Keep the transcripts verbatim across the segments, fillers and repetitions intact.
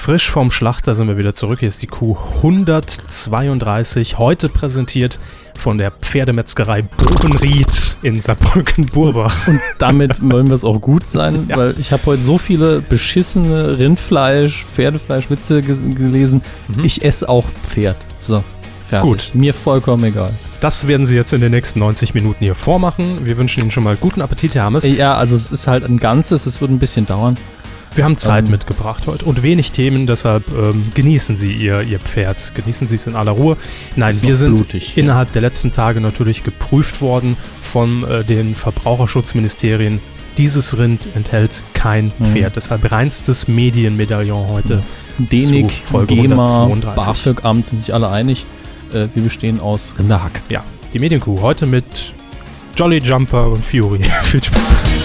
Frisch vom Schlachter sind wir wieder zurück. Hier ist die Kuh hundertzweiunddreißig. Heute präsentiert von der Pferdemetzgerei Bobenried in Saarbrücken-Burbach. Und damit wollen wir es auch gut sein, ja. Weil ich habe heute so viele beschissene Rindfleisch, Pferdefleisch-Witze ge- gelesen. Mhm. Ich esse auch Pferd. So, fertig. Gut. Mir vollkommen egal. Das werden Sie jetzt in den nächsten neunzig Minuten hier vormachen. Wir wünschen Ihnen schon mal guten Appetit, Herr Hammes. Ja, also es ist halt ein Ganzes, es wird ein bisschen dauern. Wir haben Zeit ähm, mitgebracht heute und wenig Themen, deshalb ähm, genießen Sie Ihr, Ihr Pferd. Genießen Sie es in aller Ruhe. Nein, wir sind blutig, innerhalb ja. der letzten Tage natürlich geprüft worden von äh, den Verbraucherschutzministerien. Dieses Rind enthält kein mhm. Pferd, deshalb reinstes Medienmedaillon heute. Mhm. DENIC, GEMA, BAföG-Amt sind sich alle einig. Äh, wir bestehen aus Rinderhack. Ja, die Medienkuh heute mit Jolly Jumper und Fury. Viel Spaß.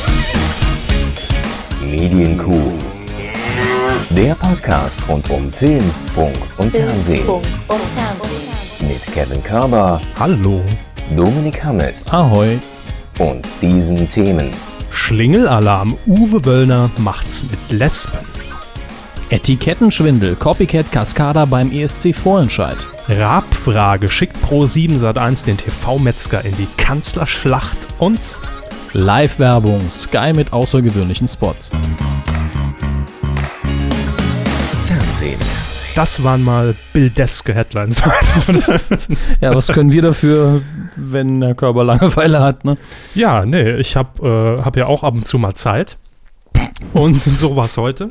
Medienkuh. Der Podcast rund um Film, Funk und Fernsehen. Mit Kevin Körber. Hallo. Dominik Hammes. Ahoi. Und diesen Themen. Schlingelalarm. Uwe Wöllner macht's mit Lesben. Etikettenschwindel. Copycat-Kaskader beim E S C Vorentscheid. Rabfrage. Schickt Pro sieben Sat eins den T V-Metzger in die Kanzlerschlacht. Und Live-Werbung, Sky mit außergewöhnlichen Spots. Fernsehen. Das waren mal bildeske Headlines. Ja, was können wir dafür, wenn der Körper Langeweile hat, ne? Ja, nee, ich habe äh, hab ja auch ab und zu mal Zeit. Und so war es heute.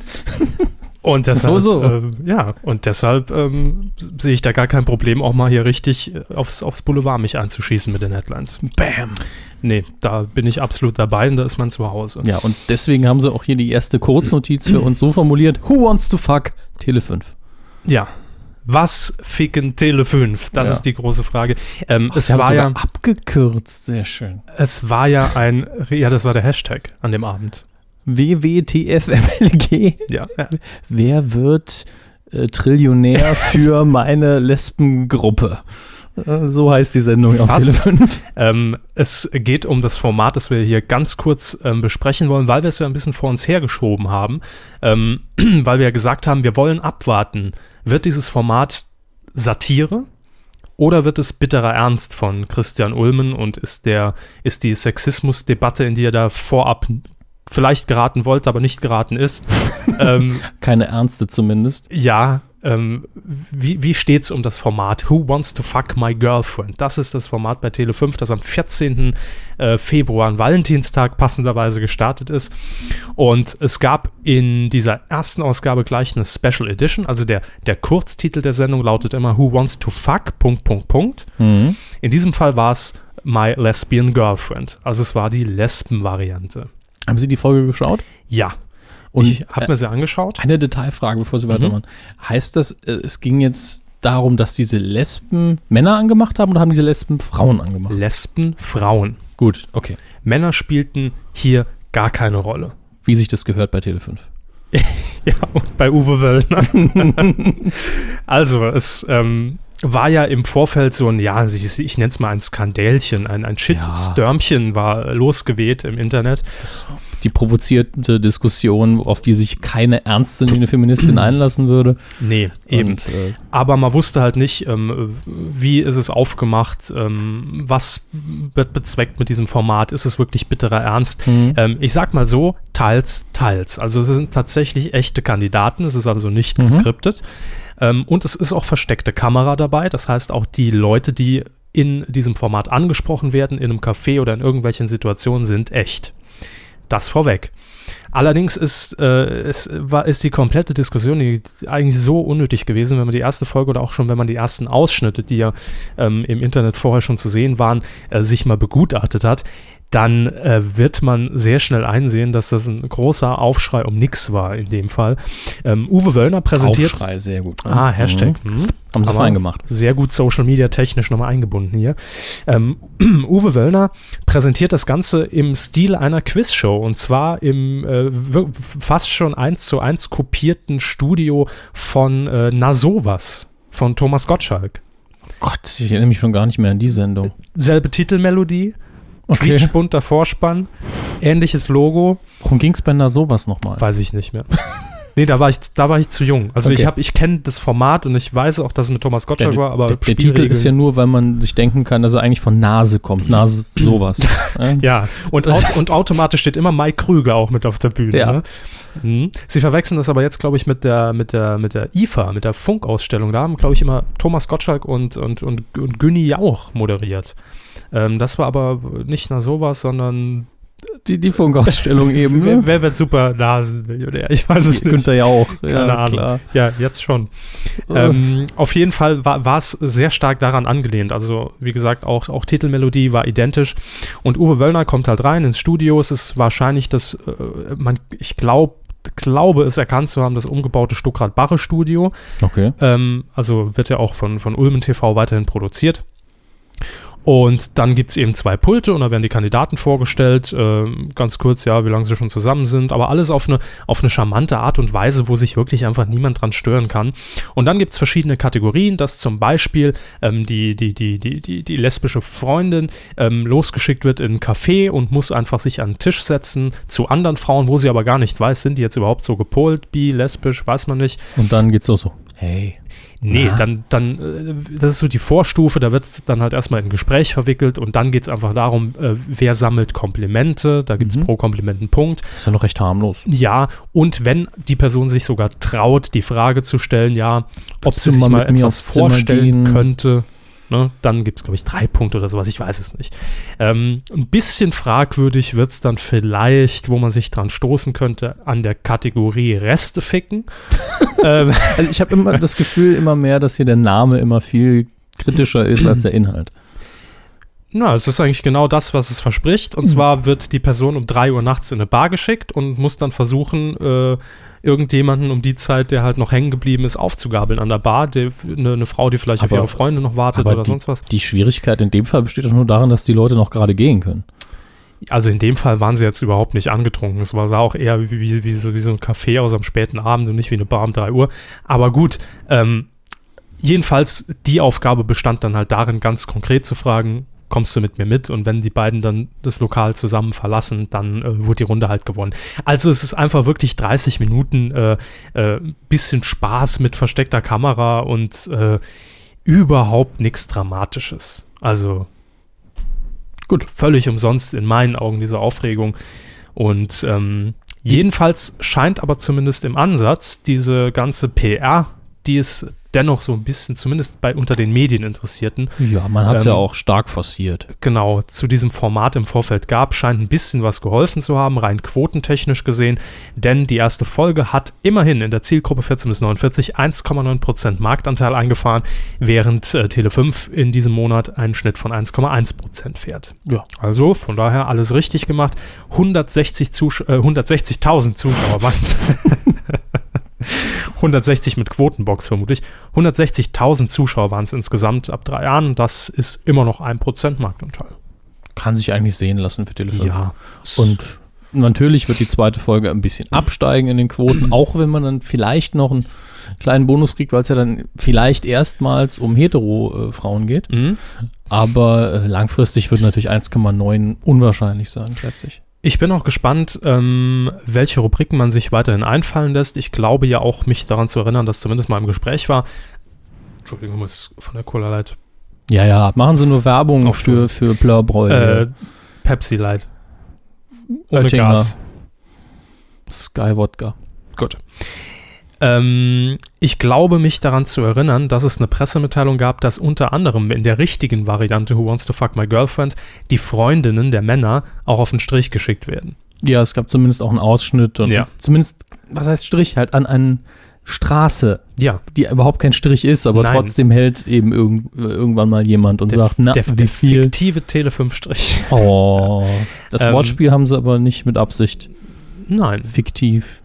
Und deshalb, so, so. Äh, ja, und deshalb ähm, sehe ich da gar kein Problem, auch mal hier richtig aufs, aufs Boulevard mich einzuschießen mit den Headlines. Bam! Nee, da bin ich absolut dabei und da ist man zu Hause. Ja, und deswegen haben sie auch hier die erste Kurznotiz für uns so formuliert: Who wants to fuck Tele fünf? Ja. Was ficken Tele fünf? Das ja. ist die große Frage. Ähm, Ach, es war ja abgekürzt, sehr schön. Es war ja ein, ja, das war der Hashtag an dem Abend. W W T F M L G. Ja. ja. Wer wird äh, Trillionär für meine Lesbengruppe? So heißt die Sendung auf Tele fünf. Ähm, es geht um das Format, das wir hier ganz kurz ähm, besprechen wollen, weil wir es ja ein bisschen vor uns hergeschoben haben. Ähm, weil wir ja gesagt haben, wir wollen abwarten. Wird dieses Format Satire oder wird es bitterer Ernst von Christian Ulmen und ist, der, ist die Sexismusdebatte, in die er da vorab vielleicht geraten wollte, aber nicht geraten ist. ähm, Keine ernste zumindest. Ja, ähm, wie, wie steht's um das Format Who Wants to Fuck My Girlfriend? Das ist das Format bei Tele fünf, das am vierzehnten Februar, an Valentinstag, passenderweise gestartet ist. Und es gab in dieser ersten Ausgabe gleich eine Special Edition, also der, der Kurztitel der Sendung lautet immer Who Wants to Fuck, Punkt, Punkt, Punkt. Mhm. In diesem Fall war es My Lesbian Girlfriend, also es war die Lesben-Variante. Haben Sie die Folge geschaut? Ja. Und ich habe mir sie angeschaut. Eine Detailfrage, bevor Sie mhm. weitermachen. Heißt das, es ging jetzt darum, dass diese Lesben Männer angemacht haben oder haben diese Lesben Frauen angemacht? Lesben Frauen. Gut, okay. Männer spielten hier gar keine Rolle. Wie sich das gehört bei Tele fünf. Ja, und bei Uwe Wöllner. Also, es ähm, war ja im Vorfeld so ein, ja, ich, ich nenne es mal ein Skandälchen, ein, ein Shitstürmchen ja. war losgeweht im Internet. Das, die provozierte Diskussion, auf die sich keine ernstzunehmende Feministin einlassen würde. Nee, eben. Und, äh, aber man wusste halt nicht, ähm, wie ist es aufgemacht, ähm, was wird bezweckt mit diesem Format, ist es wirklich bitterer Ernst? Mhm. Ähm, ich sag mal so, teils, teils. Also es sind tatsächlich echte Kandidaten, es ist also nicht mhm. geskriptet. Ähm, und es ist auch versteckte Kamera dabei, das heißt auch die Leute, die in diesem Format angesprochen werden, in einem Café oder in irgendwelchen Situationen, sind echt. Das vorweg. Allerdings ist, äh, es war, ist die komplette Diskussion die eigentlich so unnötig gewesen, wenn man die erste Folge oder auch schon, wenn man die ersten Ausschnitte, die ja ähm, im Internet vorher schon zu sehen waren, äh, sich mal begutachtet hat, dann äh, wird man sehr schnell einsehen, dass das ein großer Aufschrei um nix war in dem Fall. Ähm, Uwe Wöllner präsentiert... Aufschrei, sehr gut. Ne? Ah, Hashtag. Mhm. Mhm. Haben sie fein gemacht. Sehr gut Social Media technisch nochmal eingebunden hier. Ähm, Uwe Wöllner präsentiert das Ganze im Stil einer Quizshow und zwar im äh, fast schon eins zu eins kopierten Studio von äh, Na sowas, von Thomas Gottschalk. Gott, ich erinnere mich schon gar nicht mehr an die Sendung. Selbe Titelmelodie. Okay. Quietschbunter Vorspann, ähnliches Logo. Worum ging es bei Na sowas nochmal? Weiß ich nicht mehr. Nee, da war ich, da war ich zu jung. Also Okay. ich habe, ich kenne das Format und ich weiß auch, dass es mit Thomas Gottschalk war, aber der, der Titel ist ja nur, weil man sich denken kann, dass er eigentlich von Nase kommt. Nase sowas. Ja. ja, und, au und automatisch steht immer Mike Krüger auch mit auf der Bühne. Ja. Ne? Mhm. Sie verwechseln das aber jetzt, glaube ich, mit der, mit der, mit der I F A, mit der Funkausstellung. Da haben, glaube ich, immer Thomas Gottschalk und, und, und, und Günni Jauch moderiert. Ähm, das war aber nicht nur sowas, sondern Die, die Funkausstellung eben. wer, wer wird super Nasenmillionär? Ich weiß es nicht. Günther ja auch. Keine ja, Ahnung. Klar. Ja, jetzt schon. Oh. Ähm, auf jeden Fall war war es sehr stark daran angelehnt. Also, wie gesagt, auch, auch Titelmelodie war identisch. Und Uwe Wöllner kommt halt rein ins Studio. Es ist wahrscheinlich das, äh, man, ich glaube, glaube es erkannt zu haben, das umgebaute Stuckrad-Barre-Studio. Okay. Ähm, also wird ja auch von, von Ulmen T V weiterhin produziert. Und dann gibt es eben zwei Pulte und da werden die Kandidaten vorgestellt, äh, ganz kurz, ja, wie lange sie schon zusammen sind, aber alles auf eine, auf eine charmante Art und Weise, wo sich wirklich einfach niemand dran stören kann. Und dann gibt es verschiedene Kategorien, dass zum Beispiel ähm, die, die, die, die, die, die lesbische Freundin ähm, losgeschickt wird in ein Café und muss einfach sich an den Tisch setzen zu anderen Frauen, wo sie aber gar nicht weiß, sind die jetzt überhaupt so gepolt, bi, lesbisch, weiß man nicht. Und dann geht's auch so, hey. Nee, Na? dann, dann, äh, das ist so die Vorstufe, da wird es dann halt erstmal in ein Gespräch verwickelt und dann geht es einfach darum, äh, wer sammelt Komplimente, da gibt es Mhm. pro Kompliment einen Punkt. Ist ja noch recht harmlos. Ja, und wenn die Person sich sogar traut, die Frage zu stellen, ja, ob Willst sie du sich mal mal mit mir etwas aufs Zimmer vorstellen gehen? könnte, ne, dann gibt es, glaube ich, drei Punkte oder sowas, ich weiß es nicht. Ähm, ein bisschen fragwürdig wird es dann vielleicht, wo man sich dran stoßen könnte, an der Kategorie Reste ficken. ähm, Also ich habe immer das Gefühl immer mehr, dass hier der Name immer viel kritischer ist als der Inhalt. Na, es ist eigentlich genau das, was es verspricht. Und Mhm. zwar wird die Person um drei Uhr nachts in eine Bar geschickt und muss dann versuchen, äh, irgendjemanden um die Zeit, der halt noch hängen geblieben ist, aufzugabeln an der Bar. Der, eine, eine Frau, die vielleicht auf Aber- ihre Freunde noch wartet aber oder die, sonst was. Die Schwierigkeit in dem Fall besteht doch nur darin, dass die Leute noch gerade gehen können. Also in dem Fall waren sie jetzt überhaupt nicht angetrunken. Es war, sah auch eher wie, wie, wie, so, wie so ein Café aus am späten Abend und nicht wie eine Bar um drei Uhr. Aber gut, ähm, jedenfalls die Aufgabe bestand dann halt darin, ganz konkret zu fragen, kommst du mit mir mit? Und wenn die beiden dann das Lokal zusammen verlassen, dann äh, wurde die Runde halt gewonnen. Also es ist einfach wirklich dreißig Minuten äh, äh, bisschen Spaß mit versteckter Kamera und äh, überhaupt nichts Dramatisches. Also gut, völlig umsonst in meinen Augen diese Aufregung. Und ähm, jedenfalls scheint aber zumindest im Ansatz diese ganze P R, die es dennoch so ein bisschen, zumindest bei unter den Medieninteressierten, Ja, man hat es Ähm, ja auch stark forciert. genau, zu diesem Format im Vorfeld gab, scheint ein bisschen was geholfen zu haben, rein quotentechnisch gesehen, denn die erste Folge hat immerhin in der Zielgruppe vierzehn bis neunundvierzig eins Komma neun Prozent Marktanteil eingefahren, während äh, Tele fünf in diesem Monat einen Schnitt von eins Komma eins Prozent fährt. Ja. Also von daher alles richtig gemacht. hundertsechzig Zusch- äh, hundertsechzigtausend Zuschauer waren es. hundertsechzig mit Quotenbox vermutlich. hundertsechzigtausend Zuschauer waren es insgesamt ab drei Jahren. Das ist immer noch ein Prozent Marktanteil. Kann sich eigentlich sehen lassen für Tele fünf. Ja. Und natürlich wird die zweite Folge ein bisschen absteigen in den Quoten, auch wenn man dann vielleicht noch einen kleinen Bonus kriegt, weil es ja dann vielleicht erstmals um Hetero-Frauen geht. Mhm. Aber äh, langfristig wird natürlich eins Komma neun unwahrscheinlich sein, schätze ich. Ich bin auch gespannt, ähm, welche Rubriken man sich weiterhin einfallen lässt. Ich glaube ja auch, mich daran zu erinnern, dass zumindest mal im Gespräch war. Entschuldigung, ich muss von der Cola Light. Ja, ja, machen Sie nur Werbung für, Aufstoßen. für Pleurbräu. Äh, Pepsi Light. Ohne Oettinger. Gas. Sky Wodka. Gut. Ähm, ich glaube, mich daran zu erinnern, dass es eine Pressemitteilung gab, dass unter anderem in der richtigen Variante Who Wants to Fuck My Girlfriend die Freundinnen der Männer auch auf den Strich geschickt werden. Ja, es gab zumindest auch einen Ausschnitt und Ja. zumindest, was heißt Strich, halt an eine Straße, Ja, die überhaupt kein Strich ist, aber Nein. trotzdem hält eben irgend, irgendwann mal jemand und sagt, na, der, wie der viel? fiktive Tele fünf Strich. Oh, das Ähm, Wortspiel haben sie aber nicht mit Absicht. Nein, Fiktiv.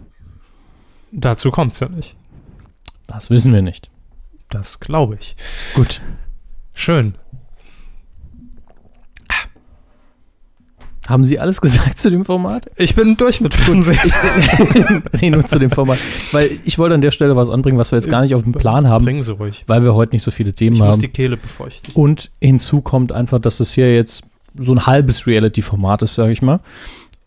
dazu kommt es ja nicht. Das wissen wir nicht. Das glaube ich. Gut. Schön. Haben Sie alles gesagt zu dem Format? Ich bin durch mit Fernsehen. Nee, nur zu dem Format. Weil ich wollte an der Stelle was anbringen, was wir jetzt gar nicht auf dem Plan haben, Bringen Sie ruhig. weil wir heute nicht so viele Themen Ich muss die haben. Kehle befeuchten. Und hinzu kommt einfach, dass es hier jetzt so ein halbes Reality-Format ist, sage ich mal.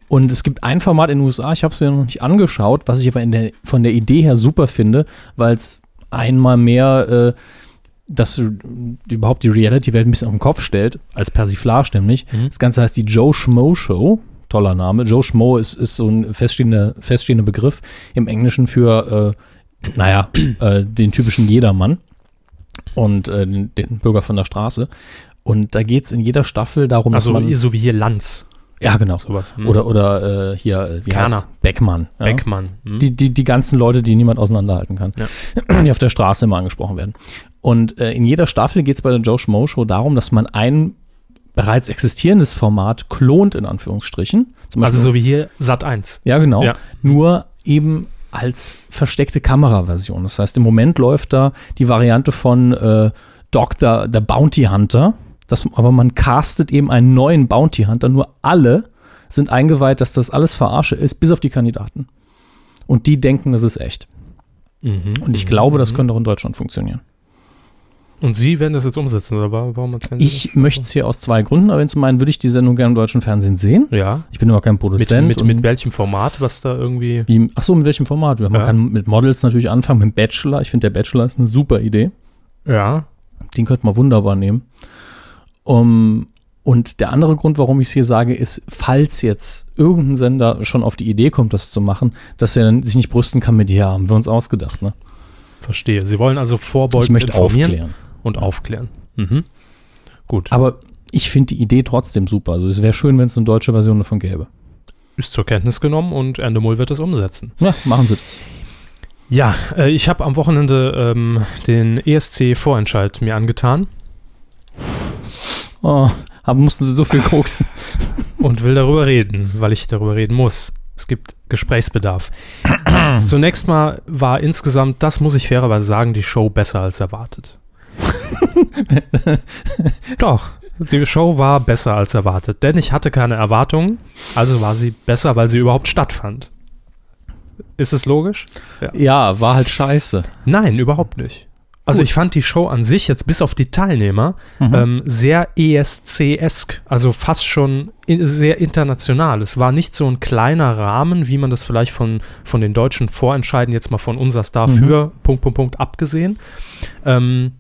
Und es gibt ein Format in den U S A, ich habe es mir noch nicht angeschaut, was ich aber in der, von der Idee her super finde, weil es einmal mehr äh, das überhaupt die Reality-Welt ein bisschen auf den Kopf stellt, als Persiflage nämlich. Mhm. Das Ganze heißt die Joe Schmo Show. Toller Name. Joe Schmo ist, ist so ein feststehender, feststehender Begriff im Englischen für, äh, naja, äh, den typischen Jedermann und äh, den, den Bürger von der Straße. Und da geht es in jeder Staffel darum, also dass man... so wie hier Lanz. Ja, genau. Sowas. Hm. Oder, oder äh, hier, wie Kerner. heißt Beckmann. Ja? Beckmann. Hm. Die, die, die ganzen Leute, die niemand auseinanderhalten kann, ja. Die auf der Straße immer angesprochen werden. Und äh, in jeder Staffel geht es bei der Joe Schmo Show darum, dass man ein bereits existierendes Format klont, in Anführungsstrichen. Zum also so wie hier Sat eins. Ja, genau. Ja. Nur eben als versteckte Kameraversion. Das heißt, im Moment läuft da die Variante von äh, Doktor the Bounty Hunter. Das, aber man castet eben einen neuen Bounty Hunter. Nur alle sind eingeweiht, dass das alles Verarsche ist, bis auf die Kandidaten. Und die denken, das ist echt. Mhm, und ich mhm, glaube, das mhm. könnte auch in Deutschland funktionieren. Und Sie werden das jetzt umsetzen, oder warum erzählen Sie Ich das? möchte es hier aus zwei Gründen, aber zum einen würde ich die Sendung gerne im deutschen Fernsehen sehen. Ja. Ich bin aber kein Produzent. Mit, mit, mit welchem Format, was da irgendwie... Wie, achso, mit welchem Format? Ja, man ja. kann mit Models natürlich anfangen, mit dem Bachelor. Ich finde, der Bachelor ist eine super Idee. Ja. Den könnte man wunderbar nehmen. Um, und der andere Grund, warum ich es hier sage, ist, falls jetzt irgendein Sender schon auf die Idee kommt, das zu machen, dass er dann sich nicht brüsten kann mit, ja, haben wir uns ausgedacht, ne? Verstehe. Sie wollen also vorbeugend ich möchte informieren aufklären. und aufklären. Mhm. Gut. Aber ich finde die Idee trotzdem super. Also es wäre schön, wenn es eine deutsche Version davon gäbe. Ist zur Kenntnis genommen und Endemol wird es umsetzen. Ja, machen Sie das. Ja, äh, ich habe am Wochenende ähm, den E S C-Vorentscheid mir angetan. Oh, aber mussten Sie so viel koksen. Und will darüber reden, weil ich darüber reden muss. Es gibt Gesprächsbedarf. Also zunächst mal war insgesamt, das muss ich fairerweise sagen, die Show besser als erwartet. Doch, die Show war besser als erwartet, denn ich hatte keine Erwartungen, also war sie besser, weil sie überhaupt stattfand. Ist es logisch? Ja, ja, war halt scheiße. Nein, überhaupt nicht. Also ich fand die Show an sich, jetzt bis auf die Teilnehmer, mhm. ähm, sehr E S C-esk, also fast schon in, sehr international. Es war nicht so ein kleiner Rahmen, wie man das vielleicht von, von den deutschen Vorentscheiden jetzt mal von Unser Star mhm. für Punkt, Punkt, Punkt abgesehen, ähm,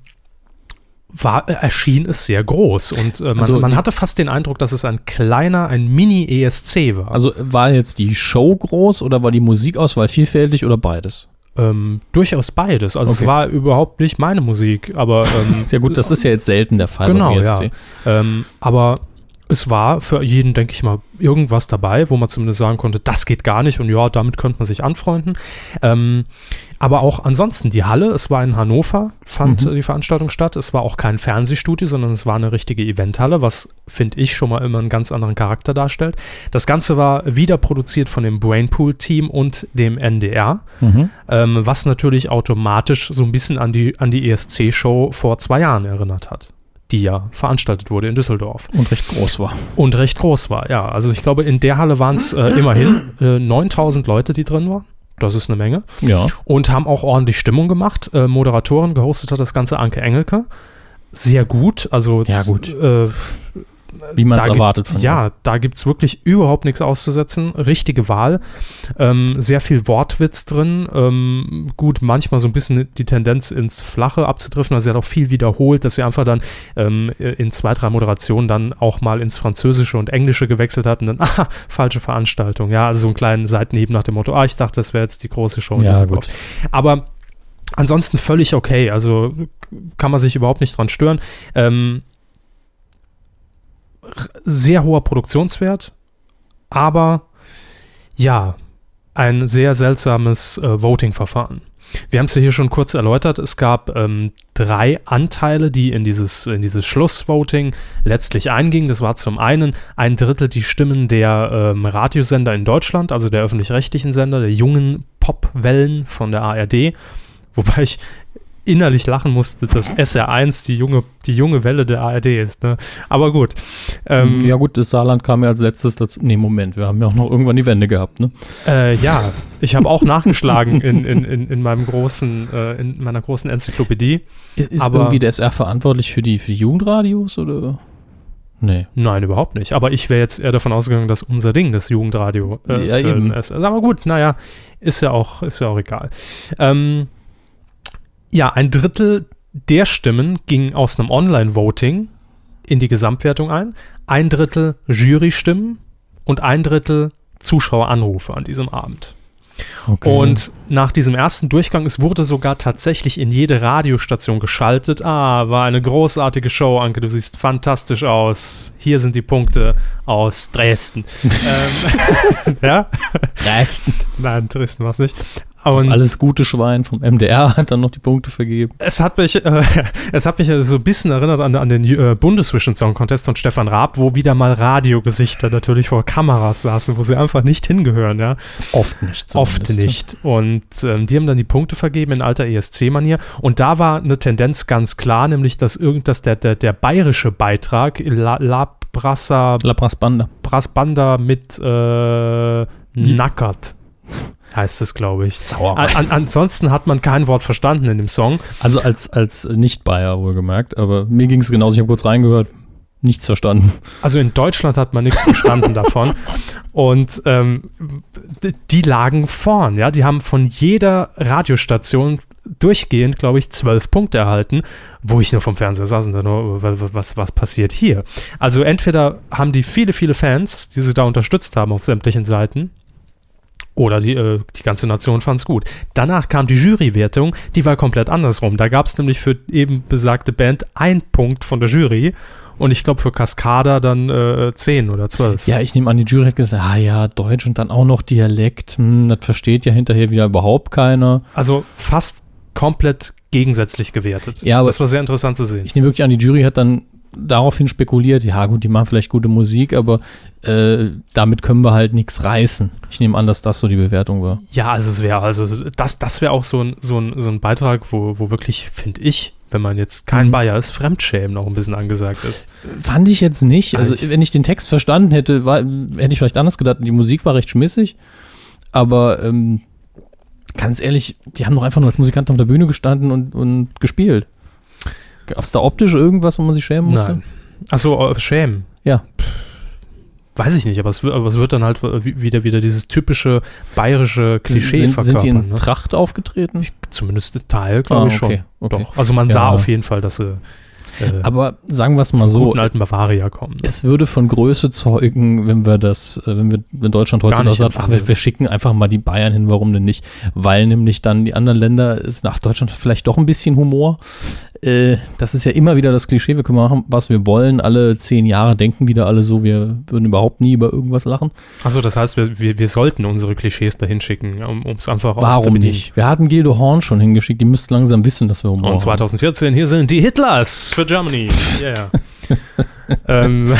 war, erschien es sehr groß und äh, man, also, man hatte fast den Eindruck, dass es ein kleiner, ein Mini-E S C war. Also war jetzt die Show groß oder war die Musikauswahl vielfältig oder beides? Ähm, durchaus beides. Also okay. Es war überhaupt nicht meine Musik, aber ähm, ja gut, das ist ja jetzt selten der Fall. Genau, beim E S C. Ja. Ähm, aber es war für jeden, denke ich mal, irgendwas dabei, wo man zumindest sagen konnte, das geht gar nicht und ja, damit könnte man sich anfreunden. Ähm, aber auch ansonsten die Halle, es war in Hannover, fand mhm. die Veranstaltung statt. Es war auch kein Fernsehstudio, sondern es war eine richtige Eventhalle, was, finde ich, schon mal immer einen ganz anderen Charakter darstellt. Das Ganze war wieder produziert von dem Brainpool-Team und dem N D R, mhm. ähm, was natürlich automatisch so ein bisschen an die, an die E S C-Show vor zwei Jahren erinnert hat, die ja veranstaltet wurde in Düsseldorf. Und recht groß war. Und recht groß war, ja. Also ich glaube, in der Halle waren es äh, immerhin äh, neuntausend Leute, die drin waren. Das ist eine Menge. Ja. Und haben auch ordentlich Stimmung gemacht. Äh, Moderatorin gehostet hat das Ganze Anke Engelke. Sehr gut. Also ja, gut. Äh, Wie man es erwartet von Ja, mir. Da gibt es wirklich überhaupt nichts auszusetzen. Richtige Wahl. Ähm, sehr viel Wortwitz drin. Ähm, gut, manchmal so ein bisschen die Tendenz ins Flache abzudriften. Also sie hat auch viel wiederholt, dass sie einfach dann ähm, in zwei, drei Moderationen dann auch mal ins Französische und Englische gewechselt hat und dann, aha, falsche Veranstaltung. Ja, also so einen kleinen Seitenhieb nach dem Motto, ah, ich dachte, das wäre jetzt die große Show. Ja, gut. Aber ansonsten völlig okay. Also kann man sich überhaupt nicht dran stören. Ähm, sehr hoher Produktionswert, aber ja, ein sehr seltsames äh, Voting-Verfahren. Wir haben es ja hier schon kurz erläutert, es gab ähm, drei Anteile, die in dieses, in dieses Schlussvoting letztlich eingingen. Das war zum einen ein Drittel die Stimmen der ähm, Radiosender in Deutschland, also der öffentlich-rechtlichen Sender, der jungen Popwellen von der A R D, wobei ich innerlich lachen musste, dass S R eins die junge, die junge Welle der A R D ist. Ne? Aber gut. Ähm, ja gut, das Saarland kam ja als letztes dazu. Nee, Moment, wir haben ja auch noch irgendwann die Wende gehabt. Ne? Äh, ja, ich habe auch nachgeschlagen in, in, in, in meinem großen, äh, in meiner großen Enzyklopädie. Ist aber irgendwie der S R verantwortlich für die, für die Jugendradios oder? Nee. Nein, überhaupt nicht. Aber ich wäre jetzt eher davon ausgegangen, dass unser Ding das Jugendradio äh, ja, eben. ist. Aber gut, naja, ist ja auch, ist ja auch egal. Ähm, ja, ein Drittel der Stimmen ging aus einem Online-Voting in die Gesamtwertung ein. Ein Drittel Jury-Stimmen und ein Drittel Zuschaueranrufe an diesem Abend. Okay. Und nach diesem ersten Durchgang, es wurde sogar tatsächlich in jede Radiostation geschaltet. Ah, war eine großartige Show, Anke, du siehst fantastisch aus. Hier sind die Punkte aus Dresden. ähm, ja? Dresden. Nein, Dresden war es nicht. Das alles gute Schwein vom M D R hat dann noch die Punkte vergeben. Es hat mich, äh, es hat mich so ein bisschen erinnert an, an den äh, Bundesvision Song Contest von Stefan Raab, wo wieder mal Radiogesichter natürlich vor Kameras saßen, wo sie einfach nicht hingehören, ja. Oft nicht. Oft nicht. Und ähm, die haben dann die Punkte vergeben in alter E S C-Manier. Und da war eine Tendenz ganz klar, nämlich, dass irgendwas der, der, der bayerische Beitrag, La, La Brassa, La Brassbanda. Brassbanda mit äh, Nackert. Heißt es, glaube ich. Sauer. An, ansonsten hat man kein Wort verstanden in dem Song. Also als, als Nicht-Bayer wohlgemerkt, aber mir ging es genauso, ich habe kurz reingehört, nichts verstanden. Also in Deutschland hat man nichts verstanden davon. Und ähm, die lagen vorn, ja, die haben von jeder Radiostation durchgehend, glaube ich, zwölf Punkte erhalten, wo ich nur vom Fernseher saß und dann nur, was, was, was passiert hier? Also entweder haben die viele, viele Fans, die sie da unterstützt haben auf sämtlichen Seiten, oder die, äh, die ganze Nation fand es gut. Danach kam die Jurywertung, die war komplett andersrum. Da gab es nämlich für eben besagte Band einen Punkt von der Jury und ich glaube für Cascada dann äh, zehn oder zwölf. Ja, ich nehme an, die Jury hat gesagt, ah ja, Deutsch und dann auch noch Dialekt, hm, das versteht ja hinterher wieder überhaupt keiner. Also fast komplett gegensätzlich gewertet. Ja, aber das war sehr interessant zu sehen. Ich nehme wirklich an, die Jury hat dann daraufhin spekuliert, ja gut, die machen vielleicht gute Musik, aber äh, damit können wir halt nichts reißen. Ich nehme an, dass das so die Bewertung war. Ja, also es wäre, also das, das wäre auch so ein, so ein, so ein Beitrag, wo, wo wirklich, finde ich, wenn man jetzt kein mhm. Bayer ist, Fremdschämen noch ein bisschen angesagt ist. Fand ich jetzt nicht. Also wenn ich den Text verstanden hätte, war, hätte ich vielleicht anders gedacht. Die Musik war recht schmissig, aber ähm, ganz ehrlich, die haben doch einfach nur als Musikanten auf der Bühne gestanden und, und gespielt. Gab es da optisch irgendwas, wo man sich schämen musste? Nein. Achso, schämen. Ja. Pff, weiß ich nicht, aber es, wird, aber es wird dann halt wieder, wieder dieses typische bayerische Klischee sind, verkörpern. Sind die in ne? Tracht aufgetreten? Ich, zumindest ein Teil, glaube ah, ich schon. Okay, okay. Doch. Also man ja. sah auf jeden Fall, dass sie äh, aber sagen wir es mal so, guten alten Bavaria kommen. Ne? Es würde von Größe zeugen, wenn wir das, wenn wir in Deutschland heutzutage sagen, ach, wir, wir schicken einfach mal die Bayern hin, warum denn nicht? Weil nämlich dann die anderen Länder, ist nach Deutschland vielleicht doch ein bisschen Humor. Äh, das ist ja immer wieder das Klischee, wir können machen, was wir wollen. Alle zehn Jahre denken wieder alle so, wir würden überhaupt nie über irgendwas lachen. Achso, das heißt, wir, wir, wir sollten unsere Klischees dahin schicken, um es einfach Warum nicht? Wir hatten Gildo Horn schon hingeschickt, die müssten langsam wissen, dass wir Humor haben. Und zwanzig vierzehn, hier sind die Hitlers für Germany. Yeah. ähm,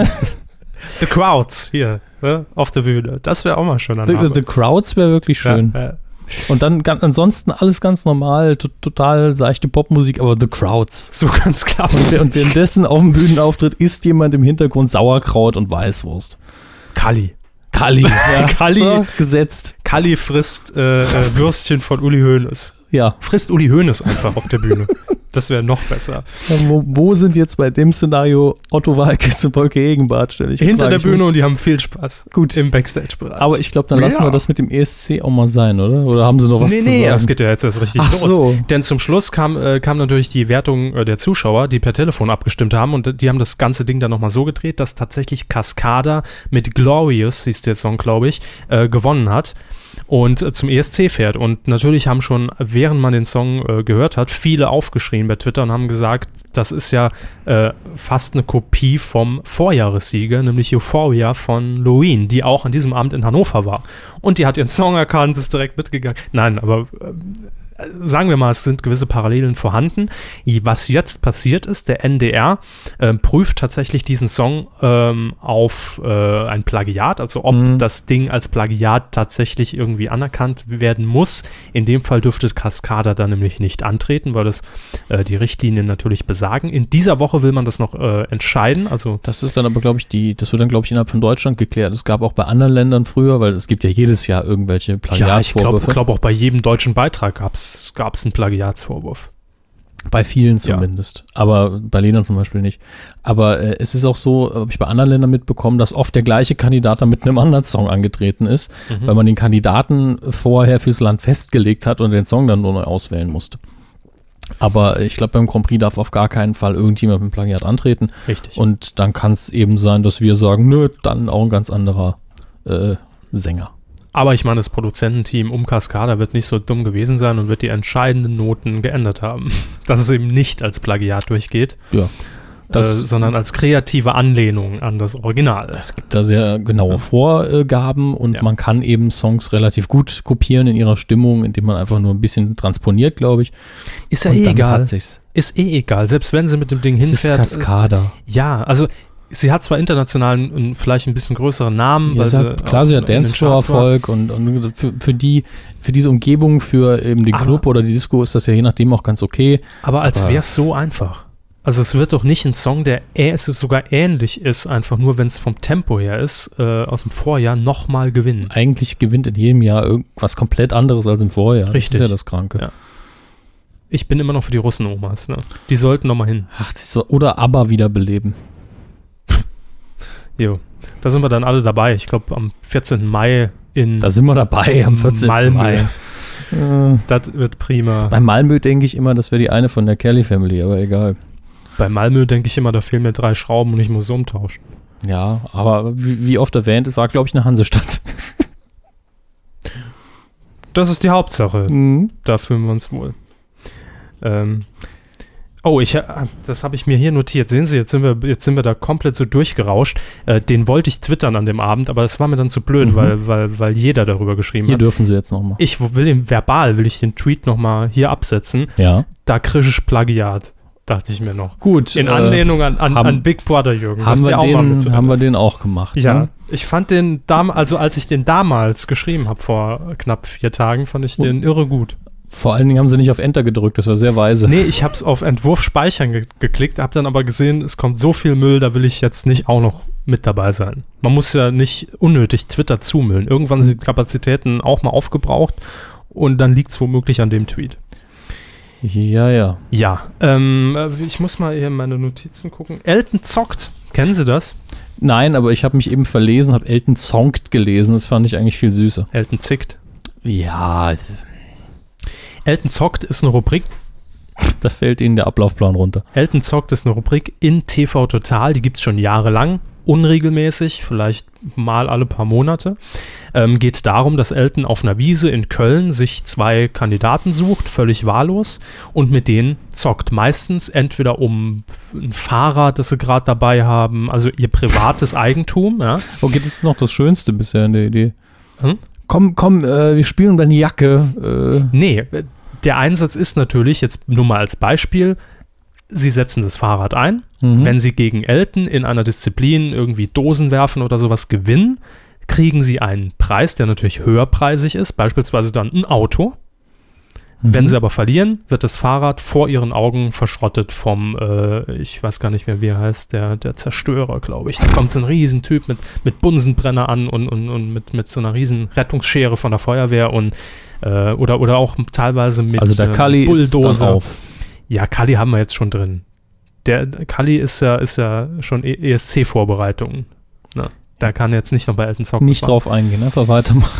The Crowds hier, ne, auf der Bühne. Das wäre auch mal schon ein The, the Crowds wäre wirklich schön. Ja, ja. Und dann ganz, ansonsten alles ganz normal, to, total seichte Popmusik, aber The Crowds. So ganz klar. Und, und währenddessen auf dem Bühnenauftritt isst jemand im Hintergrund Sauerkraut und Weißwurst. Kalli. Kalli. Ja. Kalli. So, gesetzt. Kalli frisst äh, äh, Würstchen von Uli Hoeneß. Ja. Frisst Uli Hoeneß einfach auf der Bühne. Das wäre noch besser. Ja, wo, wo sind jetzt bei dem Szenario Otto Walkes und Polke Hegenbart, stelle ich Hinter der Bühne mich. Und die haben viel Spaß. Gut. Im Backstage-Bereich. Aber ich glaube, dann lassen ja. wir das mit dem E S C auch mal sein, oder? Oder haben sie noch was nee, zu nee, sagen? Nee, das geht ja jetzt erst richtig Ach los. So. Denn zum Schluss kam, äh, kam natürlich die Wertung äh, der Zuschauer, die per Telefon abgestimmt haben und die haben das ganze Ding dann nochmal so gedreht, dass tatsächlich Cascada mit Glorious, hieß der Song, glaube ich, äh, gewonnen hat und äh, zum E S C fährt. Und natürlich haben schon, während man den Song äh, gehört hat, viele aufgeschrien bei Twitter und haben gesagt, das ist ja äh, fast eine Kopie vom Vorjahressieger, nämlich Euphoria von Loreen, die auch an diesem Abend in Hannover war. Und die hat ihren Song erkannt, ist direkt mitgegangen. Nein, aber äh, sagen wir mal, es sind gewisse Parallelen vorhanden. Was jetzt passiert ist, der N D R äh, prüft tatsächlich diesen Song ähm, auf äh, ein Plagiat, also ob mhm. das Ding als Plagiat tatsächlich irgendwie anerkannt werden muss. In dem Fall dürfte Cascada da nämlich nicht antreten, weil das äh, die Richtlinien natürlich besagen. In dieser Woche will man das noch äh, entscheiden. Also das ist dann aber, glaube ich, die, das wird dann, glaube ich, innerhalb von Deutschland geklärt. Es gab auch bei anderen Ländern früher, weil es gibt ja jedes Jahr irgendwelche Plagiatsvorwürfe. Ja, ich glaube glaub auch bei jedem deutschen Beitrag gab es einen Plagiatsvorwurf. Bei vielen zumindest, ja. Aber bei Ländern zum Beispiel nicht. Aber äh, es ist auch so, habe ich bei anderen Ländern mitbekommen, dass oft der gleiche Kandidat dann mit einem anderen Song angetreten ist, mhm. weil man den Kandidaten vorher fürs Land festgelegt hat und den Song dann nur neu auswählen musste. Aber ich glaube, beim Grand Prix darf auf gar keinen Fall irgendjemand mit dem Plagiat antreten. Richtig. Und dann kann es eben sein, dass wir sagen, nö, dann auch ein ganz anderer äh, Sänger. Aber ich meine, das Produzententeam um Cascada wird nicht so dumm gewesen sein und wird die entscheidenden Noten geändert haben. Dass es eben nicht als Plagiat durchgeht, ja, das, äh, sondern als kreative Anlehnung an das Original. Es gibt da sehr genaue ja. Vorgaben und ja. man kann eben Songs relativ gut kopieren in ihrer Stimmung, indem man einfach nur ein bisschen transponiert, glaube ich. Ist ja eh egal. Ist eh egal, selbst wenn sie mit dem Ding hinfährt. Es ist Cascada. Ist, ja, also sie hat zwar international einen, vielleicht ein bisschen größeren Namen. Ja, weil sie hat, klar, sie hat Dancefloor-Erfolg und, und für, für, die, für diese Umgebung, für eben den Club aber, oder die Disco ist das ja je nachdem auch ganz okay. Aber als wäre es so einfach. Also es wird doch nicht ein Song, der äh, sogar ähnlich ist, einfach nur, wenn es vom Tempo her ist, äh, aus dem Vorjahr nochmal gewinnen. Eigentlich gewinnt in jedem Jahr irgendwas komplett anderes als im Vorjahr. Richtig. Das ist ja das Kranke. Ja. Ich bin immer noch für die Russen-Omas. Ne? Die sollten nochmal hin. Ach, so, oder ABBA wiederbeleben. Jo, da sind wir dann alle dabei. Ich glaube, am vierzehnten Mai in Da sind wir dabei, am vierzehnten Malmö. Mai. Das wird prima. Bei Malmö denke ich immer, das wäre die eine von der Kelly Family, aber egal. Bei Malmö denke ich immer, da fehlen mir drei Schrauben und ich muss sie umtauschen. Ja, aber wie, wie oft erwähnt, es war, glaube ich, eine Hansestadt. Das ist die Hauptsache. Mhm. Da fühlen wir uns wohl. Ähm. Oh, ich, das habe ich mir hier notiert. Sehen Sie, jetzt sind wir, jetzt sind wir da komplett so durchgerauscht. Äh, den wollte ich twittern an dem Abend, aber das war mir dann zu blöd, mhm. weil, weil, weil jeder darüber geschrieben hier hat. Hier dürfen Sie jetzt nochmal. Ich will den verbal, will ich den Tweet nochmal hier absetzen. Ja. Da kritisch Plagiat, dachte ich mir noch. Gut. In Anlehnung an, an, haben, an Big Brother, Jürgen. Haben, wir, den, auch haben wir den auch gemacht. Ja, ne? Ich fand den, dam- also als ich den damals geschrieben habe, vor knapp vier Tagen, fand ich den irre gut. Vor allen Dingen haben sie nicht auf Enter gedrückt, das war sehr weise. Nee, ich habe es auf Entwurf speichern ge- geklickt, habe dann aber gesehen, es kommt so viel Müll, da will ich jetzt nicht auch noch mit dabei sein. Man muss ja nicht unnötig Twitter zumüllen. Irgendwann sind die Kapazitäten auch mal aufgebraucht und dann liegt es womöglich an dem Tweet. Ja, ja. Ja, ähm, ich muss mal hier in meine Notizen gucken. Elton zockt, kennen Sie das? Nein, aber ich habe mich eben verlesen, habe Elton zonkt gelesen, das fand ich eigentlich viel süßer. Elton zickt. Ja, Elton zockt ist eine Rubrik. Da fällt Ihnen der Ablaufplan runter. Elton zockt ist eine Rubrik in T V Total, die gibt es schon jahrelang, unregelmäßig, vielleicht mal alle paar Monate. Ähm, geht darum, dass Elton auf einer Wiese in Köln sich zwei Kandidaten sucht, völlig wahllos, und mit denen zockt. Meistens entweder um ein Fahrrad, das sie gerade dabei haben, also ihr privates Eigentum. Ja. Okay, das ist noch das Schönste bisher in der Idee. Hm? Komm, komm, äh, wir spielen um deine Jacke. Äh. Nee, der Einsatz ist natürlich, jetzt nur mal als Beispiel, sie setzen das Fahrrad ein. Mhm. Wenn sie gegen Elton in einer Disziplin irgendwie Dosen werfen oder sowas gewinnen, kriegen sie einen Preis, der natürlich höherpreisig ist, beispielsweise dann ein Auto. Mhm. Wenn sie aber verlieren, wird das Fahrrad vor ihren Augen verschrottet vom, äh, ich weiß gar nicht mehr, wie er heißt, der, der Zerstörer, glaube ich. Da kommt so ein Riesentyp mit, mit Bunsenbrenner an und, und, und mit, mit so einer riesen Rettungsschere von der Feuerwehr und äh, oder, oder auch teilweise mit also der Kali äh, Bulldozer. Ist auf. Ja, Kali haben wir jetzt schon drin. Der Kali ist ja, ist ja schon E S C-Vorbereitung. Na, da kann jetzt nicht noch bei Elton zocken. Nicht fahren. Drauf eingehen, einfach weitermachen.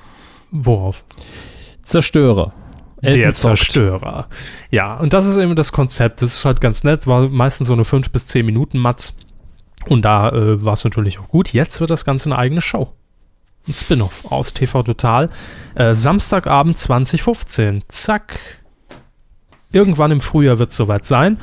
Worauf? Zerstörer. Elton der Zerstörer. Ja, und das ist eben das Konzept. Das ist halt ganz nett. War meistens so eine fünf bis zehn Minuten Matz. Und da äh, war es natürlich auch gut. Jetzt wird das Ganze eine eigene Show. Ein Spin-off aus T V Total. Äh, Samstagabend zwanzig fünfzehn. Zack. Irgendwann im Frühjahr wird es soweit sein.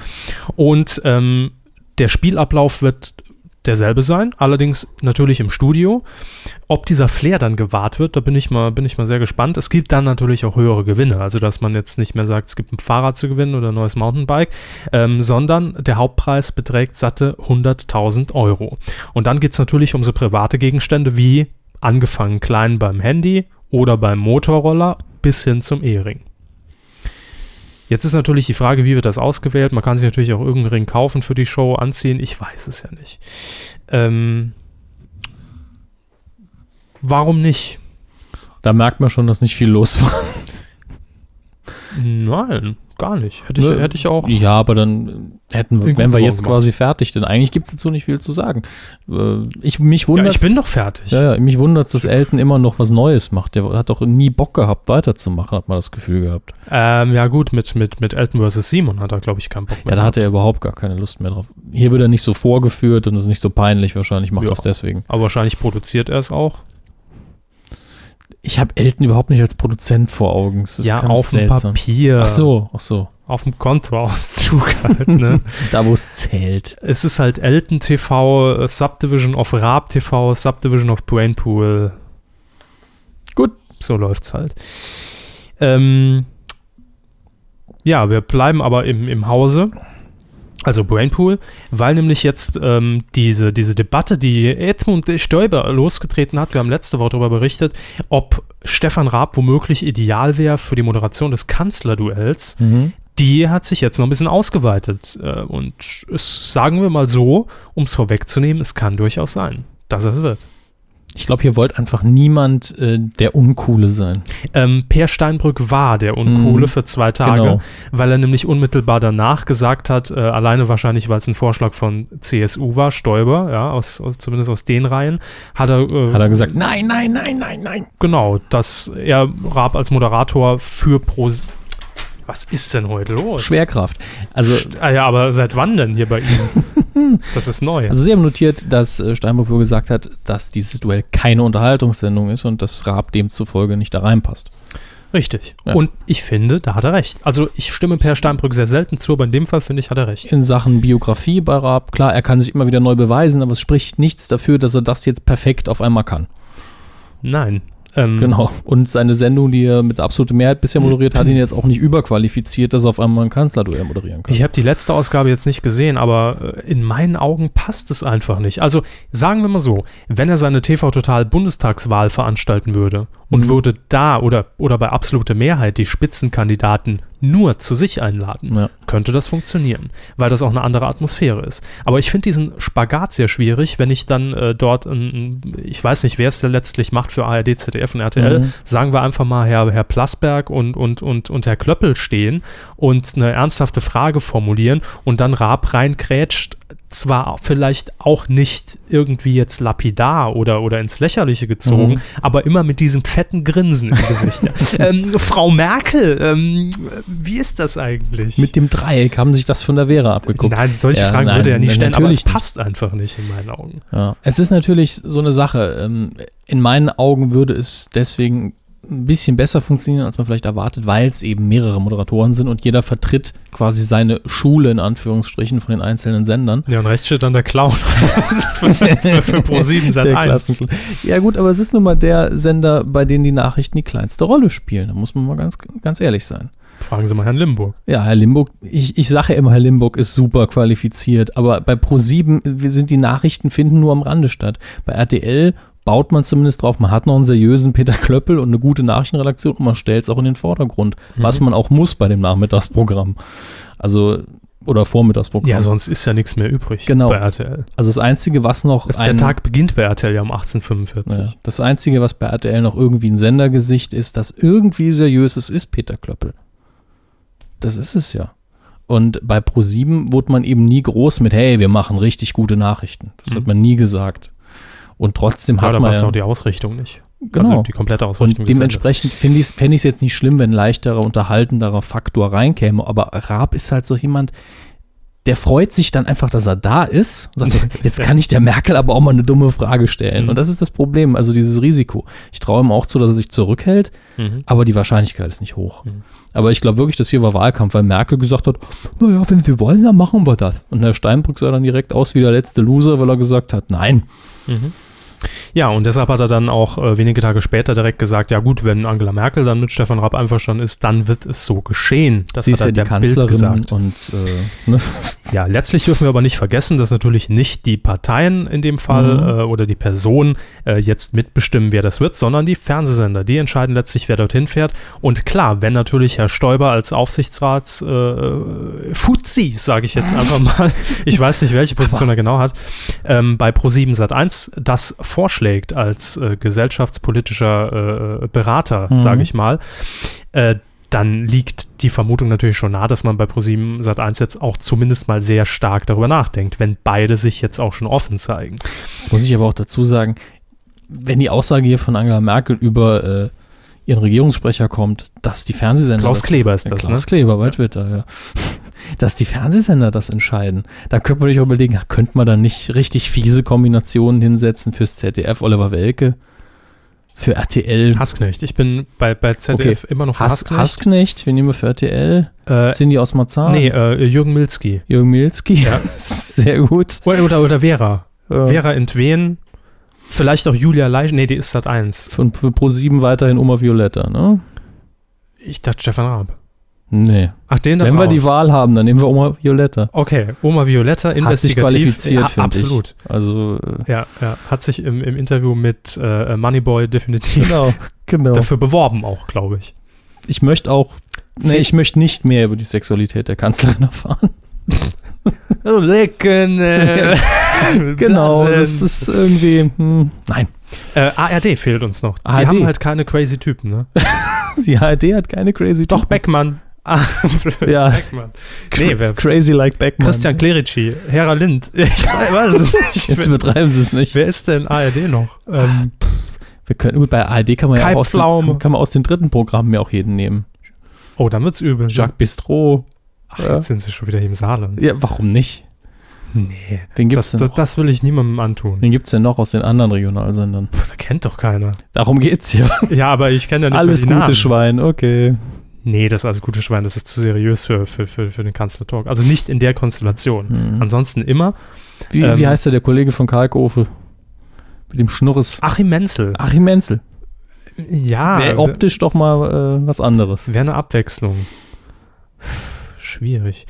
Und ähm, der Spielablauf wird derselbe sein, allerdings natürlich im Studio. Ob dieser Flair dann gewahrt wird, da bin ich mal, bin ich mal sehr gespannt. Es gibt dann natürlich auch höhere Gewinne, also dass man jetzt nicht mehr sagt, es gibt ein Fahrrad zu gewinnen oder ein neues Mountainbike, ähm, sondern der Hauptpreis beträgt satte hunderttausend Euro. Und dann geht es natürlich um so private Gegenstände wie angefangen klein beim Handy oder beim Motorroller bis hin zum Ehering. Jetzt ist natürlich die Frage, wie wird das ausgewählt? Man kann sich natürlich auch irgendeinen Ring kaufen für die Show, anziehen. Ich weiß es ja nicht. Ähm, warum nicht? Da merkt man schon, dass nicht viel los war. Nein, gar nicht. Hätte ich, Ne, hätte ich auch. Ja, aber dann hätten wir, Irgendwo wären wir jetzt gemacht. quasi fertig, denn eigentlich gibt es dazu nicht viel zu sagen. Äh, Ich, mich Ja, wundert ich bin doch fertig. Ja, ja, mich wundert es, dass Elton immer noch was Neues macht. Der hat doch nie Bock gehabt, weiterzumachen, hat man das Gefühl gehabt. Ähm, ja gut, mit, mit, mit Elton versus. Simon hat er, glaube ich, keinen Bock mehr. Ja, da hat er überhaupt gar keine Lust mehr drauf. Hier wird er nicht so vorgeführt und ist nicht so peinlich. Wahrscheinlich macht Ja. das deswegen. Aber wahrscheinlich produziert er es auch. Ich habe Elton überhaupt nicht als Produzent vor Augen. Das ist Ja, ganz auf dem seltsam. Papier. Ach so, ach so. Auf dem Kontoauszug halt, ne? Da, wo es zählt. Es ist halt Elton T V, äh, Subdivision of Raab T V, Subdivision of Brainpool. Gut. So läuft's halt. Ähm, ja, wir bleiben aber im, im Hause, also Brainpool, weil nämlich jetzt ähm, diese, diese Debatte, die Edmund Stoiber losgetreten hat, wir haben letzte Woche darüber berichtet, ob Stefan Raab womöglich ideal wäre für die Moderation des Kanzlerduells. Mhm. Die hat sich jetzt noch ein bisschen ausgeweitet. Äh, und es, sagen wir mal so, um es vorwegzunehmen, es kann durchaus sein, dass es wird. Ich glaube, hier wollte einfach niemand äh, der Uncoole sein. Ähm, Per Steinbrück war der Uncoole Mhm. für zwei Tage, Genau. weil er nämlich unmittelbar danach gesagt hat, äh, alleine wahrscheinlich, weil es ein Vorschlag von C S U war, Stoiber, ja, aus, aus, zumindest aus den Reihen, hat er, äh, Hat er gesagt, nein, nein, nein, nein, nein. genau, dass er Raab als Moderator für Pro... Was ist denn heute los? Schwerkraft. Also, Ah ja, aber seit wann denn hier bei Ihnen? Das ist neu. also Sie haben notiert, dass äh, Steinbrück wohl gesagt hat, dass dieses Duell keine Unterhaltungssendung ist und dass Raab demzufolge nicht da reinpasst. Richtig. Ja. Und ich finde, da hat er recht. Also ich stimme Per Steinbrück sehr selten zu, aber in dem Fall finde ich, hat er recht. In Sachen Biografie bei Raab, klar, er kann sich immer wieder neu beweisen, aber es spricht nichts dafür, dass er das jetzt perfekt auf einmal kann. Nein. Ähm, Genau. Und seine Sendung, die er mit absoluter Mehrheit bisher moderiert, hat ihn jetzt auch nicht überqualifiziert, dass er auf einmal ein Kanzlerduell moderieren kann. Ich habe die letzte Ausgabe jetzt nicht gesehen, aber äh, in meinen Augen passt es einfach nicht. Also sagen wir mal so, wenn er seine T V-Total-Bundestagswahl veranstalten würde und Mhm. würde da oder, oder bei absoluter Mehrheit die Spitzenkandidaten nur zu sich einladen, Ja. könnte das funktionieren, weil das auch eine andere Atmosphäre ist. Aber ich finde diesen Spagat sehr schwierig, wenn ich dann äh, dort, ein, ich weiß nicht, wer es da letztlich macht für A R D, Z D F und R T L, Mhm. sagen wir einfach mal Herr, Herr Plasberg und, und, und, und Herr Klöppel stehen und eine ernsthafte Frage formulieren und dann Raab reinkrätscht, zwar vielleicht auch nicht irgendwie jetzt lapidar oder, oder ins Lächerliche gezogen, Mhm. aber immer mit diesem fetten Grinsen im Gesicht. ähm, Frau Merkel, ähm, wie ist das eigentlich? Mit dem Dreieck haben sich das von der Vera abgeguckt. Nein, solche Ja, Fragen nein, würde er nicht nein, stellen, aber es natürlich nicht. passt einfach nicht in meinen Augen. Ja. Es ist natürlich so eine Sache. ähm, In meinen Augen würde es deswegen ein bisschen besser funktionieren, als man vielleicht erwartet, weil es eben mehrere Moderatoren sind und jeder vertritt quasi seine Schule in Anführungsstrichen von den einzelnen Sendern. Ja, und rechts steht dann der Clown für, für, für Pro sieben Sat Der eins. Klassenclown. Ja gut, aber es ist nun mal der Sender, bei dem die Nachrichten die kleinste Rolle spielen. Da muss man mal ganz, ganz ehrlich sein. Fragen Sie mal Herrn Limburg. Ja, Herr Limburg, ich, ich sage ja immer, Herr Limburg ist super qualifiziert, aber bei Pro sieben sind die Nachrichten finden nur am Rande statt. Bei R T L baut man zumindest drauf, man hat noch einen seriösen Peter Klöppel und eine gute Nachrichtenredaktion und man stellt es auch in den Vordergrund, Mhm. was man auch muss bei dem Nachmittagsprogramm. Also, oder Vormittagsprogramm. Ja, sonst ist ja nichts mehr übrig Genau. bei R T L. also das Einzige, was noch Es, der ein- Tag beginnt bei R T L ja um achtzehn Uhr fünfundvierzig. Ja, das Einzige, was bei R T L noch irgendwie ein Sendergesicht ist, das irgendwie seriös ist, ist Peter Klöppel. Das ist es ja. Und bei Pro sieben wurde man eben nie groß mit, hey, wir machen richtig gute Nachrichten. Das Mhm. hat man nie gesagt. Und trotzdem Ja, hat da man war es ja, auch die Ausrichtung nicht. genau. Also die komplette Ausrichtung. Und des dementsprechend finde ich es fände ich es jetzt nicht schlimm, wenn ein leichterer, unterhaltenderer Faktor reinkäme. Aber Raab ist halt so jemand, der freut sich dann einfach, dass er da ist. Und sagt so, jetzt kann ich der Merkel aber auch mal eine dumme Frage stellen. Mhm. Und das ist das Problem, also dieses Risiko. Ich traue ihm auch zu, dass er sich zurückhält, Senders. Mhm. aber die Wahrscheinlichkeit ist nicht hoch. Mhm. Aber ich glaube wirklich, dass hier war Wahlkampf, weil Merkel gesagt hat, naja, wenn Sie wollen, dann machen wir das. Und Herr Steinbrück sah dann direkt aus wie der letzte Loser, weil er gesagt hat, nein. Mhm. Ja, und deshalb hat er dann auch äh, wenige Tage später direkt gesagt, ja gut, wenn Angela Merkel dann mit Stefan Raab einverstanden ist, dann wird es so geschehen. Das Sie hat ist er ja die der Kanzlerin Bild gesagt. und äh, ne? Ja, letztlich dürfen wir aber nicht vergessen, dass natürlich nicht die Parteien in dem Fall Mhm. äh, oder die Personen äh, jetzt mitbestimmen, wer das wird, sondern die Fernsehsender. Die entscheiden letztlich, wer dorthin fährt. Und klar, wenn natürlich Herr Stoiber als Aufsichtsrats äh, Fuzzi, sage ich jetzt einfach mal, ich weiß nicht, welche Position er genau hat, ähm, bei Pro sieben Sat eins das vorschlägt als äh, gesellschaftspolitischer äh, Berater, Mhm. sage ich mal, äh, dann liegt die Vermutung natürlich schon nahe, dass man bei ProSieben Sat eins jetzt auch zumindest mal sehr stark darüber nachdenkt, wenn beide sich jetzt auch schon offen zeigen. Jetzt muss ich aber auch dazu sagen, wenn die Aussage hier von Angela Merkel über äh, ihren Regierungssprecher kommt, dass die Fernsehsender... Klaus das, Kleber ist das, Klaus ne? Kleber bei Twitter, ja. Dass die Fernsehsender das entscheiden. Da könnte man sich auch überlegen, könnte man da nicht richtig fiese Kombinationen hinsetzen fürs Z D F, Oliver Welke, für R T L. Hassknecht. Ich bin bei, bei Z D F okay. immer noch für Hass, Hassknecht. Hassknecht, wir nehmen für R T L. Äh, Cindy aus Marzahn. Nee, äh, Jürgen Milzki. Jürgen Milzki, ja. Sehr gut. Oder, oder, oder Vera. Ja. Vera Entwen. Vielleicht auch Julia Leisch. Nee, die ist Sat eins. Für, für ProSieben weiterhin Oma Violetta, ne? Ich dachte Stefan Raab. Nee. Ach, den Wenn wir raus. die Wahl haben, dann nehmen wir Oma Violetta. Okay, Oma Violetta, investigativ. Hat sich qualifiziert, ja, finde ich. Absolut. Also, äh, ja, ja, hat sich im, im Interview mit äh, Moneyboy definitiv genau, genau. dafür beworben auch, glaube ich. Ich möchte auch, nee, ich möchte nicht mehr über die Sexualität der Kanzlerin erfahren. Lecken, äh, genau, das ist irgendwie, hm, nein. Äh, A R D fehlt uns noch. A R D. Die haben halt keine crazy Typen, ne? Die A R D hat keine crazy Doch, Typen. Beckmann. Ah, ja. Beckmann. Nee, wer? Crazy like Beckmann. Christian Clerici, Hera Lind. Ich weiß es nicht. Jetzt betreiben sie es nicht. Wer ist denn A R D noch? Ähm, Wir können, gut, bei A R D kann man Kai ja auch aus den, kann man aus den dritten Programmen ja auch jeden nehmen. Oh, dann wird's übel. Jacques Bistro. Ach, ja. Jetzt sind sie schon wieder hier im Saarland. Ja, warum nicht? Nee. Wen gibt's das, denn das, noch? das will ich niemandem antun. Wen gibt's denn noch aus den anderen Regionalsendern? Puh, da kennt doch keiner. Darum geht's ja. Ja, aber ich kenne ja nicht Alles die gute Namen. Schwein, okay. Nee, das alles gute Schwein, das ist zu seriös für, für, für, für den Kanzler-Talk. Also nicht in der Konstellation. Hm. Ansonsten immer. Wie, ähm, wie heißt der, der Kollege von Kalkofe? Mit dem Schnurres. Achim Menzel. Achim Menzel. Ja. Wäre optisch doch mal äh, was anderes. Wäre eine Abwechslung. Schwierig.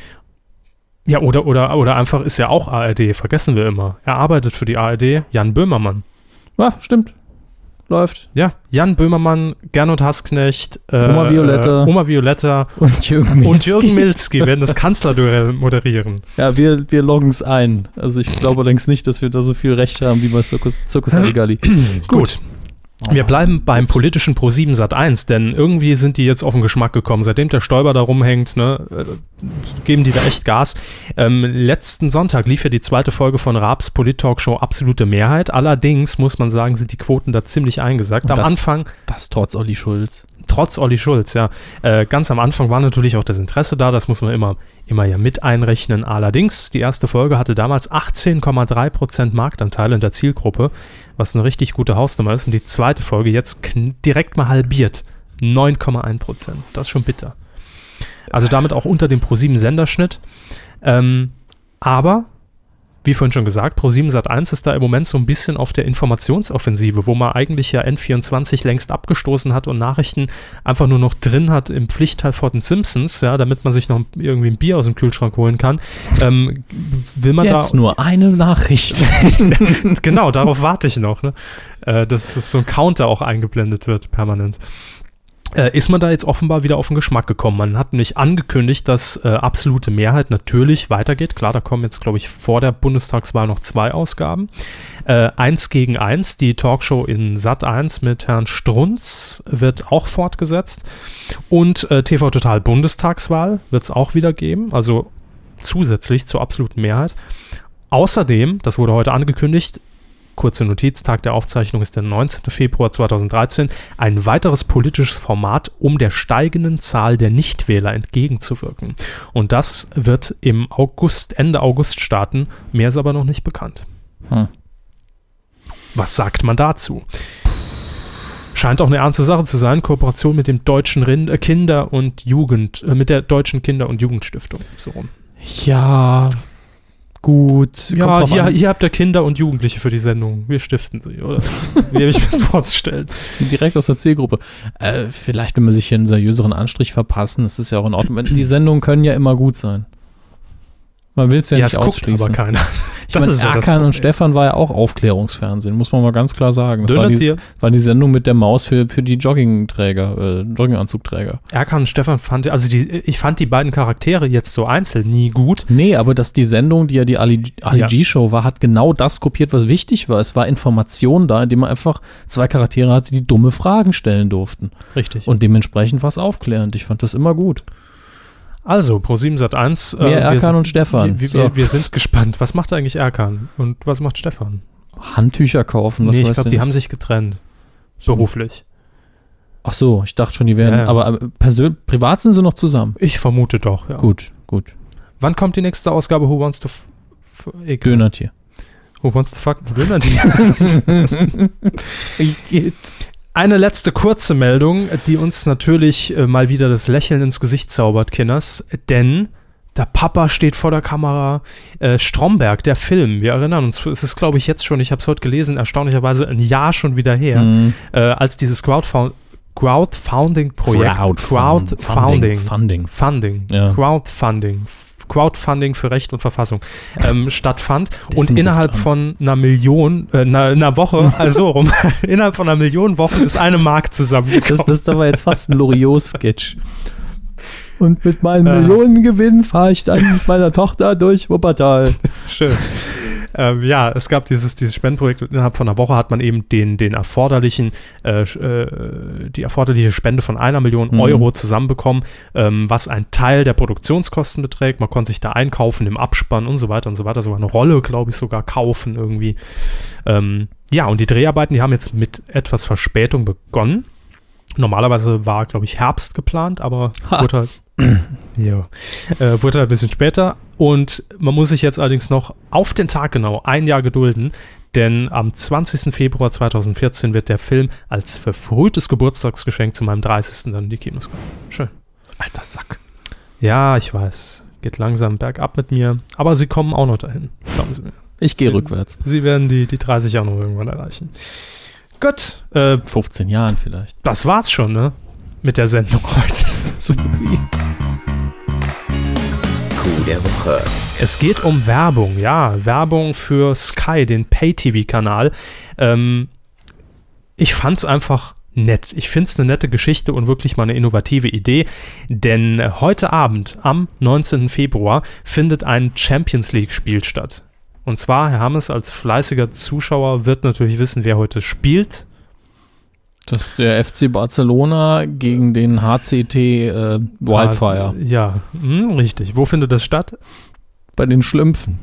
Ja, oder, oder, oder einfach ist ja auch A R D, vergessen wir immer. Er arbeitet für die A R D, Jan Böhmermann. Ja, stimmt. Läuft. Ja, Jan Böhmermann, Gernot Hassknecht, äh, Oma Violetta. Äh, Oma Violetta und Jürgen Milzki. Und Jürgen Milzki werden das Kanzlerduell moderieren. Ja, wir, wir loggen es ein. Also ich glaube allerdings nicht, dass wir da so viel Recht haben wie bei Circus, Circus Halligalli. Gut. Wir bleiben beim politischen ProSieben Sat eins, denn irgendwie sind die jetzt auf den Geschmack gekommen. Seitdem der Stoiber da rumhängt, ne, äh, geben die da echt Gas. Ähm, letzten Sonntag lief ja die zweite Folge von Raabs Polit-Talkshow Absolute Mehrheit. Allerdings, muss man sagen, sind die Quoten da ziemlich eingesackt. Am das, Anfang... Das trotz Olli Schulz. Trotz Olli Schulz, ja. Äh, ganz am Anfang war natürlich auch das Interesse da, das muss man immer, immer ja mit einrechnen. Allerdings, die erste Folge hatte damals achtzehn Komma drei Prozent Marktanteil in der Zielgruppe, was eine richtig gute Hausnummer ist. Und die zweite Folge jetzt kn- direkt mal halbiert, neun Komma eins Prozent. Das ist schon bitter. Also damit auch unter dem ProSieben Senderschnitt. Ähm, aber... Wie vorhin schon gesagt, ProSieben Sat eins ist da im Moment so ein bisschen auf der Informationsoffensive, wo man eigentlich ja N vierundzwanzig längst abgestoßen hat und Nachrichten einfach nur noch drin hat im Pflichtteil vor den Simpsons, ja, damit man sich noch irgendwie ein Bier aus dem Kühlschrank holen kann. Ähm, will man Jetzt da nur eine Nachricht. Genau, darauf warte ich noch, ne? äh, dass, dass so ein Counter auch eingeblendet wird, permanent. Äh, ist man da jetzt offenbar wieder auf den Geschmack gekommen. Man hat nämlich angekündigt, dass äh, absolute Mehrheit natürlich weitergeht. Klar, da kommen jetzt, glaube ich, vor der Bundestagswahl noch zwei Ausgaben. Äh, eins gegen eins, die Talkshow in Sat eins mit Herrn Strunz wird auch fortgesetzt. Und äh, T V Total Bundestagswahl wird es auch wieder geben, also zusätzlich zur absoluten Mehrheit. Außerdem, das wurde heute angekündigt, kurze Notiz, Tag der Aufzeichnung ist der neunzehnten Februar zweitausenddreizehn, ein weiteres politisches Format, um der steigenden Zahl der Nichtwähler entgegenzuwirken. Und das wird im August, Ende August starten, mehr ist aber noch nicht bekannt. Hm. Was sagt man dazu? Scheint auch eine ernste Sache zu sein, Kooperation mit dem deutschen Rind- äh, Kinder- und Jugend, äh, mit der Deutschen Kinder- und Jugendstiftung, so rum. Ja... Gut. Ja, hier, hier habt ihr Kinder und Jugendliche für die Sendung. Wir stiften sie, oder? Wie habe ich mir das vorgestellt? Direkt aus der Zielgruppe. Äh, vielleicht, wenn wir sich hier einen seriöseren Anstrich verpassen, das ist ja auch in Ordnung. Die Sendungen können ja immer gut sein. Man will es ja, ja nicht es guckt ausschließen. aber keiner. Ich meine, Erkan und Stefan war ja auch Aufklärungsfernsehen, muss man mal ganz klar sagen. Das war die, war die Sendung mit der Maus für, für die Joggingträger, äh, Jogginganzugträger. Erkan und Stefan fand, also die, ich fand die beiden Charaktere jetzt so einzeln nie gut. Nee, aber dass die Sendung, die ja die Ali, Ali Ja. G-Show war, hat genau das kopiert, was wichtig war. Es war Information da, indem man einfach zwei Charaktere hatte, die dumme Fragen stellen durften. Richtig. Und dementsprechend war es aufklärend. Ich fand das immer gut. Also, ProSieben Sat eins. Mehr Erkan und Stefan. Wir, So. wir, wir sind gespannt. Was macht eigentlich Erkan und was macht Stefan? Handtücher kaufen, was Nee, ich weiß glaube, ich die haben sich getrennt. Beruflich. Ach so, ich dachte schon, die wären, Ja, ja. aber äh, persön- privat sind sie noch zusammen. Ich vermute doch, ja. Gut, gut. Wann kommt die nächste Ausgabe Who Wants to F F egal. Dönertier. Who Wants to Fuck Dönertier? Wie geht's? Eine letzte kurze Meldung, die uns natürlich äh, mal wieder das Lächeln ins Gesicht zaubert, Kinders, denn der Papa steht vor der Kamera. Äh, Stromberg, der Film, wir erinnern uns, es ist, glaube ich, jetzt schon, ich habe es heute gelesen, erstaunlicherweise ein Jahr schon wieder her, Mhm. äh, als dieses Crowdfund Crowdfunding-Projekt, Crowdfunding. Crowdfunding, Funding. Funding, Ja. Crowdfunding, Crowdfunding für Recht und Verfassung ähm, stattfand Der und Film innerhalb ruft an. von einer Million, äh, einer, einer Woche, also rum, innerhalb von einer Million Wochen ist eine Mark zusammengekommen. Das, das ist aber jetzt fast ein Loriot-Sketch. Und mit meinem Äh. Millionengewinn fahre ich dann mit meiner Tochter durch Wuppertal. Schön. ähm, ja, es gab dieses, dieses Spendenprojekt. Innerhalb von einer Woche hat man eben den, den erforderlichen, äh, sch- äh, die erforderliche Spende von einer Million Mhm. Euro zusammenbekommen, ähm, was ein Teil der Produktionskosten beträgt. Man konnte sich da einkaufen im Abspann und so weiter und so weiter. Sogar eine Rolle, glaube ich, sogar kaufen irgendwie. Ähm, ja, und die Dreharbeiten, die haben jetzt mit etwas Verspätung begonnen. Normalerweise war, glaube ich, Herbst geplant, aber Ha. wurde halt, ja, äh, wurde halt ein bisschen später. Und man muss sich jetzt allerdings noch auf den Tag genau ein Jahr gedulden, denn am zwanzigsten Februar zweitausendvierzehn wird der Film als verfrühtes Geburtstagsgeschenk zu meinem dreißigsten dann in die Kinos kommen. Schön. Alter Sack. Ja, ich weiß, geht langsam bergab mit mir, aber sie kommen auch noch dahin, glauben Sie mir. Ich gehe Sie- rückwärts. Sie werden die, die dreißig auch noch irgendwann erreichen. Gut, äh, fünfzehn Jahren vielleicht. das war's schon, ne? Mit der Sendung heute. So wie. Coup der Woche. Es geht um Werbung, ja. Werbung für Sky, den Pay-T V-Kanal. Ähm, ich fand's einfach nett. Ich find's eine nette Geschichte und wirklich mal eine innovative Idee, denn äh, heute Abend, am neunzehnten Februar, findet ein Champions League-Spiel statt. Und zwar, Herr Hammes als fleißiger Zuschauer wird natürlich wissen, wer heute spielt. Das ist der F C Barcelona gegen den H C T äh, Wildfire. Ah, ja, hm, richtig. Wo findet das statt? Bei den Schlümpfen.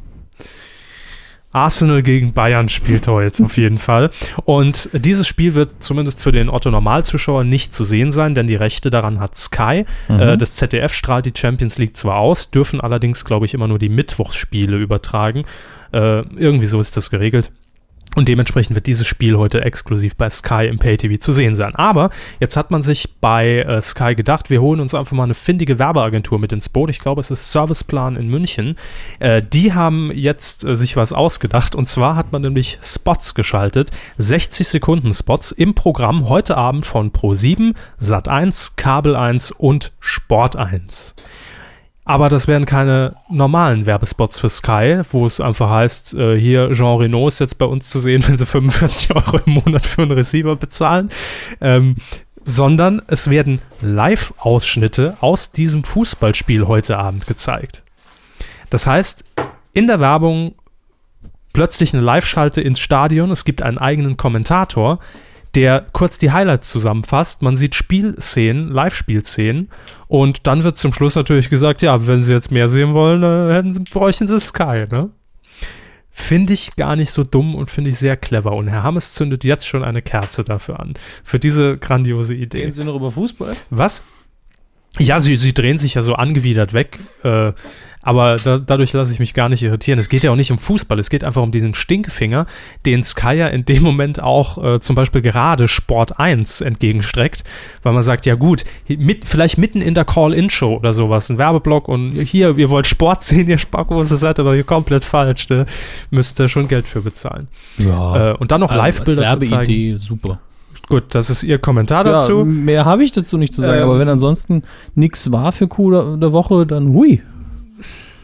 Arsenal gegen Bayern spielt heute auf jeden Fall. Und dieses Spiel wird zumindest für den Otto-Normalzuschauer nicht zu sehen sein, denn die Rechte daran hat Sky. Mhm. Äh, das Z D F strahlt die Champions League zwar aus, dürfen allerdings, glaube ich, immer nur die Mittwochsspiele übertragen. Äh, irgendwie so ist das geregelt. Und dementsprechend wird dieses Spiel heute exklusiv bei Sky im Pay-T V zu sehen sein. Aber jetzt hat man sich bei äh, Sky gedacht, wir holen uns einfach mal eine findige Werbeagentur mit ins Boot. Ich glaube, es ist Serviceplan in München. Äh, die haben jetzt äh, sich was ausgedacht. Und zwar hat man nämlich Spots geschaltet. sechzig Sekunden Spots im Programm heute Abend von ProSieben, Sat eins, Kabel eins und Sport eins. Aber das wären keine normalen Werbespots für Sky, wo es einfach heißt, äh, hier Jean Reno ist jetzt bei uns zu sehen, wenn sie fünfundvierzig Euro im Monat für einen Receiver bezahlen. Ähm, sondern es werden Live-Ausschnitte aus diesem Fußballspiel heute Abend gezeigt. Das heißt, in der Werbung plötzlich eine Live-Schalte ins Stadion, es gibt einen eigenen Kommentator, der kurz die Highlights zusammenfasst. Man sieht Spielszenen, Live-Spielszenen und dann wird zum Schluss natürlich gesagt, ja, wenn Sie jetzt mehr sehen wollen, äh, hätten Sie, bräuchten Sie Sky, ne? Finde ich gar nicht so dumm und finde ich sehr clever. Und Herr Hammes zündet jetzt schon eine Kerze dafür an, für diese grandiose Idee. Reden Sie noch über Fußball? Was? Ja, sie, sie drehen sich ja so angewidert weg, äh, aber da, dadurch lasse ich mich gar nicht irritieren. Es geht ja auch nicht um Fußball, es geht einfach um diesen Stinkfinger, den Sky ja in dem Moment auch äh, zum Beispiel gerade Sport eins entgegenstreckt, weil man sagt, ja gut, mit, vielleicht mitten in der Call-In-Show oder sowas, ein Werbeblock und hier, ihr wollt Sport sehen, ihr Spackose seid aber hier komplett falsch, ne? Müsst ihr schon Geld für bezahlen. Ja. Äh, und dann noch Live-Bilder zu zeigen. Werbeidee, super. Gut, das ist Ihr Kommentar dazu. Ja, mehr habe ich dazu nicht zu sagen, Ähm, aber wenn ansonsten nichts war für Coup der, der Woche, dann hui.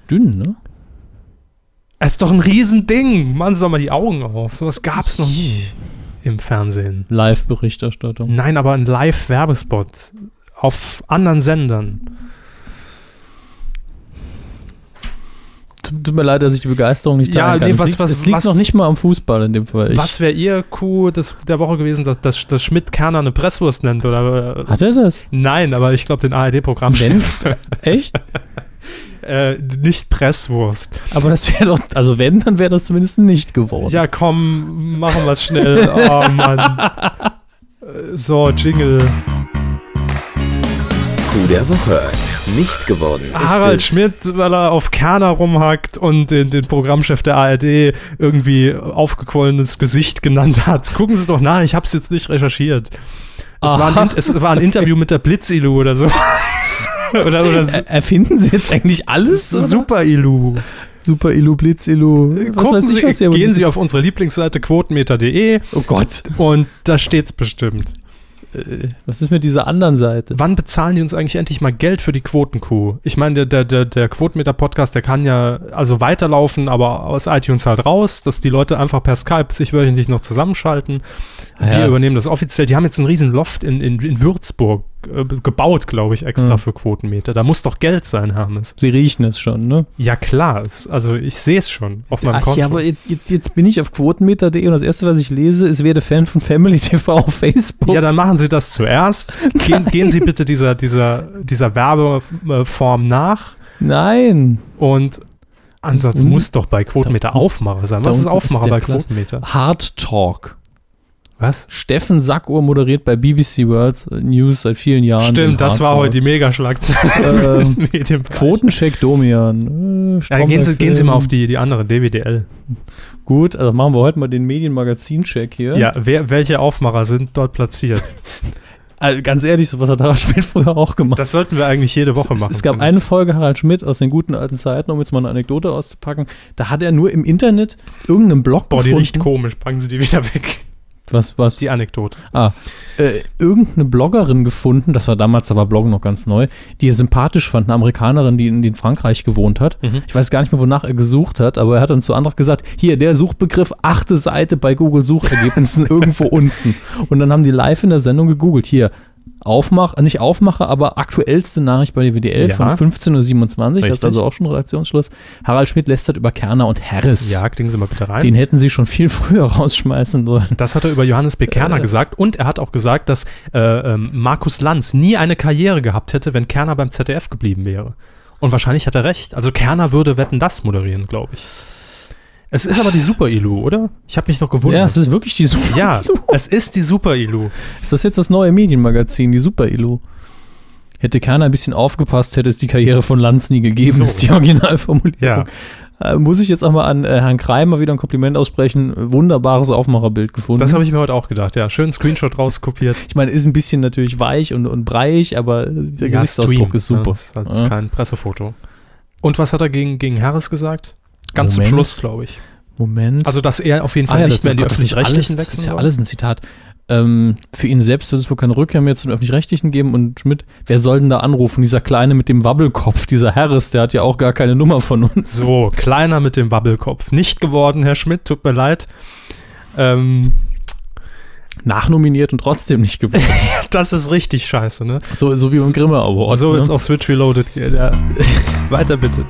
dünn, ne? Es ist doch ein Riesending. Machen Sie doch mal die Augen auf. Sowas gab es noch nie im Fernsehen. Live-Berichterstattung. Nein, aber ein Live-Werbespot auf anderen Sendern. Tut mir leid, dass ich die Begeisterung nicht teilen Ja, kann. nee, es was- liegt, was- es liegt was- noch nicht mal am Fußball in dem Fall. Ich, Was wäre Ihr Coup des, der Woche gewesen, dass, dass, dass Schmidt-Kerner eine Presswurst nennt? Oder, hat er das? Nein, aber ich glaube den A R D-Programmchef. Echt? äh, nicht Presswurst. Aber das wäre doch, also wenn, dann wäre das zumindest nicht geworden. Ja, komm, machen wir es schnell. Oh Mann. Äh, So, Jingle. Coup der Woche. Nicht geworden ist Harald es Schmidt, weil er auf Kerner rumhackt und den, den Programmchef der A R D irgendwie aufgequollenes Gesicht genannt hat. Gucken Sie doch nach, ich habe es jetzt nicht recherchiert. Es war, ein, Aha. In- es war ein Interview mit der Blitz-Ilu oder so. oder oder so, Er, erfinden Sie jetzt eigentlich alles? so oder? Super-Ilu. Super Ilu, Blitz Ilu. Was Gucken weiß ich, Sie, was ihr- gehen Sie auf unsere Lieblingsseite quotenmeter punkt de Oh Gott. und da steht's bestimmt. Äh, Was ist mit dieser anderen Seite? Wann bezahlen die uns eigentlich endlich mal Geld für die Quotenkuh? Ich meine, der, der, der, der Quotenmeter-Podcast, der kann ja also weiterlaufen, aber aus iTunes halt raus, dass die Leute einfach per Skype sich wöchentlich noch zusammenschalten. Ah, Wir ja. übernehmen das offiziell. Die haben jetzt einen riesen Loft in, in, in Würzburg äh, gebaut, glaube ich, extra Ja. für Quotenmeter. Da muss doch Geld sein, Hermes. Sie riechen es schon, ne? Ja, klar. Es, also ich sehe es schon auf meinem Ach Konto. ja, aber jetzt, jetzt bin ich auf quotenmeter punkt de und das erste, was ich lese, ist, werde Fan von Family T V auf Facebook. Ja, dann machen Sie das zuerst. Gehen, gehen Sie bitte dieser, dieser, dieser Werbeform nach. Nein. Und Ansatz Und- muss doch bei Quotenmeter Da- Aufmacher sein. da Was ist unten ist Aufmacher der bei Platz. Quotenmeter? Hard Talk. Was? Steffen Sackohr moderiert bei B B C World News seit vielen Jahren. den Stimmt, das Hard war Talk. heute die Megaschlagzeile. Ähm, im Medienbereich. Quotencheck Domian. Äh, Ja, gehen, Sie, gehen Sie mal Stromberg-Film. auf die, die andere, D W D L. Gut, also machen wir heute mal den Medienmagazin-Check hier. Ja, wer, welche Aufmacher sind dort platziert? Also ganz ehrlich, sowas hat Harald Schmidt früher auch gemacht. Das sollten wir eigentlich jede Woche es, machen. Es gab finde eine ich. Folge Harald Schmidt aus den guten alten Zeiten, um jetzt mal eine Anekdote auszupacken. Da hat er nur im Internet irgendeinen Blog Boah, die gefunden. riecht komisch. Packen Sie die wieder weg. Was, was? Die Anekdote. Ah, äh, irgendeine Bloggerin gefunden, das war damals, da war Bloggen noch ganz neu, die er sympathisch fand, eine Amerikanerin, die in, die in Frankreich gewohnt hat. Mhm. Ich weiß gar nicht mehr, wonach er gesucht hat, aber er hat dann zu Antrag gesagt, hier, der Suchbegriff, achte Seite bei Google Suchergebnissen irgendwo unten. Und dann haben die live in der Sendung gegoogelt, hier, Aufmach, nicht Aufmacher, aber aktuellste Nachricht bei der W D L Ja. von fünfzehn Uhr siebenundzwanzig, das ist Richtig. also auch schon Redaktionsschluss. Harald Schmidt lästert über Kerner und Harris. Ja, klingen Sie mal bitte rein. Den hätten sie schon viel früher rausschmeißen sollen. Das hat er über Johannes B. Kerner Äh. gesagt und er hat auch gesagt, dass äh, ähm, Markus Lanz nie eine Karriere gehabt hätte, wenn Kerner beim Z D F geblieben wäre. Und wahrscheinlich hat er recht. Also Kerner würde Wetten, das moderieren, glaube ich. Es ist aber die Super-Ilu, oder? Ich habe mich noch gewundert. Ja, es ist wirklich die Super ja, es ist die Super-Ilu. Ist das jetzt das neue Medienmagazin, die Super-Ilu? Hätte Kerner ein bisschen aufgepasst, hätte es die Karriere von Lanz nie gegeben, So. ist die Originalformulierung. Ja. Äh, muss ich jetzt auch mal an äh, Herrn Kreimer wieder ein Kompliment aussprechen. Wunderbares Aufmacherbild gefunden. Das habe ich mir heute auch gedacht, ja. Schön Screenshot rauskopiert. ich meine, ist ein bisschen natürlich weich und, und breiig, aber der Ja, Gesichtsausdruck Stream, ist super. Ja, das ist halt Ja. kein Pressefoto. Und was hat er gegen, gegen Harris gesagt? Ganz zum Moment. Schluss, glaube ich. Moment. Also, dass er auf jeden Fall Ah ja, nicht das, mehr in die Gott, das ist Öffentlich-Rechtlichen alles, Das wechseln ist ja soll. alles ein Zitat. Ähm, für ihn selbst wird es wohl keine Rückkehr mehr zu den Öffentlich-Rechtlichen geben und Schmidt, wer soll denn da anrufen? Dieser Kleine mit dem Wabbelkopf, dieser Harris, der hat ja auch gar keine Nummer von uns. So, kleiner mit dem Wabbelkopf. Nicht geworden, Herr Schmidt, tut mir leid. Ähm, Nachnominiert und trotzdem nicht gewonnen. das ist richtig scheiße, ne? so, so wie beim Grimme Award. So ne? jetzt auch Switch Reloaded geht. Ja. Weiter bitte.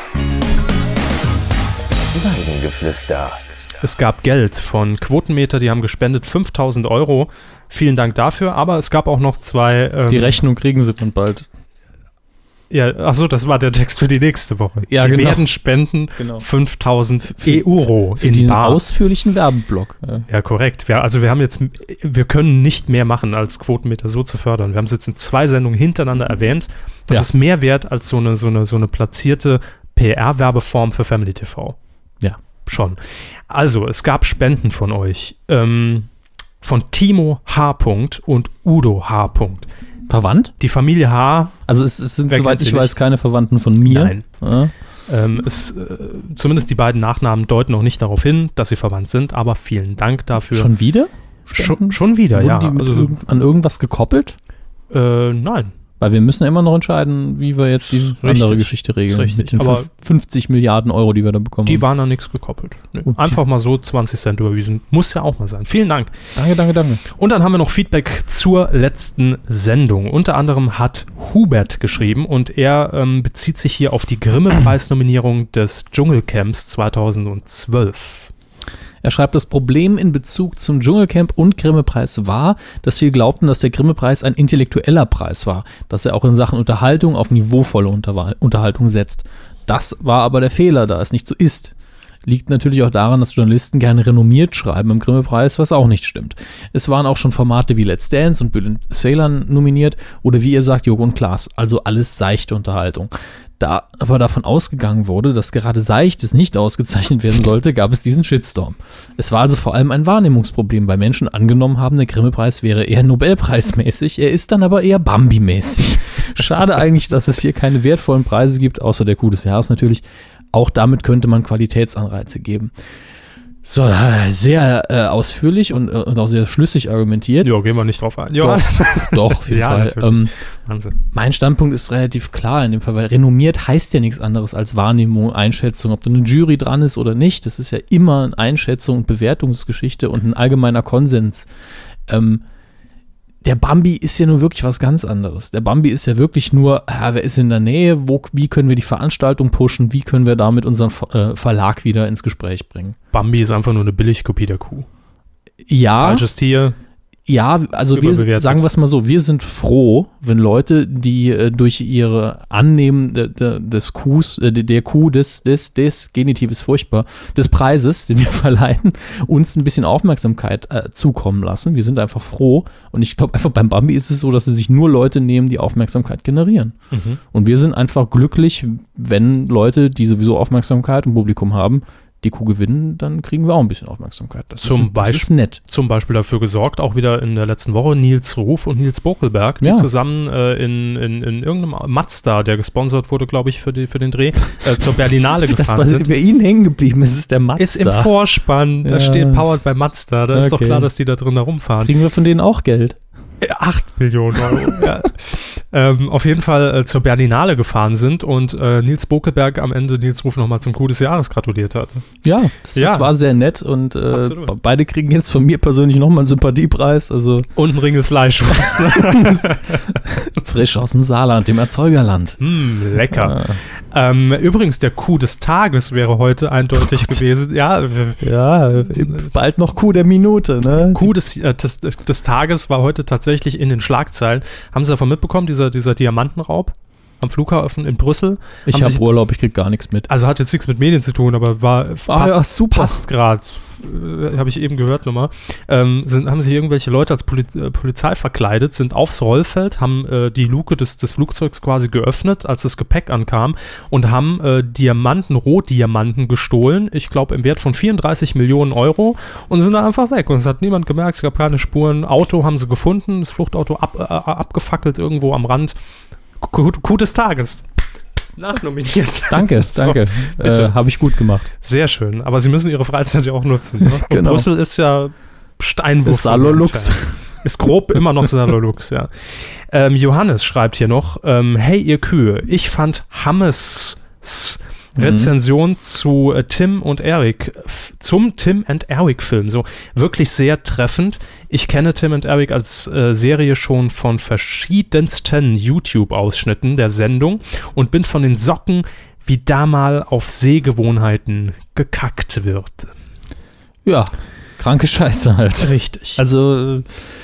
Weidengeflüster. Es gab Geld von Quotenmeter, die haben gespendet fünftausend Euro. Vielen Dank dafür, aber es gab auch noch zwei. Ähm, Die Rechnung kriegen sie dann bald. ja, achso, das war der Text für die nächste Woche. Ja, Sie genau. werden spenden Genau. fünftausend Euro Für in diesen bar. ausführlichen Werbeblock. Ja. Ja, korrekt. Wir, also wir haben jetzt, wir können nicht mehr machen, als Quotenmeter so zu fördern. Wir haben es jetzt in zwei Sendungen hintereinander erwähnt. Das Ja. ist mehr wert als so eine, so eine, so eine platzierte P R-Werbeform für Family T V. Ja. Schon. Also, es gab Spenden von euch. Ähm, von Timo H. und Udo H. Verwandt? Die Familie H. Also es, es sind, Wer soweit kennt sie ich weiß, nicht? keine Verwandten von mir. Nein. Ja. Ähm, es, äh, zumindest die beiden Nachnamen deuten noch nicht darauf hin, dass sie verwandt sind, aber vielen Dank dafür. Schon wieder? schon, schon wieder, Wurden ja. die mit Also, irgend, an irgendwas gekoppelt? äh, nein. Weil wir müssen ja immer noch entscheiden, wie wir jetzt die Richtig. andere Geschichte regeln. Richtig. Mit den Aber fünfzig Milliarden Euro, die wir da bekommen. Die waren an nichts gekoppelt. Nee. Einfach mal so zwanzig Cent überwiesen. Muss ja auch mal sein. Vielen Dank. Danke, danke, danke. Und dann haben wir noch Feedback zur letzten Sendung. Unter anderem hat Hubert geschrieben und er ähm, bezieht sich hier auf die Grimme-Preisnominierung des Dschungelcamps zweitausendzwölf. Er schreibt, das Problem in Bezug zum Dschungelcamp und Grimme-Preis war, dass wir glaubten, dass der Grimme-Preis ein intellektueller Preis war, dass er auch in Sachen Unterhaltung auf niveauvolle Unterwa- Unterhaltung setzt. Das war aber der Fehler, da es nicht so ist. Liegt natürlich auch daran, dass Journalisten gerne renommiert schreiben im Grimme-Preis, was auch nicht stimmt. Es waren auch schon Formate wie Let's Dance und Bülent Ceylan nominiert oder wie ihr sagt, Joko und Klaas, also alles seichte Unterhaltung. Da aber davon ausgegangen wurde, dass gerade Seichtes nicht ausgezeichnet werden sollte, gab es diesen Shitstorm. Es war also vor allem ein Wahrnehmungsproblem, weil Menschen angenommen haben, der Grimme-Preis wäre eher Nobelpreismäßig, er ist dann aber eher Bambi-mäßig. Schade eigentlich, dass es hier keine wertvollen Preise gibt, außer der Kuh des Jahres natürlich. Auch damit könnte man Qualitätsanreize geben. So, sehr äh, ausführlich und, äh, und auch sehr schlüssig argumentiert. Ja, gehen wir nicht drauf ein. Ja. Doch, doch, auf jeden ja, Fall. Ähm, Wahnsinn. mein Standpunkt ist relativ klar in dem Fall, weil renommiert heißt ja nichts anderes als Wahrnehmung, Einschätzung, ob da eine Jury dran ist oder nicht. Das ist ja immer eine Einschätzung und Bewertungsgeschichte und ein allgemeiner Konsens. Ähm, Der Bambi ist ja nur wirklich was ganz anderes. Der Bambi ist ja wirklich nur, ja, wer ist in der Nähe, wo, wie können wir die Veranstaltung pushen, wie können wir damit unseren äh, Verlag wieder ins Gespräch bringen. Bambi ist einfach nur eine Billigkopie der Kuh. Ja. Falsches Tier. Ja, also wir sagen wir es mal so, wir sind froh, wenn Leute, die äh, durch ihre Annehmen de, de, des Kuhs, äh, der Kuh des, des, des, Genitiv ist furchtbar, des Preises, den wir verleihen, uns ein bisschen Aufmerksamkeit äh, zukommen lassen. Wir sind einfach froh und ich glaube einfach beim Bambi ist es so, dass sie sich nur Leute nehmen, die Aufmerksamkeit generieren. Mhm. Und wir sind einfach glücklich, wenn Leute, die sowieso Aufmerksamkeit im Publikum haben, die Kuh gewinnen, dann kriegen wir auch ein bisschen Aufmerksamkeit. Das, zum ist, das Beispiel, ist nett. Zum Beispiel dafür gesorgt, auch wieder in der letzten Woche, Nils Ruf und Nils Bokelberg, die ja. zusammen äh, in, in, in irgendeinem Mazda, der gesponsert wurde, glaube ich, für, die, für den Dreh, äh, zur Berlinale gefahren das, was sind. Bei Ihnen hängen geblieben ist, ist der Mazda. Ist im Vorspann, da ja, steht Powered by Mazda, da okay. ist doch klar, dass die da drin herumfahren. Kriegen wir von denen auch Geld? acht Millionen Euro, ja. ähm, auf jeden Fall äh, zur Berlinale gefahren sind und äh, Nils Bokelberg am Ende Nils Ruf nochmal zum Coup des Jahres gratuliert hatte. Ja, das, ja. das war sehr nett und äh, beide kriegen jetzt von mir persönlich nochmal einen Sympathiepreis. Also und ein Ringel Fleisch. Frisch aus dem Saarland, dem Erzeugerland. Mm, lecker. Ja. Ähm, übrigens, der Coup des Tages wäre heute eindeutig oh gewesen. Ja, ja, bald noch Coup der Minute. Ne? Coup des, äh, des, des Tages war heute tatsächlich in den Schlagzeilen. Haben Sie davon mitbekommen, dieser, dieser Diamantenraub am Flughafen in Brüssel? Ich habe Urlaub, ich krieg gar nichts mit. Also hat jetzt nichts mit Medien zu tun, aber war ah, passt, ja, super. passt gerade. Äh, habe ich eben gehört nochmal. Ähm, sind, haben sich irgendwelche Leute als Poli- äh, Polizei verkleidet, sind aufs Rollfeld, haben äh, die Luke des, des Flugzeugs quasi geöffnet, als das Gepäck ankam und haben äh, Diamanten, Rohdiamanten gestohlen, ich glaube im Wert von vierunddreißig Millionen Euro und sind da einfach weg und es hat niemand gemerkt, es gab keine Spuren. Auto haben sie gefunden, das Fluchtauto ab, äh, abgefackelt irgendwo am Rand. Coup, Coup des Tages. Nachnominiert. Danke, so, danke. Äh, Habe ich gut gemacht. Sehr schön. Aber Sie müssen Ihre Freizeit ja auch nutzen. Ne? Und genau. Brüssel ist ja Steinwurf. Ist Salolux. Ist grob immer noch Salolux, ja. Ähm, Johannes schreibt hier noch, ähm, hey ihr Kühe, ich fand Hammes Rezension mhm. zu äh, Tim und Eric, f- zum Tim and Eric Film, so wirklich sehr treffend. Ich kenne Tim and Eric als äh, Serie schon von verschiedensten YouTube-Ausschnitten der Sendung und bin von den Socken, wie da mal auf Sehgewohnheiten gekackt wird. Ja, kranke Scheiße halt. Richtig. Also,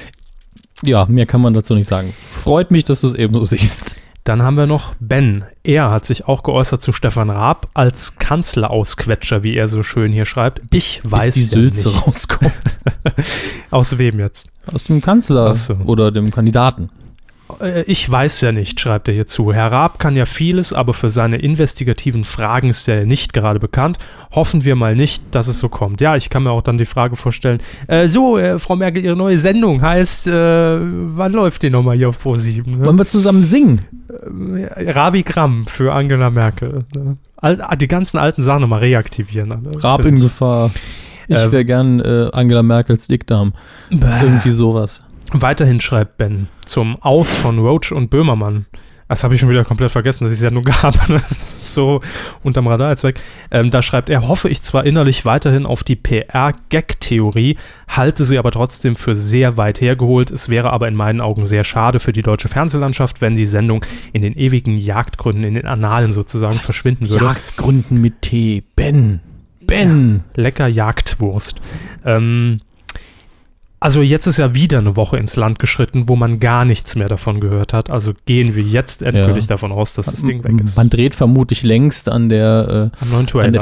ja, mehr kann man dazu nicht sagen. Freut mich, dass du es ebenso siehst. Dann haben wir noch Ben. Er hat sich auch geäußert zu Stefan Raab als Kanzlerausquetscher, wie er so schön hier schreibt. Ich weiß bis die Sülze ja rauskommt. Aus wem jetzt? Aus dem Kanzler so. Oder dem Kandidaten. Ich weiß ja nicht, schreibt er hierzu. Herr Raab kann ja vieles, aber für seine investigativen Fragen ist er nicht gerade bekannt. Hoffen wir mal nicht, dass es so kommt. Ja, ich kann mir auch dann die Frage vorstellen, äh, so, äh, Frau Merkel, Ihre neue Sendung heißt, äh, wann läuft die nochmal hier auf ProSieben? Ne? Wollen wir zusammen singen? Äh, Rabigramm für Angela Merkel. Ne? All, die ganzen alten Sachen nochmal reaktivieren. Ne? Raab in Gefahr. Ich äh, wäre gern äh, Angela Merkels Dickdarm. Bäh. Irgendwie sowas. Weiterhin schreibt Ben zum Aus von Roach und Böhmermann. Das habe ich schon wieder komplett vergessen, dass ich es ja nur gab. Das ist so unterm Radar jetzt weg. Ähm, da schreibt er, hoffe ich zwar innerlich weiterhin auf die P R-Gag-Theorie, halte sie aber trotzdem für sehr weit hergeholt. Es wäre aber in meinen Augen sehr schade für die deutsche Fernsehlandschaft, wenn die Sendung in den ewigen Jagdgründen, in den Annalen sozusagen verschwinden würde. Jagdgründen mit T. Ben. Ben. Ja, lecker Jagdwurst. Ähm, Also jetzt ist ja wieder eine Woche ins Land geschritten, wo man gar nichts mehr davon gehört hat. Also gehen wir jetzt endgültig ja. davon aus, dass das Ding weg ist. Man dreht vermutlich längst an der, äh, an der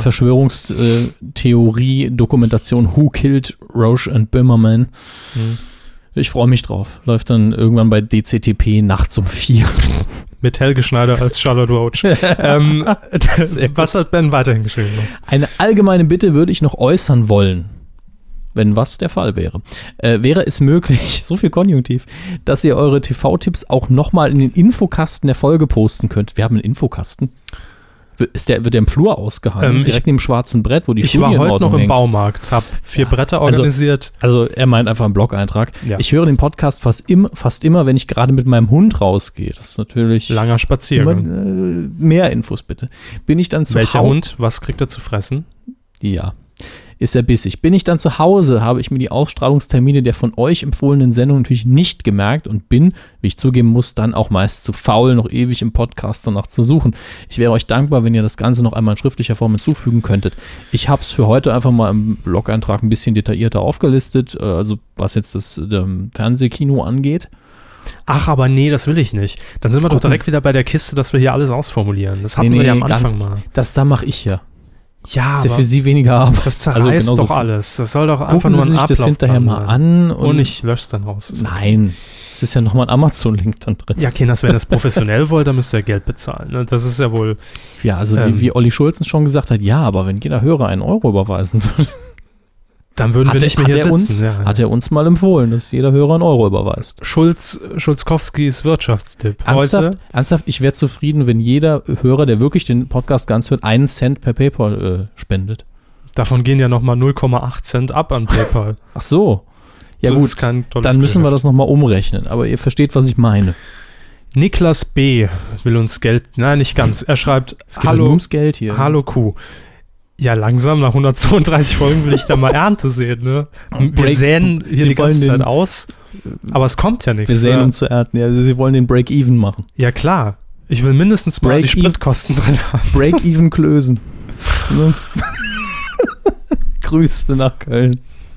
Verschwörungstheorie-Dokumentation Who Killed Roach and Böhmermann. Hm. Ich freue mich drauf. Läuft dann irgendwann bei D C T P nachts um vier. Mit Helge Schneider als Charlotte Roach. ähm, was hat Ben weiterhin geschrieben? Eine allgemeine Bitte würde ich noch äußern wollen. Wenn was der Fall wäre. Äh, wäre es möglich, so viel Konjunktiv, dass ihr eure T V-Tipps auch nochmal in den Infokasten der Folge posten könnt? Wir haben einen Infokasten. Ist der, wird der im Flur ausgehangen? Ähm, direkt neben dem schwarzen Brett, wo die Ich Studie war heute noch im hängt. Baumarkt, habe vier ja, Bretter organisiert. Also, also er meint einfach einen Blog-Eintrag. Ja. Ich höre den Podcast fast, im, fast immer, wenn ich gerade mit meinem Hund rausgehe. Das ist natürlich... Langer Spaziergang. Immer, äh, mehr Infos bitte. Bin ich dann zu Welcher Hau- Hund? Was kriegt er zu fressen? Ja. Ist er bissig. Bin ich dann zu Hause, habe ich mir die Ausstrahlungstermine der von euch empfohlenen Sendung natürlich nicht gemerkt und bin, wie ich zugeben muss, dann auch meist zu faul, noch ewig im Podcast danach zu suchen. Ich wäre euch dankbar, wenn ihr das Ganze noch einmal in schriftlicher Form hinzufügen könntet. Ich habe es für heute einfach mal im Blog-Eintrag ein bisschen detaillierter aufgelistet, also was jetzt das ähm, Fernsehkino angeht. Ach, aber nee, das will ich nicht. Dann sind wir Gucken doch direkt Sie. wieder bei der Kiste, dass wir hier alles ausformulieren. Das hatten Nee, wir ja am nee, Anfang ganz, mal. Das da mache ich ja. Ja, ist ja aber für Sie weniger Arbeit. das zerreißt Also doch viel. alles. Das soll doch Gucken einfach nur Sie ein sich das hinterher mal sein. an. Und, Und ich lösche es dann raus. Nein, es ist ja nochmal ein Amazon-Link dann drin. Ja, Kinders, wenn ihr das professionell wollt, dann müsst ihr Geld bezahlen. Ne? Das ist ja wohl... Ja, also Ähm, wie, wie Olli Schulzen schon gesagt hat, ja, aber wenn jeder Hörer einen Euro überweisen würde, Dann würden hat, wir nicht er, mehr hat, hier er sitzen. uns, ja. hat er uns mal empfohlen, dass jeder Hörer einen Euro überweist. Schulz, Schulzkowskis Wirtschaftstipp. Ernsthaft, Heute, ernsthaft ich wäre zufrieden, wenn jeder Hörer, der wirklich den Podcast ganz hört, einen Cent per PayPal äh, spendet. davon gehen ja nochmal null Komma acht Cent ab an PayPal. Ach so. Ja das gut, ist kein tolles dann müssen wir Geschäft. das nochmal umrechnen. Aber ihr versteht, was ich meine. Niklas B. will uns Geld... Nein, nicht ganz. Er schreibt, Es geht Hallo, hallo, ums Geld hier. hallo Kuh. Ja, langsam, nach hundertzweiunddreißig Folgen will ich da mal Ernte sehen, ne? Wir Break- säen hier Sie die ganze wollen Zeit den- aus, aber es kommt ja nichts. Wir sehen, ja. um zu ernten. Ja, also sie wollen den Break-Even machen. Ja, klar. Ich will mindestens mal die Break-even- Spritkosten drin haben. Break-Even Klösen. Ne? Grüße nach Köln.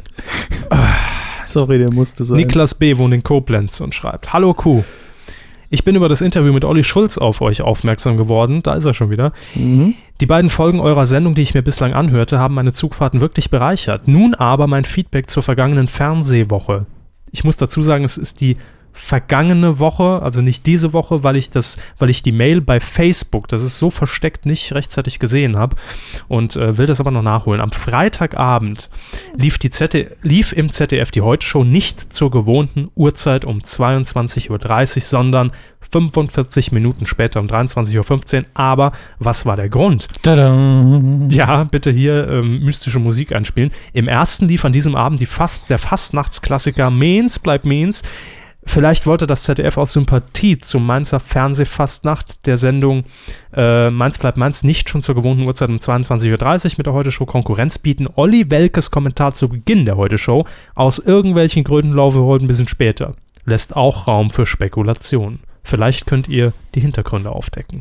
Sorry, der musste sein. Niklas B. wohnt in Koblenz und schreibt, hallo Kuh. Ich bin über das Interview mit Olli Schulz auf euch aufmerksam geworden. Da ist er schon wieder. Mhm. Die beiden Folgen eurer Sendung, die ich mir bislang anhörte, haben meine Zugfahrten wirklich bereichert. Nun aber mein Feedback zur vergangenen Fernsehwoche. Ich muss dazu sagen, es ist die vergangene Woche, also nicht diese Woche, weil ich das, weil ich die Mail bei Facebook, das ist so versteckt, nicht rechtzeitig gesehen habe und äh, will das aber noch nachholen. Am Freitagabend lief, die Z D, lief im Z D F die Heute-Show nicht zur gewohnten Uhrzeit um zweiundzwanzig Uhr dreißig, sondern fünfundvierzig Minuten später um dreiundzwanzig Uhr fünfzehn. Aber was war der Grund? Tada. Ja, bitte hier ähm, mystische Musik einspielen. Im ersten lief an diesem Abend die Fast, der Fastnachtsklassiker Meens bleibt Meens. Vielleicht wollte das Z D F aus Sympathie zum Mainzer Fernsehfastnacht der Sendung äh, Mainz bleibt Mainz nicht schon zur gewohnten Uhrzeit um zweiundzwanzig Uhr dreißig mit der Heute-Show Konkurrenz bieten. Olli Welkes Kommentar zu Beginn der Heute-Show aus irgendwelchen Gründen laufe heute ein bisschen später. Lässt auch Raum für Spekulationen. Vielleicht könnt ihr die Hintergründe aufdecken.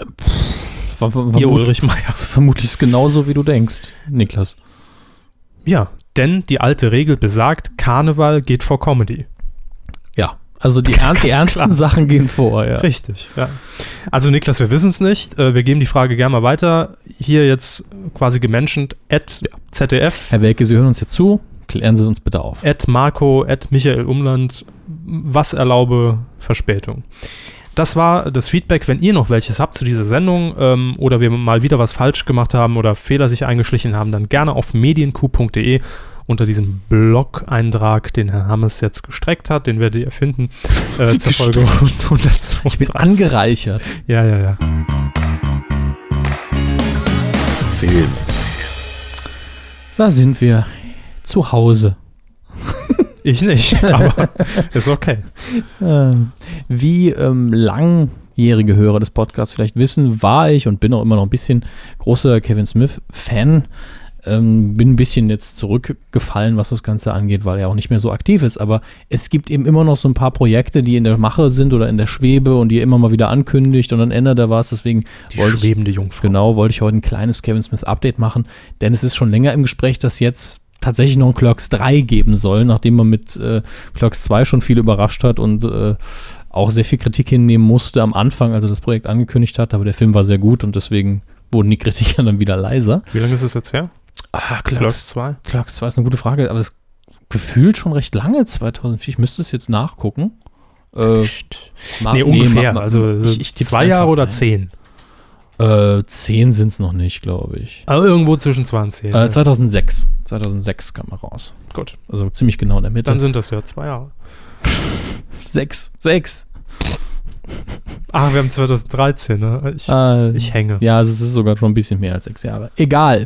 Verm Ihr Ulrich Meier. Vermutlich ist genauso, wie du denkst, Niklas. Ja, denn die alte Regel besagt, Karneval geht vor Comedy. Ja, also die, ern die ernsten klar. Sachen gehen vor, ja. Richtig, ja. Also Niklas, wir wissen es nicht. Äh, Wir geben die Frage gerne mal weiter. Hier jetzt quasi gemenschent, at Z D F, Herr Welke, Sie hören uns jetzt zu. Klären Sie uns bitte auf. at Marco, at Michael Umland, was erlaube Verspätung. Das war das Feedback. Wenn ihr noch welches habt zu dieser Sendung ähm, oder wir mal wieder was falsch gemacht haben oder Fehler sich eingeschlichen haben, dann gerne auf medienq punkt de unter diesem Blog-Eintrag, den Herr Hammes jetzt gestreckt hat, den werdet ihr finden, äh, zur Folge hundertzweiunddreißig. Ich bin angereichert. Ja, ja, ja. Film. Da sind wir zu Hause. Ich nicht, aber ist okay. Wie ähm, langjährige Hörer des Podcasts vielleicht wissen, war ich und bin auch immer noch ein bisschen großer Kevin Smith-Fan. Ähm, bin ein bisschen jetzt zurückgefallen, was das Ganze angeht, weil er auch nicht mehr so aktiv ist. Aber es gibt eben immer noch so ein paar Projekte, die in der Mache sind oder in der Schwebe und die er immer mal wieder ankündigt und dann ändert er was. Deswegen Die wollte schwebende ich, Jungfrau. Genau, wollte ich heute ein kleines Kevin Smith-Update machen, denn es ist schon länger im Gespräch, dass jetzt tatsächlich noch ein Clerks drei geben soll, nachdem man mit äh, Clerks zwei schon viel überrascht hat und äh, auch sehr viel Kritik hinnehmen musste am Anfang, als er das Projekt angekündigt hat. Aber der Film war sehr gut und deswegen wurden die Kritiker dann wieder leiser. Wie lange ist es jetzt her? Ah, Clerks zwei? Clerks zwei ist eine gute Frage, aber es gefühlt schon recht lange, zweitausendvier. Ich müsste es jetzt nachgucken. Äh, ma- nee, ungefähr. Ma- ma- also ich, ich zwei Jahre oder zehn? Äh, zehn sind es noch nicht, glaube ich. Aber irgendwo zwischen zwei und zehn. Äh, zweitausendsechs. zweitausendsechs kam er raus. Gut. Also ziemlich genau in der Mitte. Dann sind das ja zwei Jahre. Sechs. Sechs. Ach, wir haben zweitausenddreizehn, ne? Ich, äh, ich hänge. Ja, also es ist sogar schon ein bisschen mehr als sechs Jahre. Egal.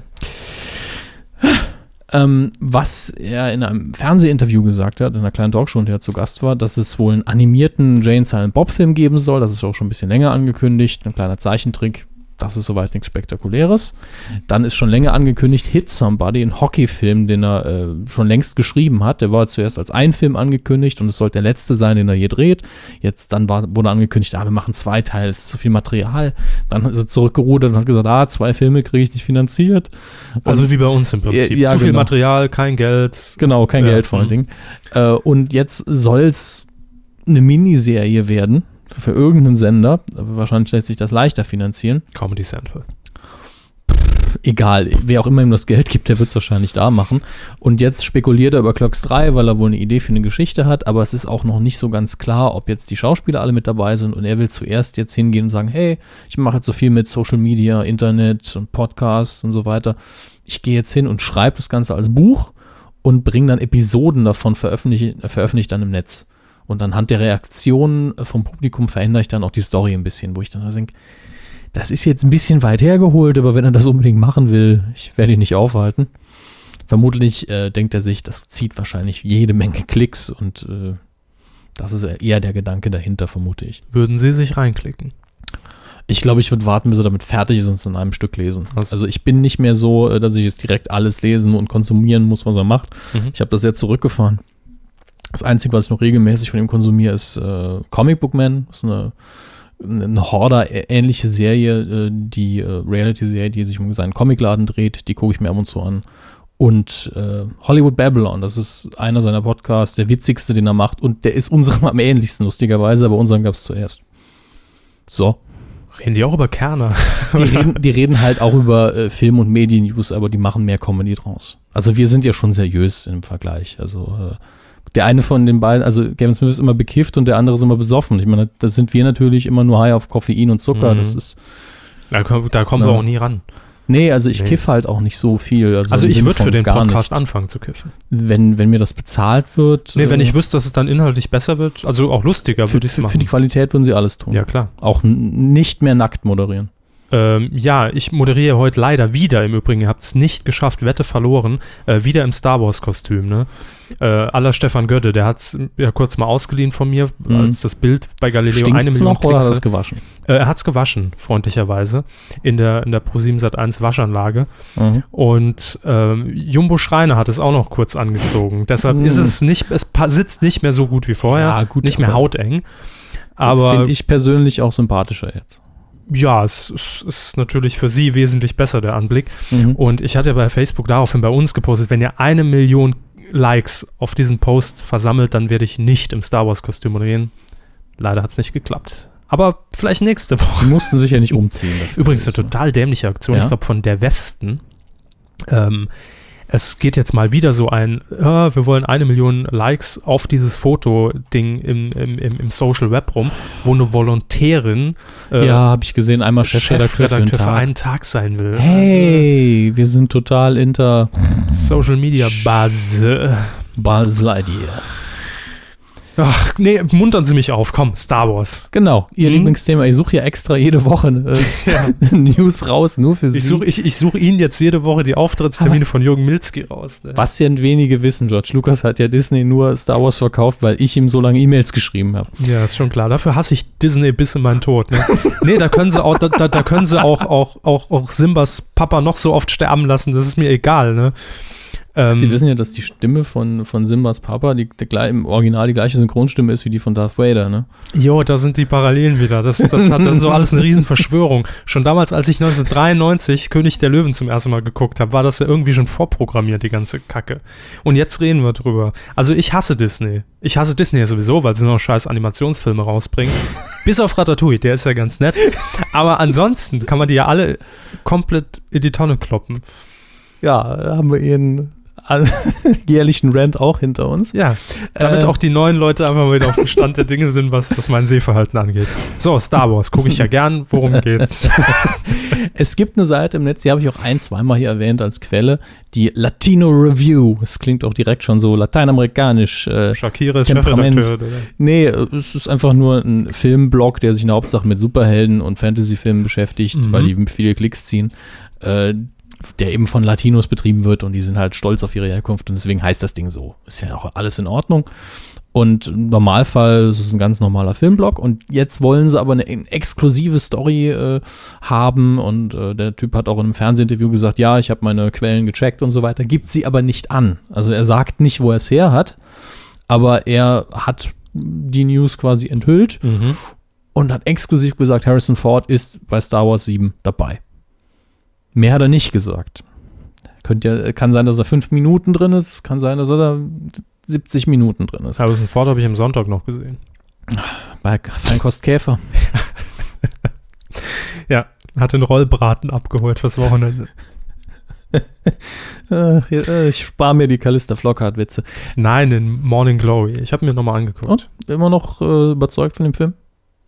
Ähm, was er in einem Fernsehinterview gesagt hat, in einer kleinen Talkshow, in der er zu Gast war, dass es wohl einen animierten Jay and Silent Bob Film geben soll. Das ist auch schon ein bisschen länger angekündigt. Ein kleiner Zeichentrick. Das ist soweit nichts Spektakuläres. Dann ist schon länger angekündigt Hit Somebody, ein Hockeyfilm, den er äh, schon längst geschrieben hat. Der war zuerst als ein Film angekündigt und es sollte der letzte sein, den er je dreht. Jetzt dann war, wurde angekündigt, ah, wir machen zwei Teile, es ist zu viel Material. Dann ist er zurückgerudert und hat gesagt, ah, zwei Filme kriege ich nicht finanziert. Und also wie bei uns im Prinzip. Ja, zu viel genau. Material, kein Geld. Genau, kein Ja. Geld vor allen Dingen. Äh, und jetzt soll es eine Miniserie werden für irgendeinen Sender. Wahrscheinlich lässt sich das leichter finanzieren. Comedy Central. Egal, wer auch immer ihm das Geld gibt, der wird es wahrscheinlich da machen. Und jetzt spekuliert er über Clerks drei, weil er wohl eine Idee für eine Geschichte hat, aber es ist auch noch nicht so ganz klar, ob jetzt die Schauspieler alle mit dabei sind und er will zuerst jetzt hingehen und sagen, hey, ich mache jetzt so viel mit Social Media, Internet und Podcasts und so weiter. Ich gehe jetzt hin und schreibe das Ganze als Buch und bringe dann Episoden davon, veröffentliche, veröffentliche dann im Netz. Und anhand der Reaktionen vom Publikum verändere ich dann auch die Story ein bisschen, wo ich dann denke, das ist jetzt ein bisschen weit hergeholt, aber wenn er das unbedingt machen will, ich werde ihn nicht aufhalten. Vermutlich äh, denkt er sich, das zieht wahrscheinlich jede Menge Klicks und äh, das ist eher der Gedanke dahinter, vermute ich. Würden Sie sich reinklicken? Ich glaube, ich würde warten, bis er damit fertig ist und es in einem Stück lesen. Also, also ich bin nicht mehr so, dass ich jetzt direkt alles lesen und konsumieren muss, was er macht. Mhm. Ich habe das jetzt zurückgefahren. Das Einzige, was ich noch regelmäßig von ihm konsumiere, ist äh, Comic Book Man. Das ist eine, eine Horder-ähnliche Serie, äh, die äh, Reality-Serie, die sich um seinen Comicladen dreht. Die gucke ich mir ab und zu an. Und äh, Hollywood Babylon, das ist einer seiner Podcasts, der witzigste, den er macht. Und der ist unserem am ähnlichsten, lustigerweise, aber unseren gab es zuerst. So. Reden die auch über Kerner? Die reden, die reden halt auch über äh, Film- und Medien-News, aber die machen mehr Comedy draus. Also wir sind ja schon seriös im Vergleich. Also äh, der eine von den beiden, also Kevin Smith ist immer bekifft und der andere ist immer besoffen. Ich meine, das sind wir natürlich immer nur high auf Koffein und Zucker. Mhm. Das ist. Da, da kommen Ja. wir auch nie ran. Nee, also ich Nee. kiff halt auch nicht so viel. Also, Also im ich Sinne würde für von den gar Podcast nicht. anfangen zu kiffen. Wenn, wenn mir das bezahlt wird. Nee, wenn äh, ich wüsste, dass es dann inhaltlich besser wird, also auch lustiger, für, würde ich es für, machen. für die Qualität würden sie alles tun. Ja, klar. Auch n- nicht mehr nackt moderieren. Ähm, ja, ich moderiere heute leider wieder im Übrigen. Ihr habt es nicht geschafft, Wette verloren. Äh, wieder im Star Wars-Kostüm, ne? Äh, aller Stefan Götte, der hat es ja kurz mal ausgeliehen von mir, Mhm. als das Bild bei Galileo eine Stinkt's Million noch oder hat er Klicks es gewaschen? Äh, er hat es gewaschen, freundlicherweise, in der, in der ProSieben Sat eins Waschanlage. Mhm. Und ähm, Jumbo Schreiner hat es auch noch kurz angezogen. Deshalb Mm. ist es nicht, es pa- sitzt nicht mehr so gut wie vorher, Ja, gut, nicht mehr aber- hauteng. Aber Finde ich persönlich auch sympathischer jetzt. ja, es, es ist natürlich für sie wesentlich besser, der Anblick. Mhm. Und ich hatte bei Facebook daraufhin bei uns gepostet, wenn ihr eine Million Likes auf diesen Post versammelt, dann werde ich nicht im Star Wars-Kostüm moderieren. Leider hat es nicht geklappt. Aber vielleicht nächste Woche. Sie mussten sich ja nicht umziehen dafür. Übrigens eine total dämliche Aktion, Ja? ich glaube von der Westen. Ähm, es geht jetzt mal wieder so ein, ja, wir wollen eine Million Likes auf dieses Foto-Ding im, im, im, im Social Web rum, wo eine Volontärin äh, Ja, habe ich gesehen, einmal Chefredakteur für einen Chefredakteur für Tag. einen Tag sein will. Hey, wir sind total inter Also, Social Media Buzz. Buzz Lightyear. Ach, nee, muntern Sie mich auf. Komm, Star Wars. Genau, Ihr Mhm. Lieblingsthema. Ich suche ja extra jede Woche äh, Ja. News raus, nur für Sie. Ich suche ich, ich such Ihnen jetzt jede Woche die Auftrittstermine von Jürgen Milzki raus. Ne? Was ja wenige wissen, George Lucas hat ja Disney nur Star Wars verkauft, weil ich ihm so lange E-Mails geschrieben habe. Ja, ist schon klar. Dafür hasse ich Disney bis in meinen Tod. Ne? Nee, da können sie auch, da, da, da können sie auch, auch, auch, auch Simbas Papa noch so oft sterben lassen. Das ist mir egal. Ne? Ähm, Sie wissen ja, dass die Stimme von, von Simbas Papa die, der, im Original die gleiche Synchronstimme ist wie die von Darth Vader, ne? Jo, da sind die Parallelen wieder. Das, das, hat, das ist so alles eine Riesenverschwörung. Schon damals, als ich neunzehnhundertdreiundneunzig König der Löwen zum ersten Mal geguckt habe, war das ja irgendwie schon vorprogrammiert, die ganze Kacke. Und jetzt reden wir drüber. Also ich hasse Disney. Ich hasse Disney ja sowieso, weil sie nur noch scheiß Animationsfilme rausbringen. Bis auf Ratatouille, der ist ja ganz nett. Aber ansonsten kann man die ja alle komplett in die Tonne kloppen. Ja, haben wir ihren jährlichen Rant auch hinter uns. Ja, damit Äh, auch die neuen Leute einfach mal wieder auf dem Stand der Dinge sind, was, was mein Sehverhalten angeht. So, Star Wars, gucke ich ja gern. Worum geht's? Es gibt eine Seite im Netz, die habe ich auch ein, zweimal hier erwähnt als Quelle, die Latino Review. Es klingt auch direkt schon so lateinamerikanisch. Äh, Shakira ist Temperament. Chefredakteur. Oder? nee, es ist einfach nur ein Filmblog, der sich in der Hauptsache mit Superhelden und Fantasyfilmen beschäftigt, Mhm. weil die viele Klicks ziehen. Äh, der eben von Latinos betrieben wird und die sind halt stolz auf ihre Herkunft und deswegen heißt das Ding so. Ist ja auch alles in Ordnung. Und im Normalfall ist es ein ganz normaler Filmblog und jetzt wollen sie aber eine exklusive Story äh, haben und äh, der Typ hat auch in einem Fernsehinterview gesagt, ja, ich habe meine Quellen gecheckt und so weiter, gibt sie aber nicht an. Also er sagt nicht, wo er es her hat, aber er hat die News quasi enthüllt Mhm. und hat exklusiv gesagt, Harrison Ford ist bei Star Wars sieben dabei. Mehr hat er nicht gesagt. Könnte ja, kann sein, dass er fünf Minuten drin ist, kann sein, dass er da siebzig Minuten drin ist. Harrison Ford habe ich am Sonntag noch gesehen. Bei Feinkost Käfer. Ja, hat den Rollbraten abgeholt fürs Wochenende. Ach, ja, äh, ich spare mir die Callista Flockhart-Witze. Nein, den Morning Glory. Ich habe mir nochmal angeguckt. Und? Immer noch äh, überzeugt von dem Film?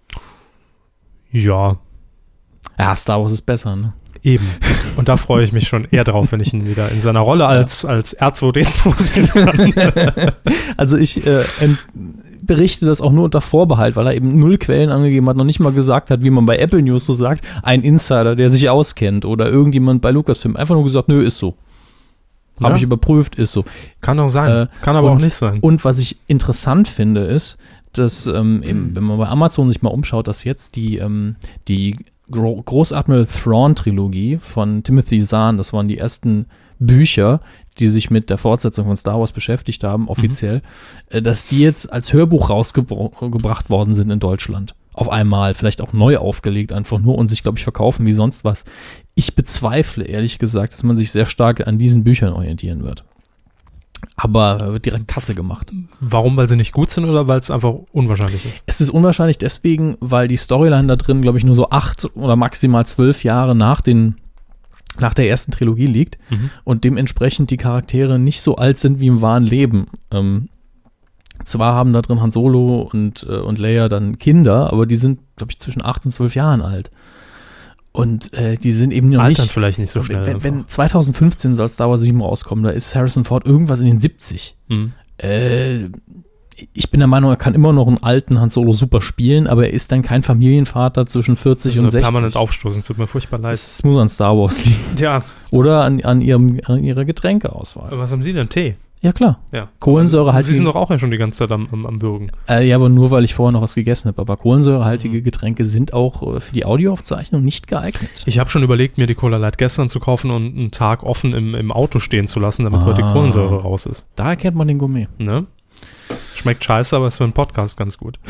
Ja, Ja, Star Wars ist besser, ne? eben. Und da freue ich mich schon eher drauf, wenn ich ihn wieder in seiner Rolle als, als R zwei D zwei sehen kann. Also ich äh, ent- berichte das auch nur unter Vorbehalt, weil er eben null Quellen angegeben hat, noch nicht mal gesagt hat, wie man bei Apple News so sagt, ein Insider, der sich auskennt oder irgendjemand bei Lucasfilm. Einfach nur gesagt, nö, ist so. Habe Ja. ich überprüft, ist so. Kann auch sein. Äh, kann aber und- auch nicht sein. Und was ich interessant finde, ist, dass, ähm, eben, wenn man bei Amazon sich mal umschaut, dass jetzt die, ähm, die Gro- Großadmiral Thrawn-Trilogie von Timothy Zahn, das waren die ersten Bücher, die sich mit der Fortsetzung von Star Wars beschäftigt haben, offiziell, äh, dass die jetzt als Hörbuch rausgebracht worden sind in Deutschland. Auf einmal, vielleicht auch neu aufgelegt, einfach nur und sich, glaube ich, verkaufen wie sonst was. Ich bezweifle, ehrlich gesagt, dass man sich sehr stark an diesen Büchern orientieren wird. Aber äh, wird direkt Kasse gemacht. Warum? Weil sie nicht gut sind oder weil es einfach unwahrscheinlich ist? Es ist unwahrscheinlich deswegen, weil die Storyline da drin, glaube ich, nur so acht oder maximal zwölf Jahre nach, den, nach der ersten Trilogie liegt Mhm. und dementsprechend die Charaktere nicht so alt sind wie im wahren Leben. Ähm, zwar haben da drin Han Solo und, äh, und Leia dann Kinder, aber die sind, glaube ich, zwischen acht und zwölf Jahren alt. Und äh, die sind eben noch Altern nicht. vielleicht nicht so schnell. wenn, einfach. wenn zwanzig fünfzehn soll Star Wars sieben rauskommen, da ist Harrison Ford irgendwas in den siebzig. Mhm. Äh, ich bin der Meinung, er kann immer noch einen alten Han Solo super spielen, aber er ist dann kein Familienvater zwischen vierzig Also und sechzig. permanent aufstoßen, tut mir furchtbar leid. Es muss an Star Wars liegen. Ja, Oder an, an, ihrem, an ihrer Getränkeauswahl. was haben Sie denn? Tee? Ja, klar. Ja. Kohlensäurehaltige- Sie sind doch auch ja schon die ganze Zeit am, am, am Würgen. Äh, ja, aber nur, weil ich vorher noch was gegessen habe. Aber kohlensäurehaltige Mhm. Getränke sind auch äh, für die Audioaufzeichnung nicht geeignet. Ich habe schon überlegt, mir die Cola Light gestern zu kaufen und einen Tag offen im, im Auto stehen zu lassen, damit Ah. heute die Kohlensäure raus ist. Da erkennt man den Gourmet. Ne? Schmeckt scheiße, aber ist für einen Podcast ganz gut.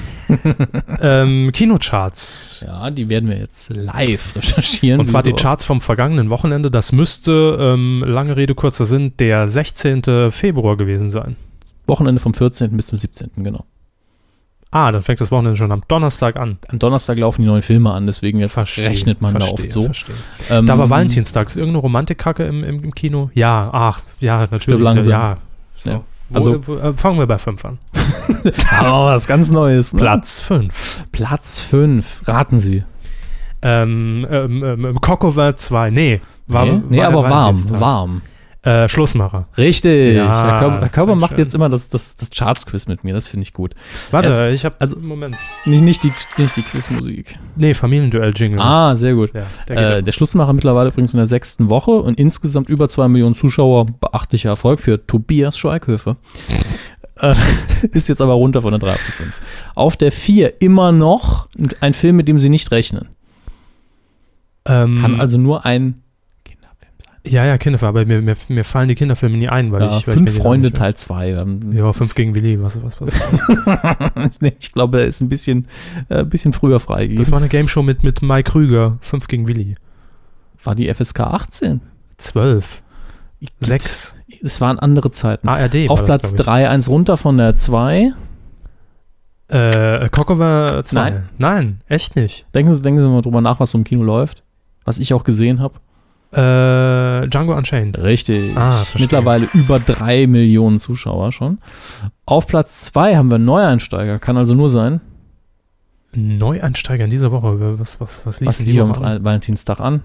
ähm, Kinocharts. Ja, die werden wir jetzt live recherchieren. Und zwar wie die so Charts vom vergangenen Wochenende. Das müsste, ähm, lange Rede, kurzer Sinn, der sechzehnten Februar gewesen sein. oft. Wochenende vom vierzehnten bis zum siebzehnten, genau. Ah, dann fängt das Wochenende schon am Donnerstag an. Am Donnerstag laufen die neuen Filme an, deswegen Verstehe, rechnet man verstehe, da oft so. Verstehe. Ähm, Da war Valentinstag. Ist irgendeine Romantikkacke im, im, im Kino? Ja, ach, ja, natürlich. Stirb langsam. Ja, so. Ja. Wo, Also- wo, äh, fangen wir bei fünf an. Oh, was ganz Neues. Ne? Platz fünf. Platz fünf. Raten Sie. Ähm, ähm, ähm, Cocover zwei. Nee. War, nee, nee war der aber warm. Valentinstag. Warm. Äh, Schlussmacher. Richtig. Ja, Herr Körber, Herr Körber macht Dankeschön. jetzt immer das, das, das Charts-Quiz mit mir. Das finde ich gut. Warte, Erst- ich habe also- Moment. Nicht, nicht, die, nicht die Quizmusik. Nee, Familienduell-Jingle. Ah, sehr gut. Ja, der geht Äh, der Schlussmacher mittlerweile übrigens in der sechsten Woche und insgesamt über zwei Millionen Zuschauer. Beachtlicher Erfolg für Tobias Schweighöfer. äh, ist jetzt aber runter von der drei auf die fünf. Auf der vier immer noch ein Film, mit dem Sie nicht rechnen. ähm, Kann also nur ein Kinderfilm sein. Ja, ja, Kinderfilme, aber mir, mir, mir fallen die Kinderfilme nie ein, weil Ja, ich. Weil fünf ich mir die Freunde nicht- Teil zwei. Ja, fünf gegen Willi, was, was, was. Nee, ich glaube, er ist ein bisschen, äh, ein bisschen früher freigegeben. Das war eine Gameshow mit, mit Mike Krüger, fünf gegen Willi. War die F S K achtzehn? zwölf. sechs. Es waren andere Zeiten. A R D. Auf war Platz das, glaub drei, eins runter von der zwei. ich. Äh, Cocover zwei. Nein. Nein, echt nicht. Denken Sie, denken Sie mal drüber nach, was so im Kino läuft. Was ich auch gesehen habe. Äh, Django Unchained. Richtig. Ah, verstehe. Mittlerweile über drei Millionen Zuschauer schon. Auf Platz zwei haben wir einen Neueinsteiger. Kann also nur sein, Neueinsteiger in dieser Woche. Was, was, was lief was in lief dieser am Woche? Fre- Valentinstag an.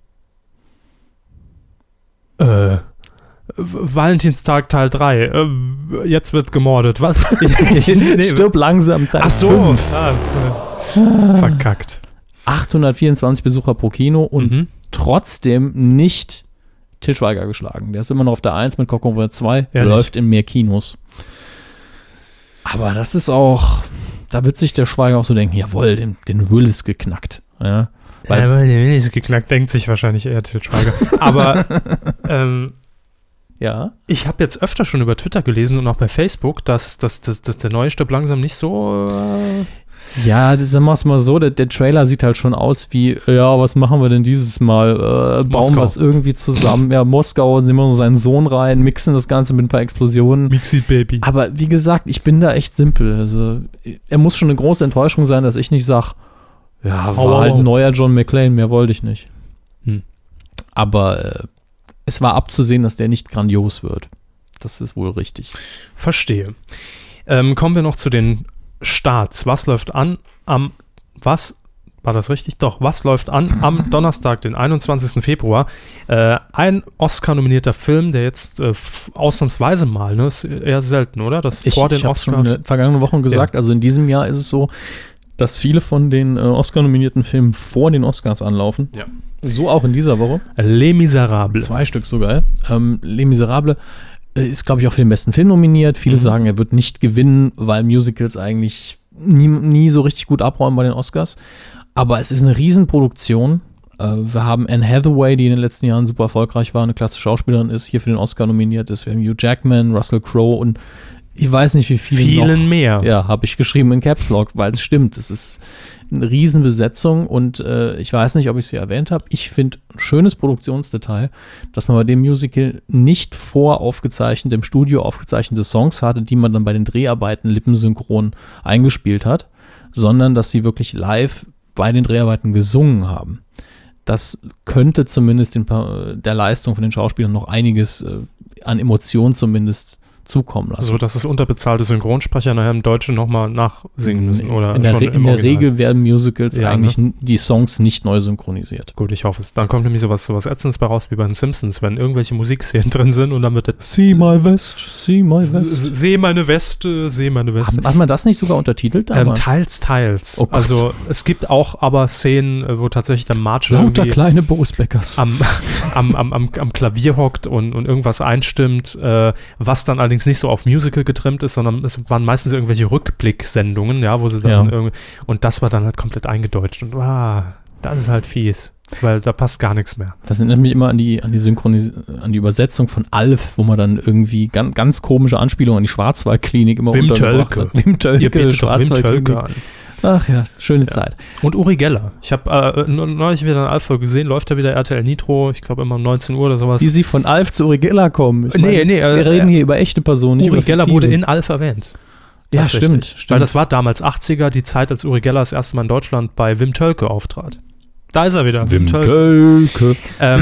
Äh, W- Valentinstag Teil drei. Äh, jetzt wird gemordet. Was? Nee, Stirb langsam, Teil Ach so. fünf. Ah, äh, verkackt. achthundertvierundzwanzig Besucher pro Kino und Mhm. trotzdem nicht Til Schweiger geschlagen. Der ist immer noch auf der eins mit Cocover zwei, Ehrlich? läuft in mehr Kinos. Aber das ist auch, da wird sich der Schweiger auch so denken, jawohl, den, den Willis geknackt. Ja, weil, Ja, weil der Willis geknackt, denkt sich wahrscheinlich eher Til Schweiger. Aber ähm, ja. ich habe jetzt öfter schon über Twitter gelesen und auch bei Facebook, dass, dass, dass, dass der neue Stück langsam nicht so. Äh, Ja, das- sagen wir es mal so, der, der Trailer sieht halt schon aus wie, ja, was machen wir denn dieses Mal? Äh, bauen Moskau. wir es irgendwie zusammen. Ja, Moskau, nehmen wir so seinen Sohn rein, mixen das Ganze mit ein paar Explosionen. Mixed Baby. Aber wie gesagt, ich bin da echt simpel. Also, er muss schon eine große Enttäuschung sein, dass ich nicht sage, ja, war Au, au, halt au. ein neuer John McClane, mehr wollte ich nicht. Hm. Aber äh, es war abzusehen, dass der nicht grandios wird. Das ist wohl richtig. Verstehe. Ähm, kommen wir noch zu den Starts. Was läuft an am, was, war das richtig? Doch, was läuft an am Donnerstag, den einundzwanzigsten Februar? Äh, ein Oscar-nominierter Film, der jetzt äh, f- ausnahmsweise mal, ne, ist eher selten, oder? Das Ich, vor den ich habe schon Oscars. in den vergangenen Wochen gesagt, also in diesem Jahr ist es so, dass viele von den äh, Oscar-nominierten Filmen vor den Oscars anlaufen. Ja. So auch in dieser Woche. Les Miserables. Zwei Stück sogar. Ähm, Les Miserables äh, ist, glaube ich, auch für den besten Film nominiert. Viele Mhm. sagen, er wird nicht gewinnen, weil Musicals eigentlich nie, nie so richtig gut abräumen bei den Oscars. Aber es ist eine Riesenproduktion. Äh, wir haben Anne Hathaway, die in den letzten Jahren super erfolgreich war, eine klasse Schauspielerin ist, hier für den Oscar nominiert ist. Wir haben Hugh Jackman, Russell Crowe und ich weiß nicht, wie viele Vielen noch. mehr. Ja, habe ich geschrieben in Caps Lock, weil es stimmt. Es ist eine Riesenbesetzung und äh, ich weiß nicht, ob ich sie erwähnt habe. Ich finde ein schönes Produktionsdetail, dass man bei dem Musical nicht voraufgezeichnet, im Studio aufgezeichnete Songs hatte, die man dann bei den Dreharbeiten lippensynchron eingespielt hat, sondern dass sie wirklich live bei den Dreharbeiten gesungen haben. Das könnte zumindest den, Pa- der Leistung von den Schauspielern noch einiges äh, an Emotionen zumindest zukommen lassen. So, dass es unterbezahlte Synchronsprecher nachher im Deutschen nochmal nachsingen müssen. Oder in der, schon Re im in der Original. Regel werden Musicals Ja, eigentlich n- die Songs nicht neu synchronisiert. Gut, ich hoffe es. Dann kommt nämlich sowas, sowas Ätzendes bei raus wie bei den Simpsons, wenn irgendwelche Musikszenen drin sind und dann wird der See my vest, see my vest. Seh meine Weste, seh meine Weste. Hat, hat man das nicht sogar untertitelt Ähm, damals? teils, teils. Oh Gott. Also es gibt auch aber Szenen, äh, wo tatsächlich der March Lauter irgendwie kleine Bosbeckers. am, am, am, am, am Klavier hockt und, und irgendwas einstimmt, äh, was dann allerdings nicht so auf Musical getrimmt ist, sondern es waren meistens irgendwelche Rückblicksendungen, ja, wo sie dann Ja. irgendwie, und das war dann halt komplett eingedeutscht und ah, das ist halt fies, weil da passt gar nichts mehr. Das erinnert mich immer an die, an die Synchronis an die Übersetzung von Alf, wo man dann irgendwie ganz, ganz komische Anspielungen an die Schwarzwaldklinik immer Wim untergebracht Tölke. hat. Wim Tölke, Ihr betet doch Wim Schwarzwaldklinik. Tölke an. Ach ja, schöne Ja. Zeit. Und Uri Geller. Ich habe äh, neulich wieder eine Alpha gesehen, läuft da wieder R T L Nitro, ich glaube immer um neunzehn Uhr oder sowas. Wie sie von Alf zu Uri Geller kommen. Ich Nee, meine, nee, äh, wir reden äh, hier über echte Personen, nicht Uri über Geller fiktive. wurde in Alf erwähnt. Ja, Tatsächlich. stimmt, stimmt. Weil das war damals achtziger, die Zeit, als Uri Geller das erste Mal in Deutschland bei Wim Tölke auftrat. Da ist er wieder. Wim Tölke.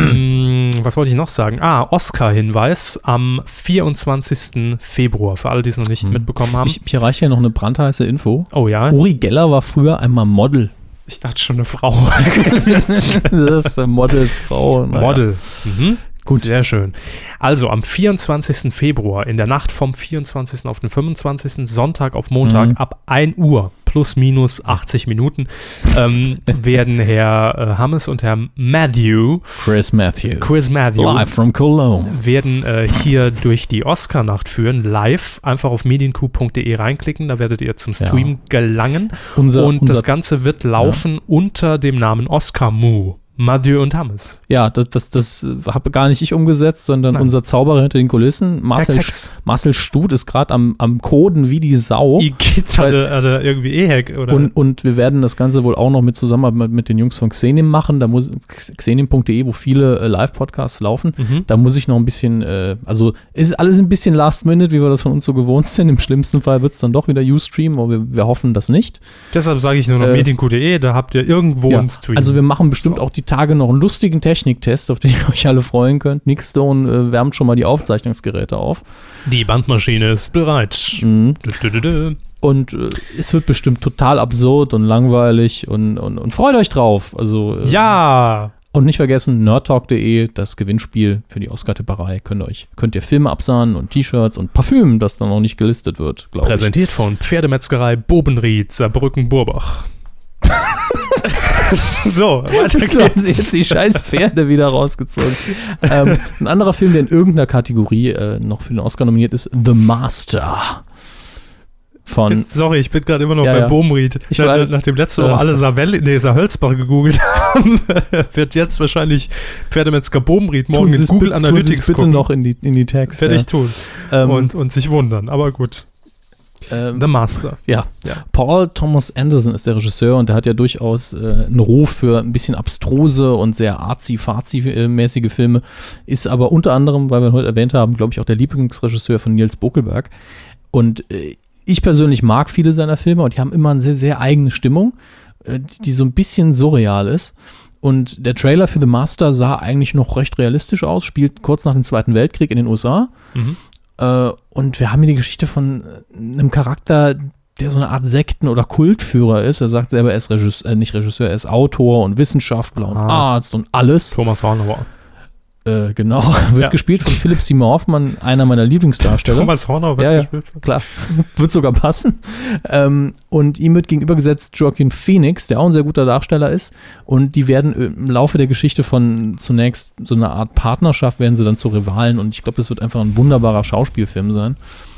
Ähm, was wollte ich noch sagen? Ah, Oscar-Hinweis am vierundzwanzigsten Februar, für alle, die es noch nicht Hm. mitbekommen haben. Ich, hier reicht ja noch eine brandheiße Info. oh ja, Uri Geller war früher einmal Model. ich dachte schon eine Frau. Das ist eine Modelsfrau. Naja. Model. Mhm. Gut. Sehr schön. Also am vierundzwanzigsten Februar, in der Nacht vom vierundzwanzigsten auf den fünfundzwanzigsten Sonntag auf Montag, mhm. ab ein Uhr, plus minus achtzig Minuten, ähm, werden Herr äh, Hammes und Herr Matthew, Chris Matthew, Chris Matthew, live from Cologne, werden äh, hier durch die Oscar-Nacht führen, live, einfach auf mediencoup punkt de reinklicken, da werdet ihr zum Stream ja. gelangen. Unser, und unser, das Ganze wird laufen ja. unter dem Namen Oscar-Mu. Mathieu und Hammes. Ja, das, das, das habe gar nicht ich umgesetzt, sondern Nein. unser Zauberer hinter den Kulissen, Marcel, Hex, Hex. Marcel Stut, ist gerade am, am Coden wie die Sau. Igitt hatte, hatte irgendwie E-Hack, oder? Und, und wir werden das Ganze wohl auch noch mit Zusammenarbeit mit den Jungs von Xenim machen, da muss xenim punkt de, wo viele äh, Live-Podcasts laufen, mhm. da muss ich noch ein bisschen, äh, also ist alles ein bisschen last minute, wie wir das von uns so gewohnt sind. Im schlimmsten Fall wird es dann doch wieder Ustream, aber wir, wir hoffen das nicht. Deshalb sage ich nur noch äh, mediencoup punkt de, da habt ihr irgendwo ja, einen Stream. Also wir machen bestimmt so. auch die Tage noch einen lustigen Techniktest, auf den ihr euch alle freuen könnt. Nick Stone äh, wärmt schon mal die Aufzeichnungsgeräte auf. Die Bandmaschine ist bereit. Mhm. Du, du, du. Und äh, es wird bestimmt total absurd und langweilig und, und, und freut euch drauf. Also, äh, ja! Und nicht vergessen, nerdtalk punkt de, das Gewinnspiel für die Oscar-Tipperei. Könnt, euch, könnt ihr Filme absahnen und T-Shirts und Parfüm, das dann noch nicht gelistet wird, glaube ich. Präsentiert von Pferdemetzgerei Bobenried, Saarbrücken-Burbach. So, weiter geht's. So haben sie jetzt die scheiß Pferde wieder rausgezogen. ähm, ein anderer Film, der in irgendeiner Kategorie äh, noch für den Oscar nominiert ist, The Master. Von jetzt, sorry, ich bin gerade immer noch ja, bei ja. Bobenried. Ich nach, weiß. Nachdem letzte Woche alle Saarwell, nee, Saarhölzbach gegoogelt haben, wird jetzt wahrscheinlich Pferdemetzger Bobenried morgen in Google bi- Analytics bitte gucken. noch in die, in die Tags. Werde ja. ich tun. Ähm, und, und sich wundern, aber gut. Ähm, The Master. Ja. ja. Paul Thomas Anderson ist der Regisseur und der hat ja durchaus äh, einen Ruf für ein bisschen abstruse und sehr arzi-fazi-mäßige Filme, ist aber unter anderem, weil wir ihn heute erwähnt haben, glaube ich, auch der Lieblingsregisseur von Nils Bokelberg. Und äh, ich persönlich mag viele seiner Filme und die haben immer eine sehr, sehr eigene Stimmung, äh, die so ein bisschen surreal ist. Und der Trailer für The Master sah eigentlich noch recht realistisch aus, spielt kurz nach dem Zweiten Weltkrieg in den U S A. Mhm. Und wir haben hier die Geschichte von einem Charakter, der so eine Art Sekten- oder Kultführer ist. Er sagt selber, er ist Regisseur, äh, nicht Regisseur, er ist Autor und Wissenschaftler und ah. Arzt und alles. Thomas Hornauer. Äh, genau, wird ja. gespielt von Philipp Seymour Hoffmann, einer meiner Lieblingsdarsteller. Thomas Hornauer wird ja, gespielt. Ja, klar, wird sogar passen. Ähm, und ihm wird gegenübergesetzt Joaquin Phoenix, der auch ein sehr guter Darsteller ist. Und die werden im Laufe der Geschichte von zunächst so einer Art Partnerschaft, werden sie dann zu Rivalen. Und ich glaube, das wird einfach ein wunderbarer Schauspielfilm sein.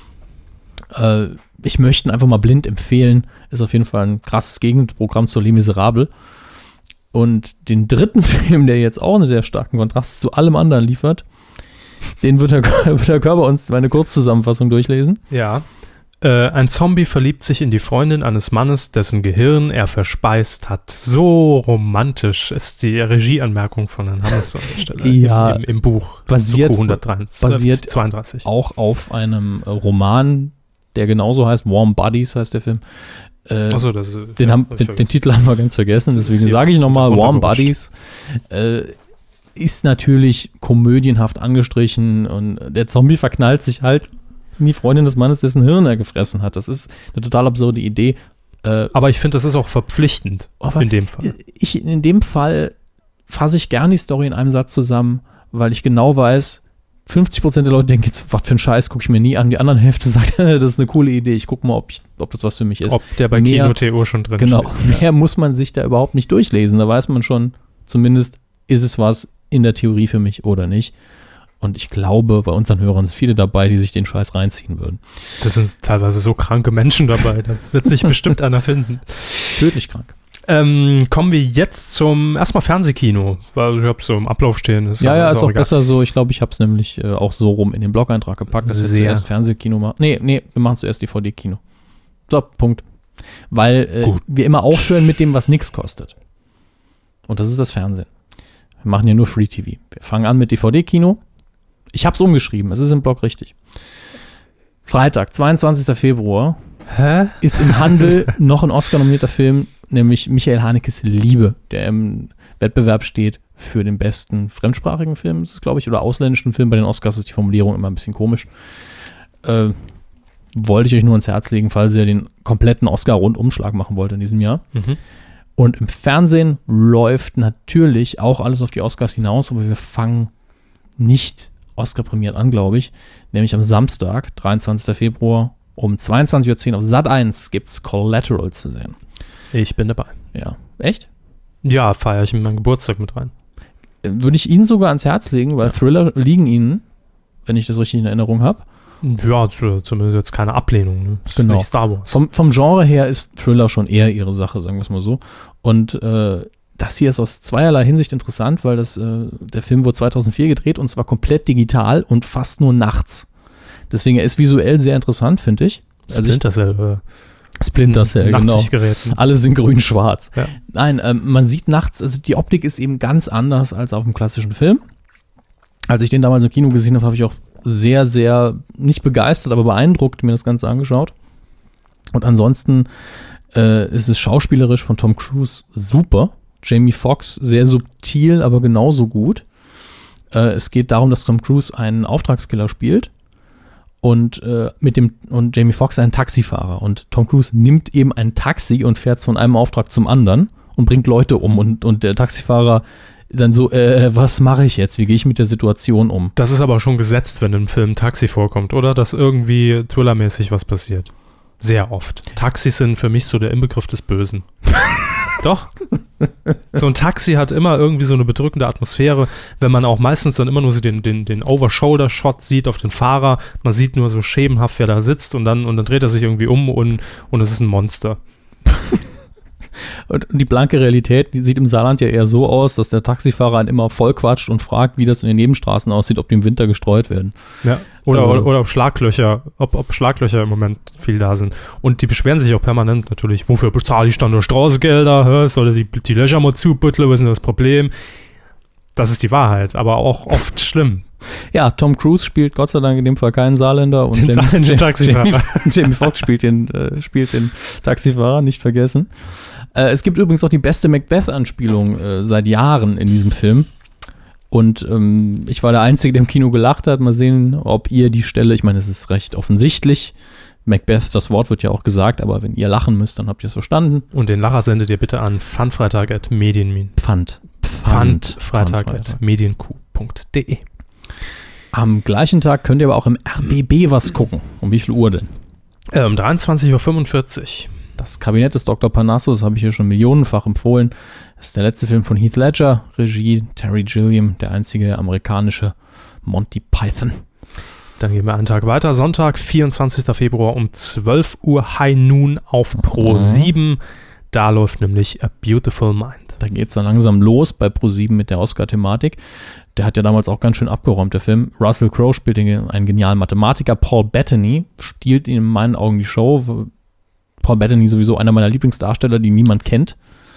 Äh, ich möchte ihn einfach mal blind empfehlen. Ist auf jeden Fall ein krasses Gegenprogramm zu Les Miserables. Und den dritten Film, der jetzt auch einen sehr starken Kontrast zu allem anderen liefert, den wird der, wird der Körper uns meine Kurzzusammenfassung durchlesen. Ja. Äh, ein Zombie verliebt sich in die Freundin eines Mannes, dessen Gehirn er verspeist hat. So romantisch ist die Regieanmerkung von Herrn Hammes an der Stelle ja, im, im Buch. Basiert, hundertdreiundzwanzig, basiert zweiunddreißig. Auch auf einem Roman, der genauso heißt, Warm Bodies heißt der Film. Äh, Achso, das den, ja, haben, hab den, den Titel haben wir ganz vergessen, deswegen sage ich nochmal, Warm Bodies äh, ist natürlich komödienhaft angestrichen und der Zombie verknallt sich halt in die Freundin des Mannes, dessen Hirn er gefressen hat. Das ist eine total absurde Idee. Äh, aber ich finde, das ist auch verpflichtend in dem Fall. Ich, in dem Fall fasse ich gerne die Story in einem Satz zusammen, weil ich genau weiß, fünfzig Prozent der Leute denken jetzt, was für ein Scheiß, gucke ich mir nie an. Die anderen Hälfte sagt, das ist eine coole Idee, ich gucke mal, ob, ich, ob das was für mich ist. Ob der bei mehr, Kino T O schon drin genau, steht. Mehr ja. muss man sich da überhaupt nicht durchlesen. Da weiß man schon, zumindest ist es was in der Theorie für mich oder nicht. Und ich glaube, bei unseren Hörern sind viele dabei, die sich den Scheiß reinziehen würden. Das sind teilweise so kranke Menschen dabei, da wird sich bestimmt einer finden. Tödlich krank. Ähm, kommen wir jetzt zum erstmal Fernsehkino, weil ich habe so im Ablauf stehen. Ist ja, ja, ist auch egal. besser so. Ich glaube, ich habe es nämlich äh, auch so rum in den Blog-Eintrag gepackt, dass wir Sehr. zuerst Fernsehkino machen. Nee, nee, wir machen zuerst D V D-Kino. So, Punkt. Weil äh, wir immer aufhören mit dem, was nichts kostet. Und das ist das Fernsehen. Wir machen ja nur Free-T V. Wir fangen an mit D V D-Kino. Ich habe es umgeschrieben, es ist im Blog richtig. Freitag, zweiundzwanzigster Februar, Hä? ist im Handel noch ein Oscar-nominierter Film, nämlich Michael Hanekes Liebe, der im Wettbewerb steht für den besten fremdsprachigen Film, ist es, glaube ich, oder ausländischen Film. Bei den Oscars ist die Formulierung immer ein bisschen komisch. Äh, wollte ich euch nur ans Herz legen, falls ihr den kompletten Oscar-Rundumschlag machen wollt in diesem Jahr. Mhm. Und im Fernsehen läuft natürlich auch alles auf die Oscars hinaus, aber wir fangen nicht Oscar-prämiert an, glaube ich. Nämlich am Samstag, dreiundzwanzigsten Februar um zweiundzwanzig Uhr zehn auf Sat eins gibt es Collateral zu sehen. Ich bin dabei. Ja. Echt? Ja, feiere ich mit meinem Geburtstag mit rein. Würde ich Ihnen sogar ans Herz legen, weil Thriller liegen Ihnen, wenn ich das richtig in Erinnerung habe. Ja, zumindest jetzt keine Ablehnung. Ne? Ist genau. Nicht Star Wars. Vom, vom Genre her ist Thriller schon eher ihre Sache, sagen wir es mal so. Und äh, das hier ist aus zweierlei Hinsicht interessant, weil das, äh, der Film wurde zweitausendvier gedreht und zwar komplett digital und fast nur nachts. Deswegen er ist visuell sehr interessant, finde ich. Splinter Cell. Splinter Cell, genau. Geräten. Alle sind grün-schwarz. Ja. Nein, ähm, man sieht nachts, also die Optik ist eben ganz anders als auf dem klassischen Film. Als ich den damals im Kino gesehen habe, habe ich auch sehr, sehr, nicht begeistert, aber beeindruckt mir das Ganze angeschaut. Und ansonsten äh, ist es schauspielerisch von Tom Cruise super. Jamie Foxx sehr subtil, aber genauso gut. Äh, es geht darum, dass Tom Cruise einen Auftragskiller spielt und äh, mit dem und Jamie Foxx einen Taxifahrer. Und Tom Cruise nimmt eben ein Taxi und fährt von einem Auftrag zum anderen und bringt Leute um. Und, und der Taxifahrer dann so, äh, was mache ich jetzt? Wie gehe ich mit der Situation um? Das ist aber schon gesetzt, wenn im Film Taxi vorkommt, oder? Dass irgendwie thrillermäßig was passiert. Sehr oft. Taxis sind für mich so der Inbegriff des Bösen. Doch. So ein Taxi hat immer irgendwie so eine bedrückende Atmosphäre, wenn man auch meistens dann immer nur so den, den, den Over-Shoulder-Shot sieht auf den Fahrer. Man sieht nur so schemenhaft, wer da sitzt und dann, und dann dreht er sich irgendwie um und, und es ist ein Monster. Und die blanke Realität, die sieht im Saarland ja eher so aus, dass der Taxifahrer einen immer voll quatscht und fragt, wie das in den Nebenstraßen aussieht, ob die im Winter gestreut werden. Ja, oder, also, oder, oder ob Schlaglöcher, ob, ob Schlaglöcher im Moment viel da sind. Und die beschweren sich auch permanent natürlich, wofür bezahle ich dann nur Straßengelder? Hä? Soll die, die Löcher mal zubütteln? Was ist denn das Problem? Das ist die Wahrheit, aber auch oft schlimm. Ja, Tom Cruise spielt Gott sei Dank in dem Fall keinen Saarländer und den Jamie, Jamie, Taxifahrer. Jamie, Jamie Foxx spielt den, äh, spielt den Taxifahrer, nicht vergessen. Äh, es gibt übrigens auch die beste Macbeth-Anspielung äh, seit Jahren in diesem Film. Und ähm, ich war der Einzige, der im Kino gelacht hat. Mal sehen, ob ihr die Stelle, ich meine, es ist recht offensichtlich. Macbeth, das Wort wird ja auch gesagt, aber wenn ihr lachen müsst, dann habt ihr es verstanden. Und den Lacher sendet ihr bitte an pfandfreitag at medienmin. Pfand. Pfandfreitag at medienq punkt de. Am gleichen Tag könnt ihr aber auch im R B B was gucken. Um wie viel Uhr denn? Äh, um dreiundzwanzig Uhr fünfundvierzig. Das Kabinett des Doktor Parnassus, das habe ich hier schon millionenfach empfohlen. Das ist der letzte Film von Heath Ledger, Regie Terry Gilliam, der einzige amerikanische Monty Python. Dann gehen wir einen Tag weiter. Sonntag, vierundzwanzigsten Februar um zwölf Uhr High Noon auf Pro sieben. Da läuft nämlich A Beautiful Mind. Da geht es dann langsam los bei Pro sieben mit der Oscar-Thematik. Der hat ja damals auch ganz schön abgeräumt, der Film. Russell Crowe spielt den, einen genialen Mathematiker. Paul Bettany stiehlt in meinen Augen die Show. Paul Bettany sowieso einer meiner Lieblingsdarsteller, die niemand kennt.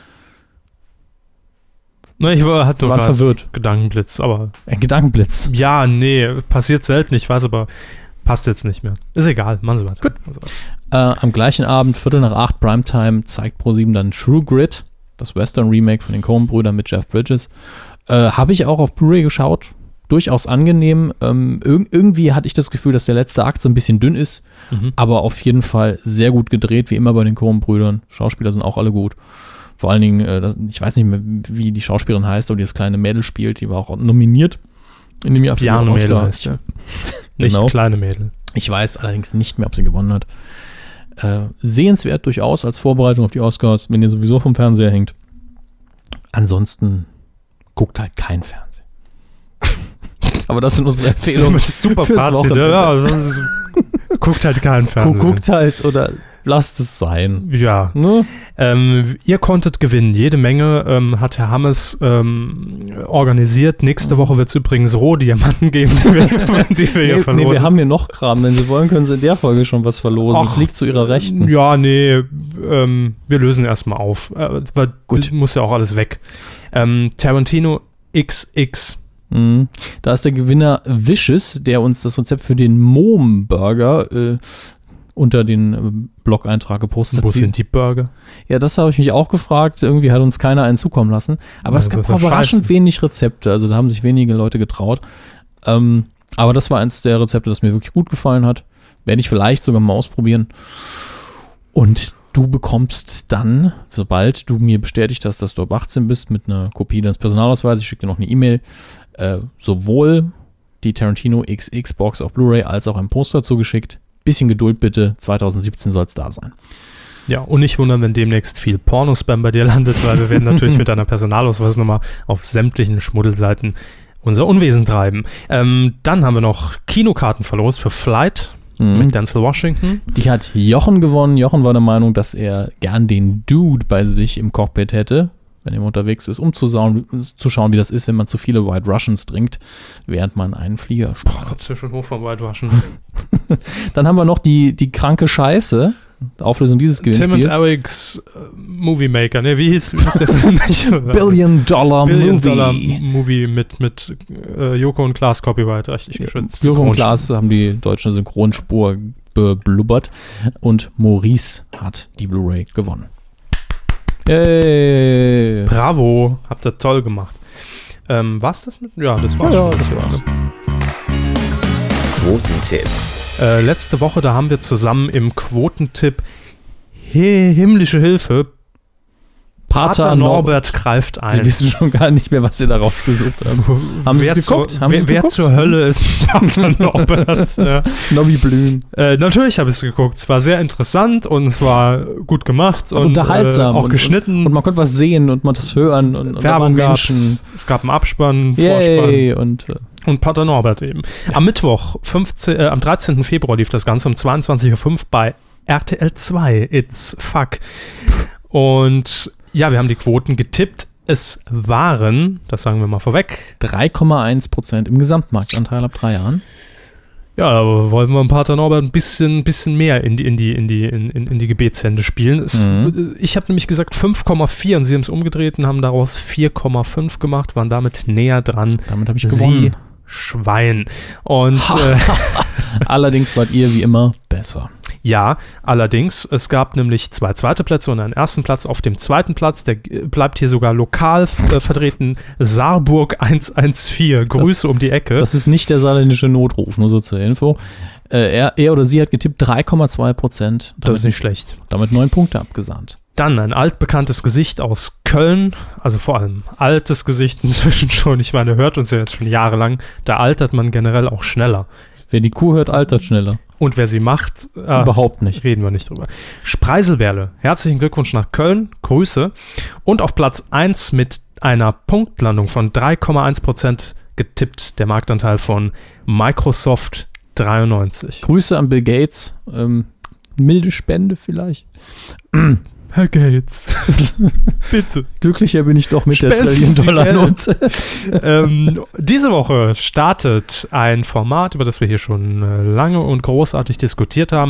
Na, ich war, hatte war verwirrt. Gedankenblitz, aber... Ein Gedankenblitz. Ja, nee, passiert selten, ich weiß, aber passt jetzt nicht mehr. Ist egal, machen Sie weiter. Gut. Äh, am gleichen Abend, Viertel nach acht, Primetime, zeigt Pro sieben dann True Grit, das Western-Remake von den Coen-Brüdern mit Jeff Bridges. Äh, Habe ich auch auf Blu-ray geschaut. Durchaus angenehm. Ähm, irg- irgendwie hatte ich das Gefühl, dass der letzte Akt so ein bisschen dünn ist, mhm. aber auf jeden Fall sehr gut gedreht, wie immer bei den Coen-Brüdern. Schauspieler sind auch alle gut. Vor allen Dingen, äh, das, ich weiß nicht mehr, wie die Schauspielerin heißt, aber die das kleine Mädel spielt, die war auch nominiert in dem Jahr für den Oscar. Heißt, ja. Nicht genau. Kleine Mädel. Ich weiß allerdings nicht mehr, ob sie gewonnen hat. Äh, sehenswert durchaus als Vorbereitung auf die Oscars, wenn ihr sowieso vom Fernseher hängt. Ansonsten guckt halt kein Fernsehen. Aber das sind unsere Empfehlungen. Das ist super Fazit. Ja, also, guckt halt keinen Fernsehen. Guckt halt oder lasst es sein. Ja. Ne? Ähm, ihr konntet gewinnen. Jede Menge ähm, hat Herr Hammes ähm, organisiert. Nächste Woche wird es übrigens Rohdiamanten geben, die wir, die wir nee, hier verlosen. Nee, wir haben hier noch Kram. Wenn Sie wollen, können Sie in der Folge schon was verlosen. Ach, das liegt zu Ihrer Rechten. Ja, nee. Ähm, wir lösen erstmal auf. Äh, weil Gut. Muss ja auch alles weg. Ähm, Tarantino X X. Mhm. Da ist der Gewinner Vicious, der uns das Rezept für den Mom-Burger äh, unter den äh, Blog-Eintrag gepostet hat. Wo sind die Burger? Ja, das habe ich mich auch gefragt. Irgendwie hat uns keiner einen zukommen lassen. Aber ja, es gab überraschend Scheiße. wenig Rezepte. Also da haben sich wenige Leute getraut. Ähm, aber das war eins der Rezepte, das mir wirklich gut gefallen hat. Werde ich vielleicht sogar mal ausprobieren. Und du bekommst dann, sobald du mir bestätigt hast, dass du ab achtzehn bist, mit einer Kopie deines Personalausweises, ich schicke dir noch eine E-Mail, äh, sowohl die Tarantino X X Box auf Blu-ray als auch ein Poster zugeschickt. Bisschen Geduld bitte, zwanzig siebzehn soll es da sein. Ja, und nicht wundern, wenn demnächst viel Pornospam bei dir landet, weil wir werden natürlich mit deiner Personalausweisnummer auf sämtlichen Schmuddelseiten unser Unwesen treiben. Ähm, dann haben wir noch Kinokarten verlost für Flight mhm. mit Denzel Washington. Die hat Jochen gewonnen. Jochen war der Meinung, dass er gern den Dude bei sich im Cockpit hätte, wenn er unterwegs ist, um zu, sauen, zu schauen, wie das ist, wenn man zu viele White Russians trinkt, während man einen Flieger startet. Boah, zwischen hoch von White Russian. Dann haben wir noch die, die kranke Scheiße. Auflösung dieses Gewinnspiels. Tim und Eric's uh, Movie Maker, ne? Wie hieß, wie hieß der Film nicht? Billion Dollar Billion Movie. Dollar Movie mit, mit äh, Joko und Klaas Copyright rechtlich geschützt. Joko und Klaas haben die deutsche Synchronspur beblubbert und Maurice hat die Blu-ray gewonnen. Yay. Bravo, habt ihr toll gemacht. Ähm, war's das mit? Ja, das war's ja, schon. Das war's. Quotentipp. Äh, letzte Woche, da haben wir zusammen im Quotentipp He- himmlische Hilfe. Pater, Pater Norbert Norbert greift ein. Sie wissen schon gar nicht mehr, was Sie da rausgesucht haben. Haben Sie wer es geguckt? Zur, haben wer, Sie's wer geguckt? zur Hölle ist Pater Norbert? Ja. Nobby Blüm. Äh, natürlich habe ich es geguckt. Es war sehr interessant und es war gut gemacht und unterhaltsam. Äh, auch und, geschnitten. Und, und man konnte was sehen und man das hören. Und, und Werbung da waren gab's. Menschen. Es gab einen Abspann, Yay. Vorspann. Und, äh, Und Pater Norbert eben. Am Mittwoch, fünfzehn, äh, am dreizehnten Februar lief das Ganze um zweiundzwanzig Uhr fünf bei R T L zwei. It's fuck. Und ja, wir haben die Quoten getippt. Es waren, das sagen wir mal vorweg, drei Komma eins Prozent im Gesamtmarktanteil ab drei Jahren. ja, aber wollen wir Pater Norbert ein bisschen, bisschen mehr in die, in die, in die, in, in die Gebetshände spielen. Es, Mhm. Ich habe nämlich gesagt fünf Komma vier und sie haben es umgedreht und haben daraus vier Komma fünf gemacht, waren damit näher dran. Damit habe ich Sie gewonnen. Schwein. Und äh, Allerdings wart ihr wie immer besser. ja, allerdings, es gab nämlich zwei zweite Plätze und einen ersten Platz. Auf dem zweiten Platz, der äh, bleibt hier sogar lokal äh, vertreten, Saarburg eins eins vier. Grüße Das- um die Ecke. Das ist nicht der saarländische Notruf, nur so zur Info. Äh, er, er oder sie hat getippt drei Komma zwei Prozent. Das Damit, ist nicht schlecht. damit neun Punkte abgesandt. Dann ein altbekanntes Gesicht aus Köln, also vor allem altes Gesicht inzwischen schon. Ich meine, hört uns ja jetzt schon jahrelang. Da altert man generell auch schneller. Wer die Kuh hört, altert schneller. Und wer sie macht, äh, Überhaupt nicht. reden wir nicht drüber. Spreiselberle, herzlichen Glückwunsch nach Köln, Grüße. Und auf Platz eins mit einer Punktlandung von drei Komma eins Prozent getippt, der Marktanteil von Microsoft dreiundneunzig. Grüße an Bill Gates. Ähm, milde Spende vielleicht. Herr Gates, bitte. Glücklicher bin ich doch mit der Spenden Trillion Sie Dollar Geld. Note. ähm, diese Woche startet ein Format, über das wir hier schon äh, lange und großartig diskutiert haben.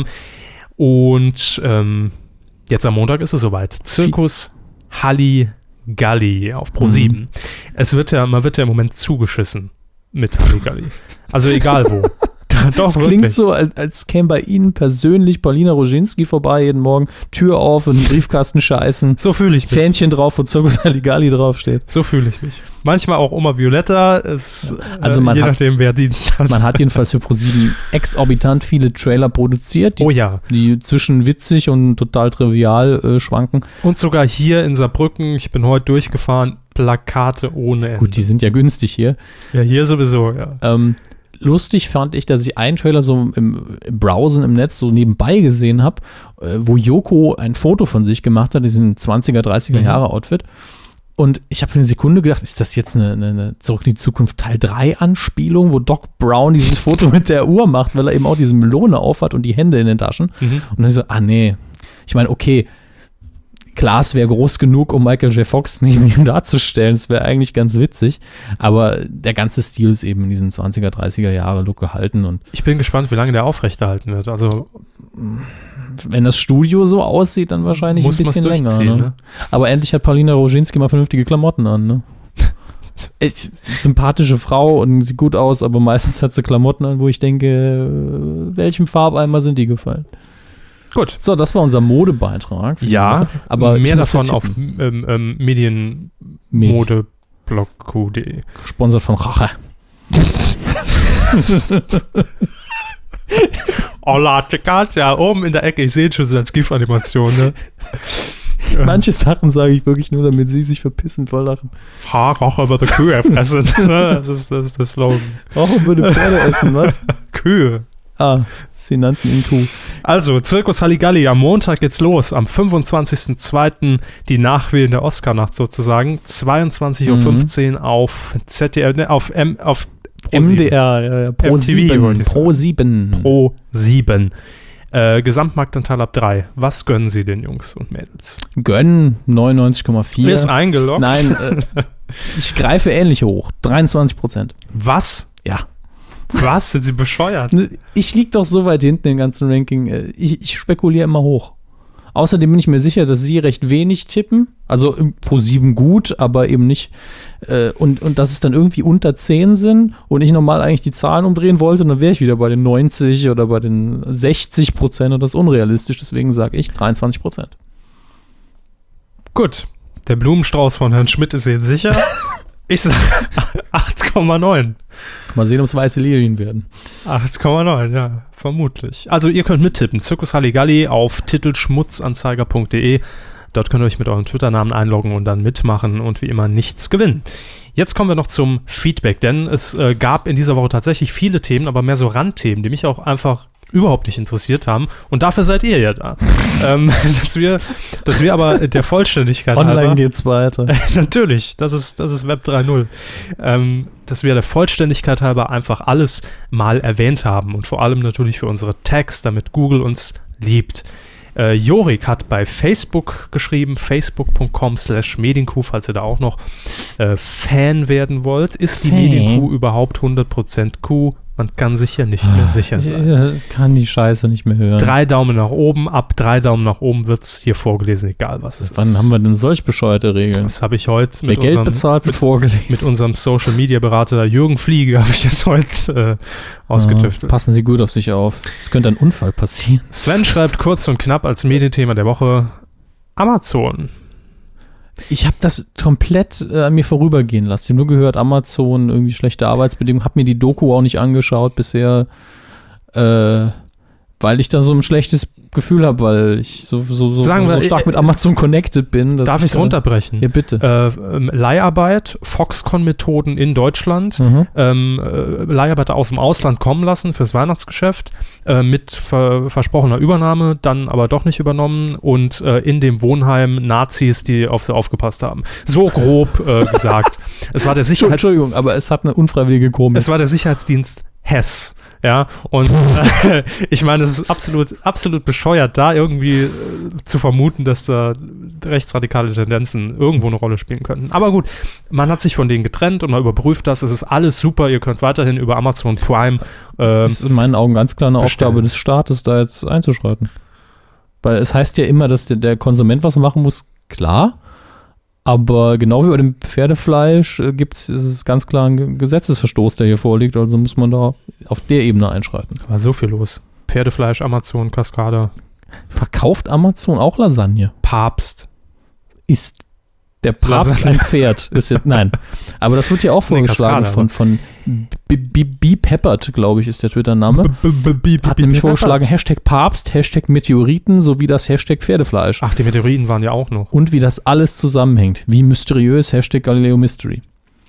Und ähm, jetzt am Montag ist es soweit. Zirkus Halligalli auf ProSieben. Mhm. Es wird ja, man wird ja im Moment zugeschissen mit Halligalli. Also egal wo. Doch, Das wirklich. klingt so, als, als käme bei Ihnen persönlich Paulina Roginski vorbei jeden Morgen, Tür auf und Briefkasten scheißen, So fühle ich mich. Fähnchen drauf, wo Zirkus Halligalli draufsteht. So fühle ich mich. Manchmal auch Oma Violetta, es, Also äh, man je hat- nachdem, wer Dienst hat. Man hat jedenfalls für ProSieben exorbitant viele Trailer produziert, die, oh ja. die zwischen witzig und total trivial äh, schwanken. Und sogar hier in Saarbrücken, ich bin heute durchgefahren, Plakate ohne Ende. Gut, die sind ja günstig hier. ja, hier sowieso, ja. Ähm, lustig fand ich, dass ich einen Trailer so im, im Browsen im Netz so nebenbei gesehen habe, äh, wo Yoko ein Foto von sich gemacht hat, diesem zwanziger, dreißiger Mhm. Jahre Outfit. Und ich habe für eine Sekunde gedacht, ist das jetzt eine, eine, eine Zurück in die Zukunft Teil drei Anspielung, wo Doc Brown dieses Foto mit der Uhr macht, weil er eben auch diese Melone aufhat und die Hände in den Taschen. Mhm. Und dann so, ah nee. Ich meine, okay, Glas wäre groß genug, um Michael J. Fox neben ihm darzustellen. Das wäre eigentlich ganz witzig. Aber der ganze Stil ist eben in diesem zwanziger, dreißiger Jahre Look gehalten. Und Ich bin gespannt, wie lange der aufrechterhalten wird. Also wenn das Studio so aussieht, dann wahrscheinlich muss ein man es bisschen länger. durchziehen, Ne? ne? Aber endlich hat Paulina Roginski mal vernünftige Klamotten an. Ne? Ich, sympathische Frau und sieht gut aus, aber meistens hat sie Klamotten an, wo ich denke, welchem Farbeimer sind die gefallen? Gut. So, das war unser Modebeitrag. für diese Ja, Woche. Aber ich mehr muss ja davon auf tippen. ähm, ähm, Medien. medienmodeblog punkt de. Gesponsert von Rache. Oh, Latschkas, ja, oben in der Ecke, ich sehe schon so als GIF-Animation, ne? Manche Sachen sage ich wirklich nur, damit sie sich verpissen vor Lachen. Haarrocher würde Kühe fressen. Das ist, das ist der Slogan. Rochen würde Pferde essen, was? Kühe. Ah, sie nannten ihn Kuh. Also, Zirkus Halligalli, am Montag geht's los, am fünfundzwanzigsten zweiten die Nachwählen der Oscar-Nacht sozusagen, zweiundzwanzig Uhr fünfzehn mhm. auf Z D F, ne, auf, M, auf M D R, äh, Pro sieben. Pro sieben. Pro sieben. Äh, Gesamtmarktanteil ab drei. Was gönnen Sie den Jungs und Mädels? Gönnen neunundneunzig Komma vier. Ist eingeloggt? Nein, äh, ich greife ähnlich hoch. dreiundzwanzig Prozent. Was? Ja. Was? Sind Sie bescheuert? Ich liege doch so weit hinten im ganzen Ranking. Ich, ich spekuliere immer hoch. Außerdem bin ich mir sicher, dass Sie recht wenig tippen. Also pro sieben gut, aber eben nicht. Äh, und, und dass es dann irgendwie unter zehn sind und ich normal eigentlich die Zahlen umdrehen wollte, und dann wäre ich wieder bei den neunzig oder bei den sechzig Prozent und das ist unrealistisch. Deswegen sage ich dreiundzwanzig Prozent. Gut. Der Blumenstrauß von Herrn Schmidt ist Ihnen sicher. Ich sage acht Komma neun. Mal sehen, ob es weiße Lilien werden. acht Komma neun, ja, vermutlich. Also ihr könnt mittippen. Zirkus Halligalli auf titelschmutzanzeiger punkt de. Dort könnt ihr euch mit eurem Twitter-Namen einloggen und dann mitmachen und wie immer nichts gewinnen. Jetzt kommen wir noch zum Feedback, denn es äh, gab in dieser Woche tatsächlich viele Themen, aber mehr so Randthemen, die mich auch einfach überhaupt nicht interessiert haben. Und dafür seid ihr ja da. ähm, dass, wir, dass wir aber der Vollständigkeit Online halber... geht's weiter. Natürlich, das ist, das ist Web drei Punkt null. Ähm, dass wir der Vollständigkeit halber einfach alles mal erwähnt haben. Und vor allem natürlich für unsere Tags, damit Google uns liebt. Äh, Jorik hat bei Facebook geschrieben, facebook punkt com slash medienkuh, falls ihr da auch noch äh, Fan werden wollt. Ist die Fan? Medienkuh überhaupt hundert Prozent Kuh? Man kann sich ja nicht mehr sicher sein. Ich kann die Scheiße nicht mehr hören. Drei Daumen nach oben, ab drei Daumen nach oben wird es hier vorgelesen, egal was es Wann ist. Wann haben wir denn solch bescheuerte Regeln? Das habe ich heute mit, Wer Geld unserem, bezahlt, wird mit, vorgelesen. mit unserem Social-Media-Berater Jürgen Fliege habe ich das heute äh, ausgetüftelt. Ja, passen Sie gut auf sich auf. Es könnte ein Unfall passieren. Sven schreibt kurz und knapp als Medienthema der Woche Amazon. Ich habe das komplett äh, an mir vorübergehen lassen. Ich habe nur gehört, Amazon, irgendwie schlechte Arbeitsbedingungen. Habe mir die Doku auch nicht angeschaut bisher, äh, weil ich da so ein schlechtes Gefühl habe, weil ich so, so, so, Sagen so wir, stark äh, mit Amazon connected bin. Darf ich es runterbrechen? Ja, bitte. Äh, ähm, Leiharbeit, Foxconn-Methoden in Deutschland, Mhm. ähm, äh, Leiharbeiter aus dem Ausland kommen lassen fürs Weihnachtsgeschäft, äh, mit ver- versprochener Übernahme, dann aber doch nicht übernommen und äh, in dem Wohnheim Nazis, die auf sie aufgepasst haben. So grob äh, gesagt. Es war der Sicherheits- Entschuldigung, aber es hat eine unfreiwillige Komik. Es war der Sicherheitsdienst Hess. Ja, und äh, ich meine, es ist absolut, absolut bescheuert, da irgendwie äh, zu vermuten, dass da rechtsradikale Tendenzen irgendwo eine Rolle spielen könnten. Aber gut, man hat sich von denen getrennt und man überprüft das. Es ist alles super. Ihr könnt weiterhin über Amazon Prime. Äh, das ist in meinen Augen ganz klar eine bestellen. Aufgabe des Staates, da jetzt einzuschreiten. Weil es heißt ja immer, dass der, der Konsument was machen muss, klar. Aber genau wie bei dem Pferdefleisch äh, gibt's, ist es ganz klar ein Ge- Gesetzesverstoß, der hier vorliegt. Also muss man da auf der Ebene einschreiten. war so viel los. Pferdefleisch, Amazon, Kaskade, Verkauft Amazon auch Lasagne? Papst. Ist der Papst Lasagne. ein Pferd? Ist jetzt, nein. Aber das wird ja auch Nee, vorgeschlagen Kaskade, von, von B- B- B- Peppert, glaube ich, ist der Twitter-Name. Hat nämlich vorgeschlagen, Hashtag Papst, Hashtag Meteoriten sowie das Hashtag Pferdefleisch. Ach, die Meteoriten waren ja auch noch. Und wie das alles zusammenhängt. Wie mysteriös, Hashtag Galileo Mystery.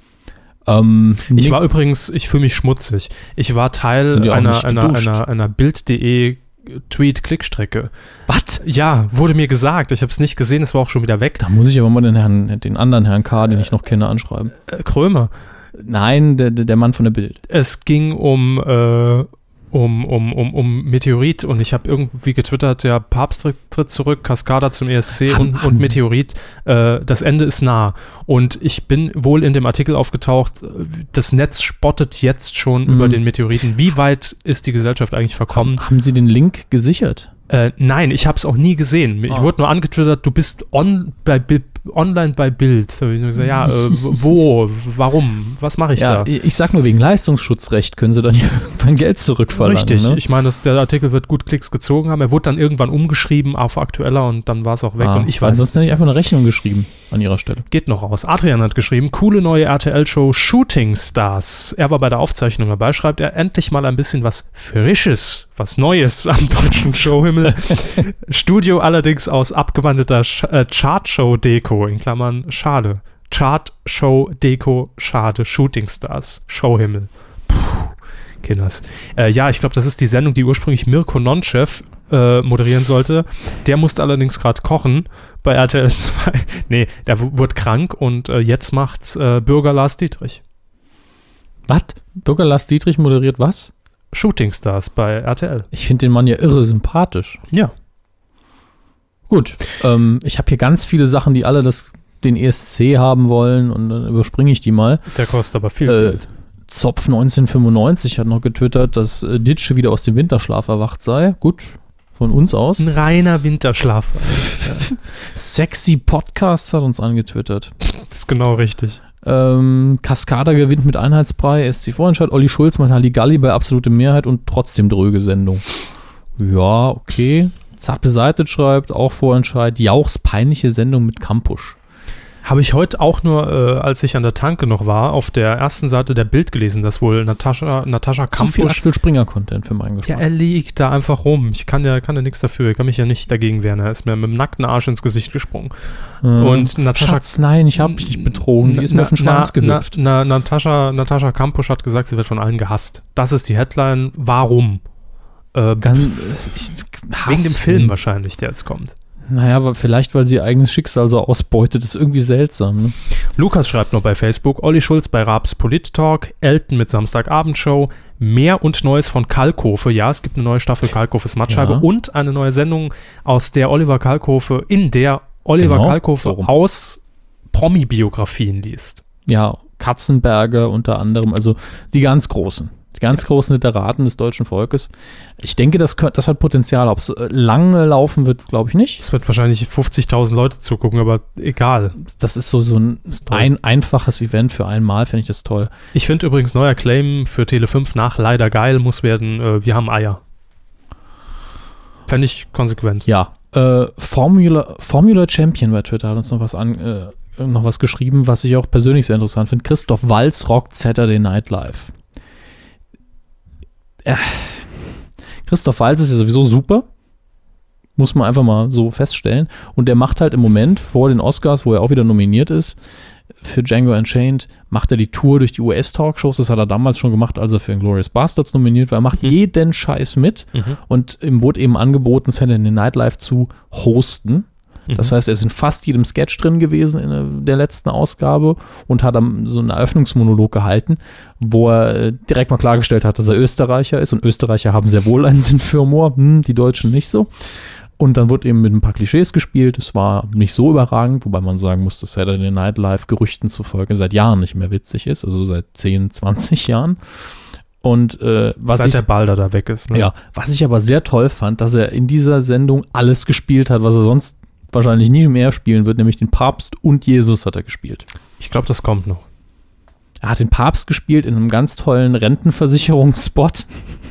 Ähm, Ich Nick- war übrigens, ich fühle mich schmutzig. Ich war Teil Sind ja auch einer, nicht einer, geduscht. einer, einer Bild.de Tweet-Klickstrecke. Was? Ja, wurde mir gesagt. Ich habe es nicht gesehen, es war auch schon wieder weg. Da muss ich aber mal den Herrn, den anderen Herrn K., den ich noch kenne, anschreiben. Äh, Krömer. Nein, der, der der Mann von der Bild. Es ging um, äh, um, um, um, um Meteorit und ich habe irgendwie getwittert, der Papst tritt, tritt zurück, Kaskada zum E S C Ham, und, ham. und Meteorit, äh, das Ende ist nah. Und ich bin wohl in dem Artikel aufgetaucht, das Netz spottet jetzt schon Mhm. über den Meteoriten. Wie weit ist die Gesellschaft eigentlich verkommen? Haben Sie den Link gesichert? Äh, nein, ich habe es auch nie gesehen. Ich Ah. wurde nur angetwittert, du bist on bei, Bi- online bei Bild. Da habe ich nur gesagt, ja, äh, wo, warum, was mache ich ja, da? Ich sag nur, wegen Leistungsschutzrecht können sie dann ja irgendwann Geld zurückverlangen. Richtig, ne? Ich meine, dass der Artikel wird gut Klicks gezogen haben. Er wurde dann irgendwann umgeschrieben auf aktueller und dann war es auch weg. Ah, und ich weiß ansonsten hätte ich einfach eine Rechnung geschrieben an ihrer Stelle. Geht noch aus. Adrian hat geschrieben, coole neue R T L-Show Shooting Stars. Er war bei der Aufzeichnung dabei, schreibt er endlich mal ein bisschen was Frisches, was Neues am deutschen Showhimmel. Studio allerdings aus abgewandelter Sch- äh, Chart-Show-Deko, in Klammern schade. Chart-Show-Deko, schade. Shooting Stars, Showhimmel. Puh, Kinders. Äh, ja, ich glaube, das ist die Sendung, die ursprünglich Mirko Nonchev äh, moderieren sollte. Der musste allerdings gerade kochen bei R T L zwei. Nee, der w- wurde krank und äh, jetzt macht's äh, Bürger Lars Dietrich. Was? Bürger Lars Dietrich moderiert was? Shooting Stars bei R T L. Ich finde den Mann ja irre sympathisch. Ja. Gut, ähm, ich habe hier ganz viele Sachen, die alle das, den E S C haben wollen und dann überspringe ich die mal. Der kostet aber viel Äh, Geld. Zopf neunzehnhundertfünfundneunzig hat noch getwittert, dass äh, Ditsche wieder aus dem Winterschlaf erwacht sei. Gut, von uns aus. Ein reiner Winterschlaf. Sexy Podcast hat uns angetwittert. Das ist genau richtig. Ähm, Kaskada gewinnt mit Einheitsbrei, S C Vorentscheid, Olli Schulz mit Halligalli bei absolute Mehrheit und trotzdem dröge Sendung. Ja, okay. Zart beseitet schreibt, auch Vorentscheid, Jauchs peinliche Sendung mit Kampusch. Habe ich heute auch nur, äh, als ich an der Tanke noch war, auf der ersten Seite der Bild gelesen, dass wohl Natascha, Natascha Zu viel Kampusch. Axel Springer-Content für meinen Ja, Geschmack. er liegt da einfach rum. Ich kann ja, kann ja nichts dafür. Ich kann mich ja nicht dagegen wehren. Er ist mir mit dem nackten Arsch ins Gesicht gesprungen. Ähm, Und Natascha. Schatz, nein, ich habe dich nicht betrogen. Die ist mir auf den Schwanz na, gehüpft. Na, na, Natascha, Natascha Kampusch hat gesagt, sie wird von allen gehasst. Das ist die Headline. Warum? Äh, Ganz, ich, wegen dem Film wahrscheinlich, der jetzt kommt. Naja, aber vielleicht, weil sie ihr eigenes Schicksal so ausbeutet, ist irgendwie seltsam. Ne? Lukas schreibt noch bei Facebook, Olli Schulz bei Raabs Polit-Talk, Elton mit Samstagabendshow, mehr und Neues von Kalkofe. Ja, es gibt eine neue Staffel Kalkofes Mattscheibe Ja. und eine neue Sendung, aus der Oliver Kalkofe, in der Oliver Genau, Kalkofe so rum. aus Promi-Biografien liest. Ja, Katzenberger unter anderem, also die ganz Großen. Die ganz großen Literaten des deutschen Volkes. Ich denke, das, könnt, das hat Potenzial. Ob es lange laufen wird, glaube ich nicht. Es wird wahrscheinlich fünfzigtausend Leute zugucken, aber egal. Das ist so, so ein, ein einfaches Event für einmal, finde ich das toll. Ich finde übrigens, neuer Claim für Tele fünf nach Leider Geil muss werden, äh, wir haben Eier. Fände ich konsequent. Ja, äh, Formula, Formula Champion bei Twitter hat uns noch was an, äh, noch was geschrieben, was ich auch persönlich sehr interessant finde. Christoph Waltz rockt Saturday Night Live. Äh, Christoph Waltz ist ja sowieso super. Muss man einfach mal so feststellen. Und der macht halt im Moment vor den Oscars, wo er auch wieder nominiert ist, für Django Unchained, macht er die Tour durch die U S-Talkshows. Das hat er damals schon gemacht, als er für Inglourious Bastards nominiert war. Er macht mhm. jeden Scheiß mit. Mhm. Und ihm wurde eben angeboten, Saturday Night Live zu hosten. Das heißt, er ist in fast jedem Sketch drin gewesen in der letzten Ausgabe und hat dann so einen Eröffnungsmonolog gehalten, wo er direkt mal klargestellt hat, dass er Österreicher ist und Österreicher haben sehr wohl einen Sinn für Humor, hm, die Deutschen nicht so. Und dann wurde eben mit ein paar Klischees gespielt. Es war nicht so überragend, wobei man sagen muss, dass Saturday Night Live Gerüchten zufolge seit Jahren nicht mehr witzig ist, also seit zehn, zwanzig Jahren. Und äh, was Seit ich, der Balder da weg ist. Ne? Ja, was ich aber sehr toll fand, dass er in dieser Sendung alles gespielt hat, was er sonst wahrscheinlich nie mehr spielen wird, nämlich den Papst und Jesus hat er gespielt. Ich glaube, das kommt noch. Er hat den Papst gespielt in einem ganz tollen Rentenversicherungsspot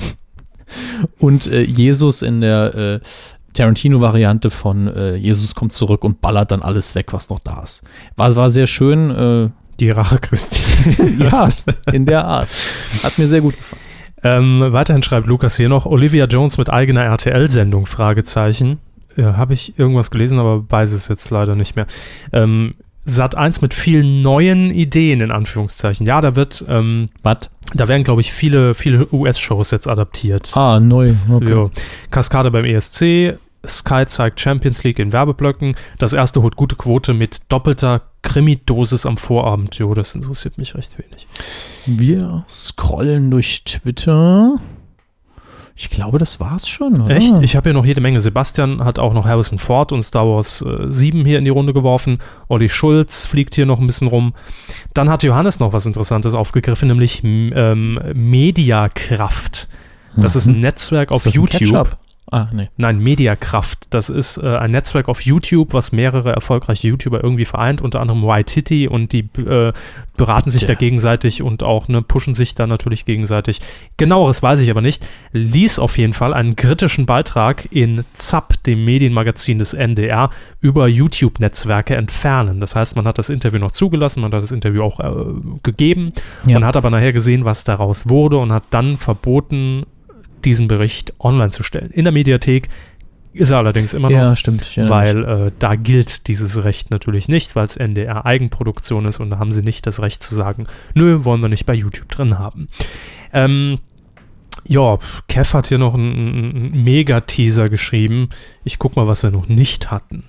und äh, Jesus in der äh, Tarantino-Variante von äh, Jesus kommt zurück und ballert dann alles weg, was noch da ist. War, war sehr schön. Äh, Die Rache Christi. Ja, in der Art. Hat mir sehr gut gefallen. Ähm, weiterhin schreibt Lukas hier noch, Olivia Jones mit eigener R T L-Sendung, Fragezeichen. Ja, habe ich irgendwas gelesen, aber weiß es jetzt leider nicht mehr. Ähm, Sat eins mit vielen neuen Ideen, in Anführungszeichen. Ja, da wird, ähm, was? Da werden, glaube ich, viele, viele U S-Shows jetzt adaptiert. Ah, neu. Okay. Jo. Kaskade beim E S C, Sky zeigt Champions League in Werbeblöcken. Das erste holt gute Quote mit doppelter Krimi-Dosis am Vorabend. Jo, das interessiert mich recht wenig. Wir scrollen durch Twitter. Ich glaube, das war's schon, oder? Echt? Ich habe hier noch jede Menge. Sebastian hat auch noch Harrison Ford und Star Wars äh, sieben hier in die Runde geworfen. Olli Schulz fliegt hier noch ein bisschen rum. Dann hat Johannes noch was Interessantes aufgegriffen, nämlich ähm, Mediakraft. Das mhm. ist ein Netzwerk auf ist das YouTube. Ein Ketchup? Ah, nee. Nein, Mediakraft. Das ist äh, ein Netzwerk auf YouTube, was mehrere erfolgreiche YouTuber irgendwie vereint, unter anderem Waititi, und die äh, beraten sich Bitte. da gegenseitig und auch ne, pushen sich da natürlich gegenseitig. Genaueres weiß ich aber nicht. Ließ auf jeden Fall einen kritischen Beitrag in Zapp, dem Medienmagazin des N D R, über YouTube-Netzwerke entfernen. Das heißt, man hat das Interview noch zugelassen, man hat das Interview auch äh, gegeben Ja. und hat aber nachher gesehen, was daraus wurde, und hat dann verboten, diesen Bericht online zu stellen. In der Mediathek ist er allerdings immer noch, Ja, stimmt. Ich erinnere weil äh, da gilt dieses Recht natürlich nicht, weil es N D R Eigenproduktion ist, und da haben sie nicht das Recht zu sagen, nö, wollen wir nicht bei YouTube drin haben. Ähm, ja, Kev hat hier noch einen, einen Mega-Teaser geschrieben. Ich guck mal, was wir noch nicht hatten.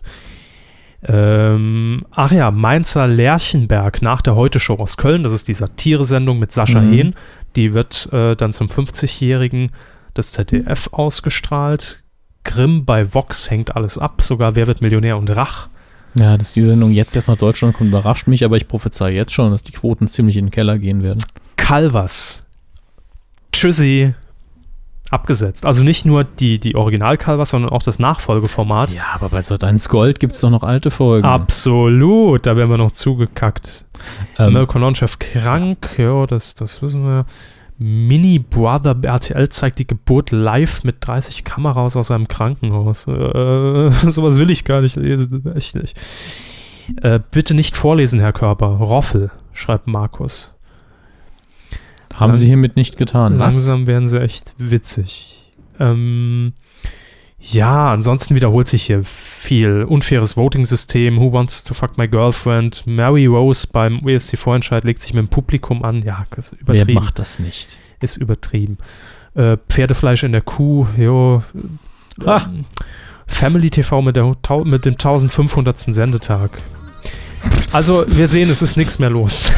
Ähm, ach ja, Mainzer Lerchenberg nach der Heute-Show aus Köln. Das ist die Satire-Sendung mit Sascha Mhm. Hehn. Die wird äh, dann zum fünfzigjährigen des Z D F ausgestrahlt. Grimm bei Vox hängt alles ab. Sogar Wer wird Millionär und Rach. Ja, dass die Sendung jetzt erst nach Deutschland kommt, überrascht mich, aber ich prophezei jetzt schon, dass die Quoten ziemlich in den Keller gehen werden. Calvas. Tschüssi. Abgesetzt. Also nicht nur die, die Original-Calvas, sondern auch das Nachfolgeformat. Ja, aber bei Sat eins Gold gibt es doch noch alte Folgen. Absolut. Da werden wir noch zugekackt. Ähm, Mirko Nonchef krank. Ja, das, das wissen wir. Mini Brother R T L zeigt die Geburt live mit dreißig Kameras aus einem Krankenhaus. Äh, sowas will ich gar nicht lesen. Echt nicht. Äh, bitte nicht vorlesen, Herr Körper. Roffel, schreibt Markus. haben sie hiermit nicht getan. Was? Langsam werden sie echt witzig. Ähm, ja, ansonsten wiederholt sich hier viel. Unfaires Voting-System, Who Wants to Fuck My Girlfriend, Mary Rose beim W S C-Vorentscheid legt sich mit dem Publikum an. Ja, das ist übertrieben. Wer macht das nicht? Ist übertrieben. Äh, Pferdefleisch in der Kuh, jo. Ah. Ähm, Family T V mit, der, tau- mit dem eintausendfünfhundertsten Sendetag. Also, wir sehen, es ist nichts mehr los.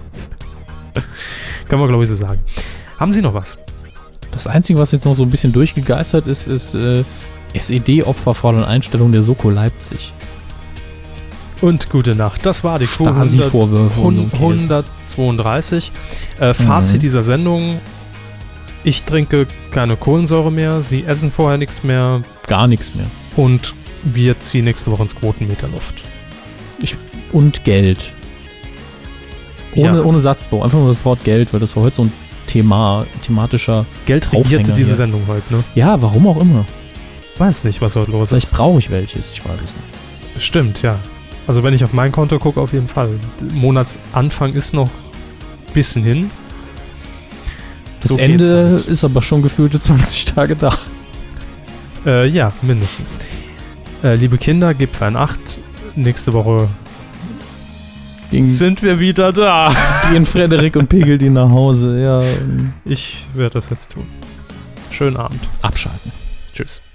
Kann man, glaube ich, so sagen. Haben Sie noch was? Das Einzige, was jetzt noch so ein bisschen durchgegeistert ist, ist äh, S E D-Opfer fordern Einstellung der Soko Leipzig. Und gute Nacht. Das war die Kuh Stasi-Vorwürfe und so ein Käse. hundertzweiunddreißig. Äh, Fazit Mhm. dieser Sendung: Ich trinke keine Kohlensäure mehr, Sie essen vorher nichts mehr Gar nichts mehr. und wir ziehen nächste Woche ins Quotenmeter Luft. Und Geld. Ohne, Ja. ohne Satzbau. Einfach nur das Wort Geld, weil das war heute so ein Thema, thematischer. Geld regierte Aufhänger diese hier. Sendung heute, ne? Ja, warum auch immer. Weiß nicht, was heute los Vielleicht ist. brauche ich welches, ich weiß es nicht. Stimmt, ja. Also wenn ich auf mein Konto gucke, auf jeden Fall. Monatsanfang ist noch ein bisschen hin. Das So geht's Ende halt. ist aber schon gefühlte zwanzig Tage da. Äh, ja, mindestens. Äh, liebe Kinder, gebt für ein acht. Nächste Woche Ging, sind wir wieder da. gehen Frederik und Pegel die nach Hause. Ja, Ich werde das jetzt tun. Schönen Abend. abschalten. Tschüss.